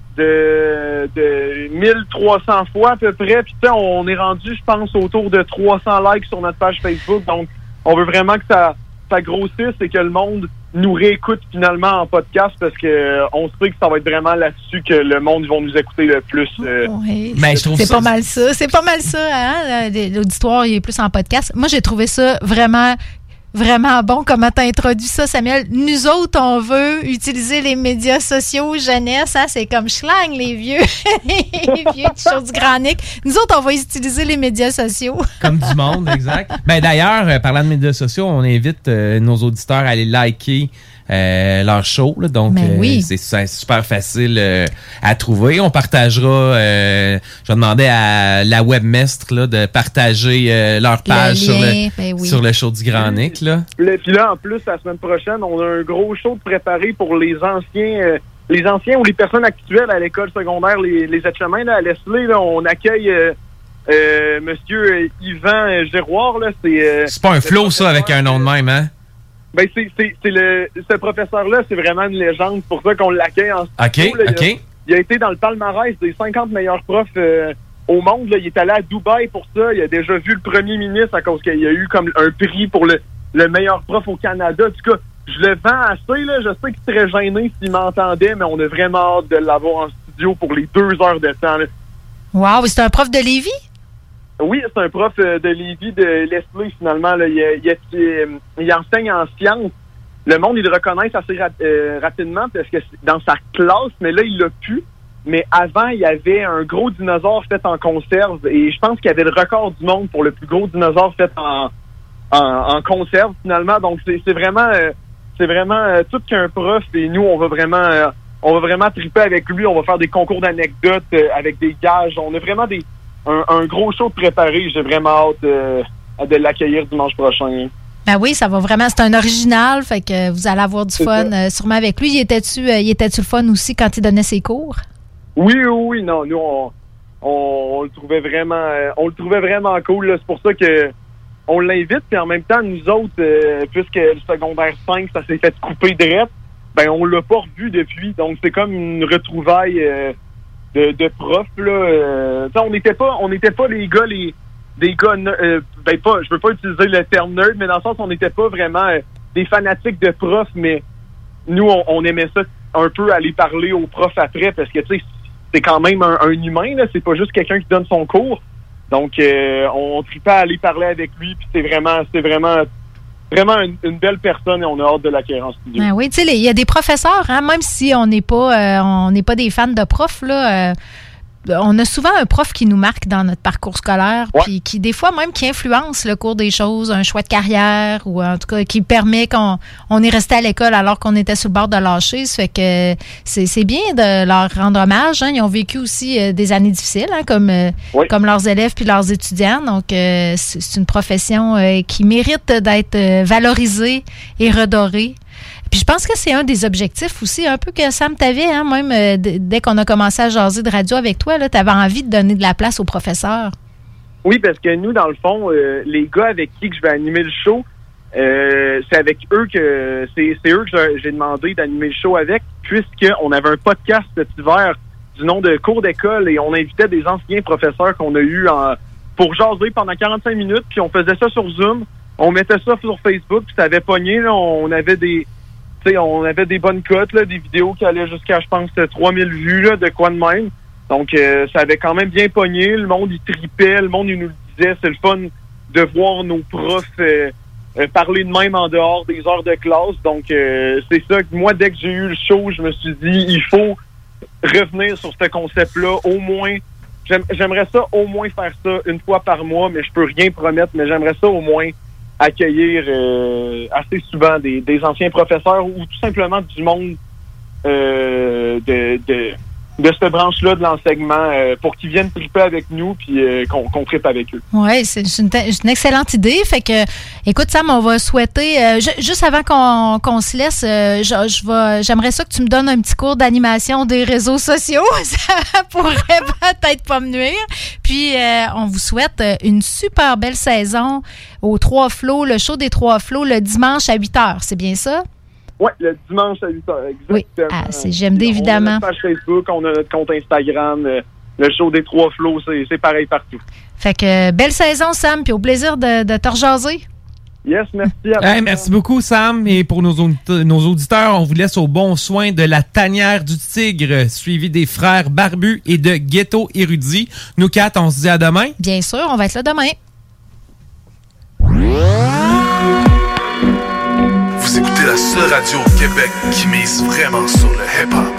1300 fois à peu près. Puis tu sais, on est rendu, je pense, autour de 300 likes sur notre page Facebook. Donc, on veut vraiment que ça grossisse et que le monde nous réécoute finalement en podcast parce que on sait que ça va être vraiment là-dessus que le monde va nous écouter le plus. Oui, mais je trouve c'est pas mal ça. C'est pas mal ça, hein? L'auditoire, il est plus en podcast. Moi, j'ai trouvé ça vraiment bon. Comment t'as introduit ça, Samuel? Nous autres, on veut utiliser les médias sociaux jeunesse. Hein? C'est comme schlang, les vieux du show du Grand Nick. Nous autres, on va utiliser les médias sociaux. Comme du monde, exact. Ben, d'ailleurs, parlant de médias sociaux, on invite nos auditeurs à aller liker leur show. Là. Donc, oui. c'est super facile à trouver. On partagera, je vais demander à la webmestre là, de partager leur page sur le show du Grand Nick. Là. Puis là, en plus, la semaine prochaine, on a un gros show de préparé pour les anciens ou les personnes actuelles à l'école secondaire, les aides-chemins à Leslie. Là, on accueille Monsieur Yvan Giroir. Là, c'est pas un flow, ça, avec un nom de même, hein? Ben, ce professeur-là, c'est vraiment une légende. C'est pour ça qu'on l'accueille en studio. Là. Il a été dans le palmarès des 50 meilleurs profs au monde. Là. Il est allé à Dubaï pour ça. Il a déjà vu le premier ministre à cause qu'il y a eu comme un prix pour le meilleur prof au Canada. En tout cas, je le vends assez. Là. Je sais qu'il serait gêné s'il m'entendait, mais on a vraiment hâte de l'avoir en studio pour les 2 heures de temps. Là. Wow! C'est un prof de Lévis? Oui, c'est un prof de Lévis, de Leslie, finalement. Là. Il enseigne en sciences. Le monde, il le reconnaît assez rapidement parce que c'est dans sa classe, mais là, il l'a pu. Mais avant, il y avait un gros dinosaure fait en conserve et je pense qu'il y avait le record du monde pour le plus gros dinosaure fait en conserve, finalement. Donc, c'est vraiment tout qu'un prof et nous, on va vraiment triper avec lui. On va faire des concours d'anecdotes avec des gages. On a vraiment un gros show de préparé. J'ai vraiment hâte de l'accueillir dimanche prochain. Ben oui, ça va vraiment. C'est un original, fait que vous allez avoir du fun sûrement avec lui. Il était-tu le fun aussi quand il donnait ses cours? Oui. Non, nous on le trouvait vraiment cool. Là. C'est pour ça que on l'invite. Puis en même temps, nous autres, puisque le secondaire 5, ça s'est fait couper direct, ben on l'a pas revu depuis. Donc c'est comme une retrouvaille de profs là. On n'était pas les gars je veux pas utiliser le terme nerd, mais dans le sens on n'était pas vraiment des fanatiques de profs, mais nous on aimait ça un peu aller parler aux profs après parce que tu sais c'est quand même un humain là, c'est pas juste quelqu'un qui donne son cours. Donc on tripait à aller parler avec lui, puis c'est vraiment vraiment une belle personne et on a hâte de l'acquérir en studio. Oui, tu sais, il y a des professeurs, hein, même si on n'est pas des fans de profs, là, on a souvent un prof qui nous marque dans notre parcours scolaire, puis qui, des fois, même qui influence le cours des choses, un choix de carrière, ou en tout cas, qui permet qu'on est resté à l'école alors qu'on était sur le bord de lâcher. Ça fait que c'est bien de leur rendre hommage. Hein. Ils ont vécu aussi des années difficiles, hein, comme leurs élèves puis leurs étudiants. Donc, c'est une profession qui mérite d'être valorisée et redorée. Puis je pense que c'est un des objectifs aussi, un peu que Sam t'avait, hein, même dès qu'on a commencé à jaser de radio avec toi, tu avais envie de donner de la place aux professeurs. Oui, parce que nous, dans le fond, les gars avec qui que je vais animer le show, c'est avec eux que c'est eux que j'ai demandé d'animer le show avec, puisqu'on avait un podcast cet hiver du nom de Cours d'école et on invitait des anciens professeurs qu'on a eus pour jaser pendant 45 minutes, puis on faisait ça sur Zoom, on mettait ça sur Facebook, puis ça avait pogné, là, on avait des bonnes cotes, là, des vidéos qui allaient jusqu'à, je pense, 3000 vues, là, de quoi de même. Donc, ça avait quand même bien pogné. Le monde, il tripait. Le monde, il nous le disait. C'est le fun de voir nos profs parler de même en dehors des heures de classe. Donc, c'est ça que moi, dès que j'ai eu le show, je me suis dit, il faut revenir sur ce concept-là. Au moins, j'aimerais ça au moins faire ça une fois par mois, mais je peux rien promettre, mais j'aimerais ça au moins accueillir assez souvent des anciens professeurs ou tout simplement du monde de cette branche-là de l'enseignement pour qu'ils viennent triper avec nous puis qu'on tripe avec eux. Oui, c'est une excellente idée. Fait que, écoute Sam, on va souhaiter, juste avant qu'on se laisse, j'aimerais ça que tu me donnes un petit cours d'animation des réseaux sociaux. Ça pourrait peut-être pas me nuire. Puis, on vous souhaite une super belle saison aux Trois Flots, le show des Trois Flots, le dimanche à 8h. C'est bien ça? Oui, le dimanche à 8h, exactement. Oui, c'est GMD, évidemment. On a notre page Facebook, on a notre compte Instagram. Le show des Trois Flots, c'est pareil partout. Fait que belle saison, Sam, puis au plaisir de te rejaser. Yes, merci à toi. Merci beaucoup, Sam. Et pour nos auditeurs, on vous laisse au bon soin de La Tanière du Tigre, suivi des Frères Barbus et de Ghetto Érudit. Nous quatre, on se dit à demain. Bien sûr, on va être là demain. Vous écoutez la seule radio au Québec qui mise vraiment sur le hip-hop.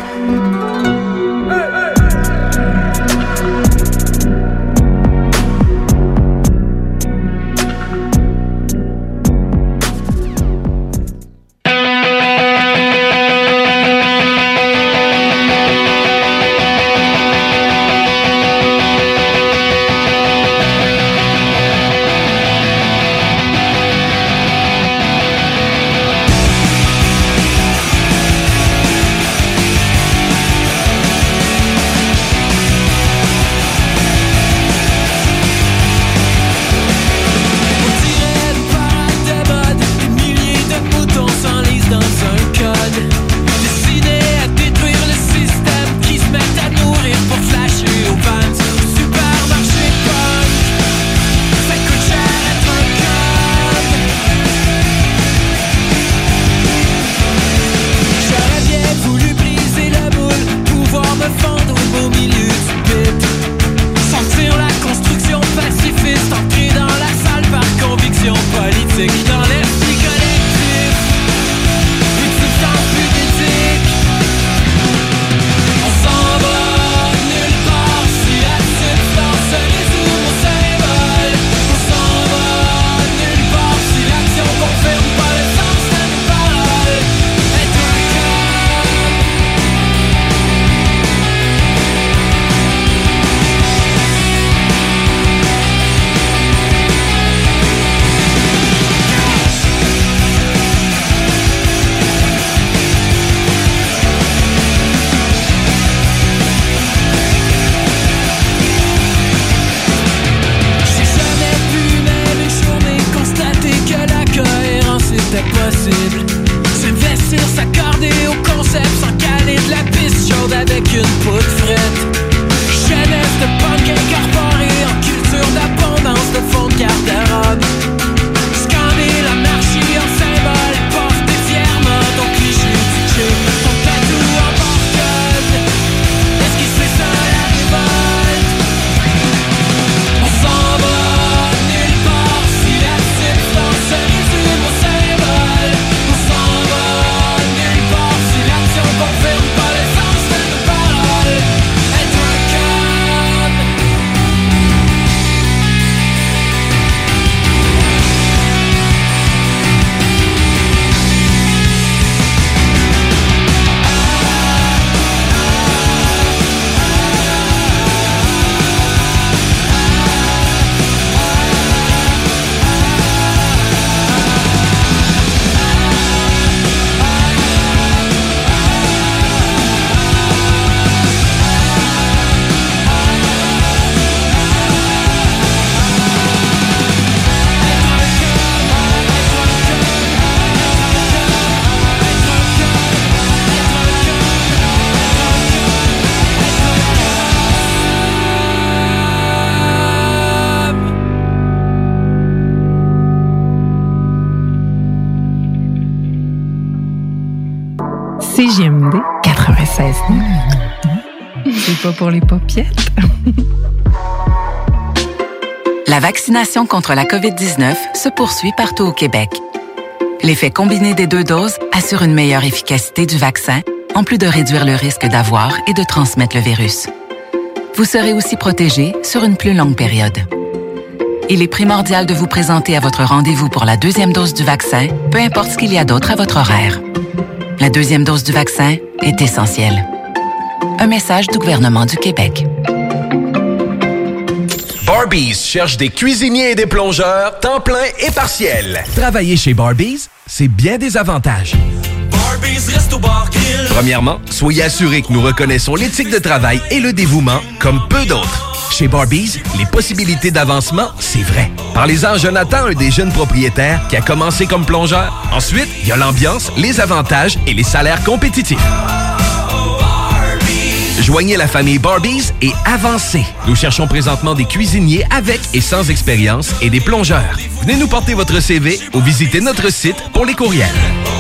C'est pas pour les paupiètes. La vaccination contre la COVID-19 se poursuit partout au Québec. L'effet combiné des 2 doses assure une meilleure efficacité du vaccin, en plus de réduire le risque d'avoir et de transmettre le virus. Vous serez aussi protégé sur une plus longue période. Il est primordial de vous présenter à votre rendez-vous pour la 2e dose du vaccin, peu importe ce qu'il y a d'autre à votre horaire. La 2e dose du vaccin est essentielle. Un message du gouvernement du Québec. Barbies cherche des cuisiniers et des plongeurs, temps plein et partiel. Travailler chez Barbies, c'est bien des avantages. Premièrement, soyez assurés que nous reconnaissons l'éthique de travail et le dévouement comme peu d'autres. Chez Barbies, les possibilités d'avancement, c'est vrai. Parlez-en à Jonathan, un des jeunes propriétaires qui a commencé comme plongeur. Ensuite, il y a l'ambiance, les avantages et les salaires compétitifs. Joignez la famille Barbies et avancez. Nous cherchons présentement des cuisiniers avec et sans expérience et des plongeurs. Venez nous porter votre CV ou visitez notre site pour les courriels.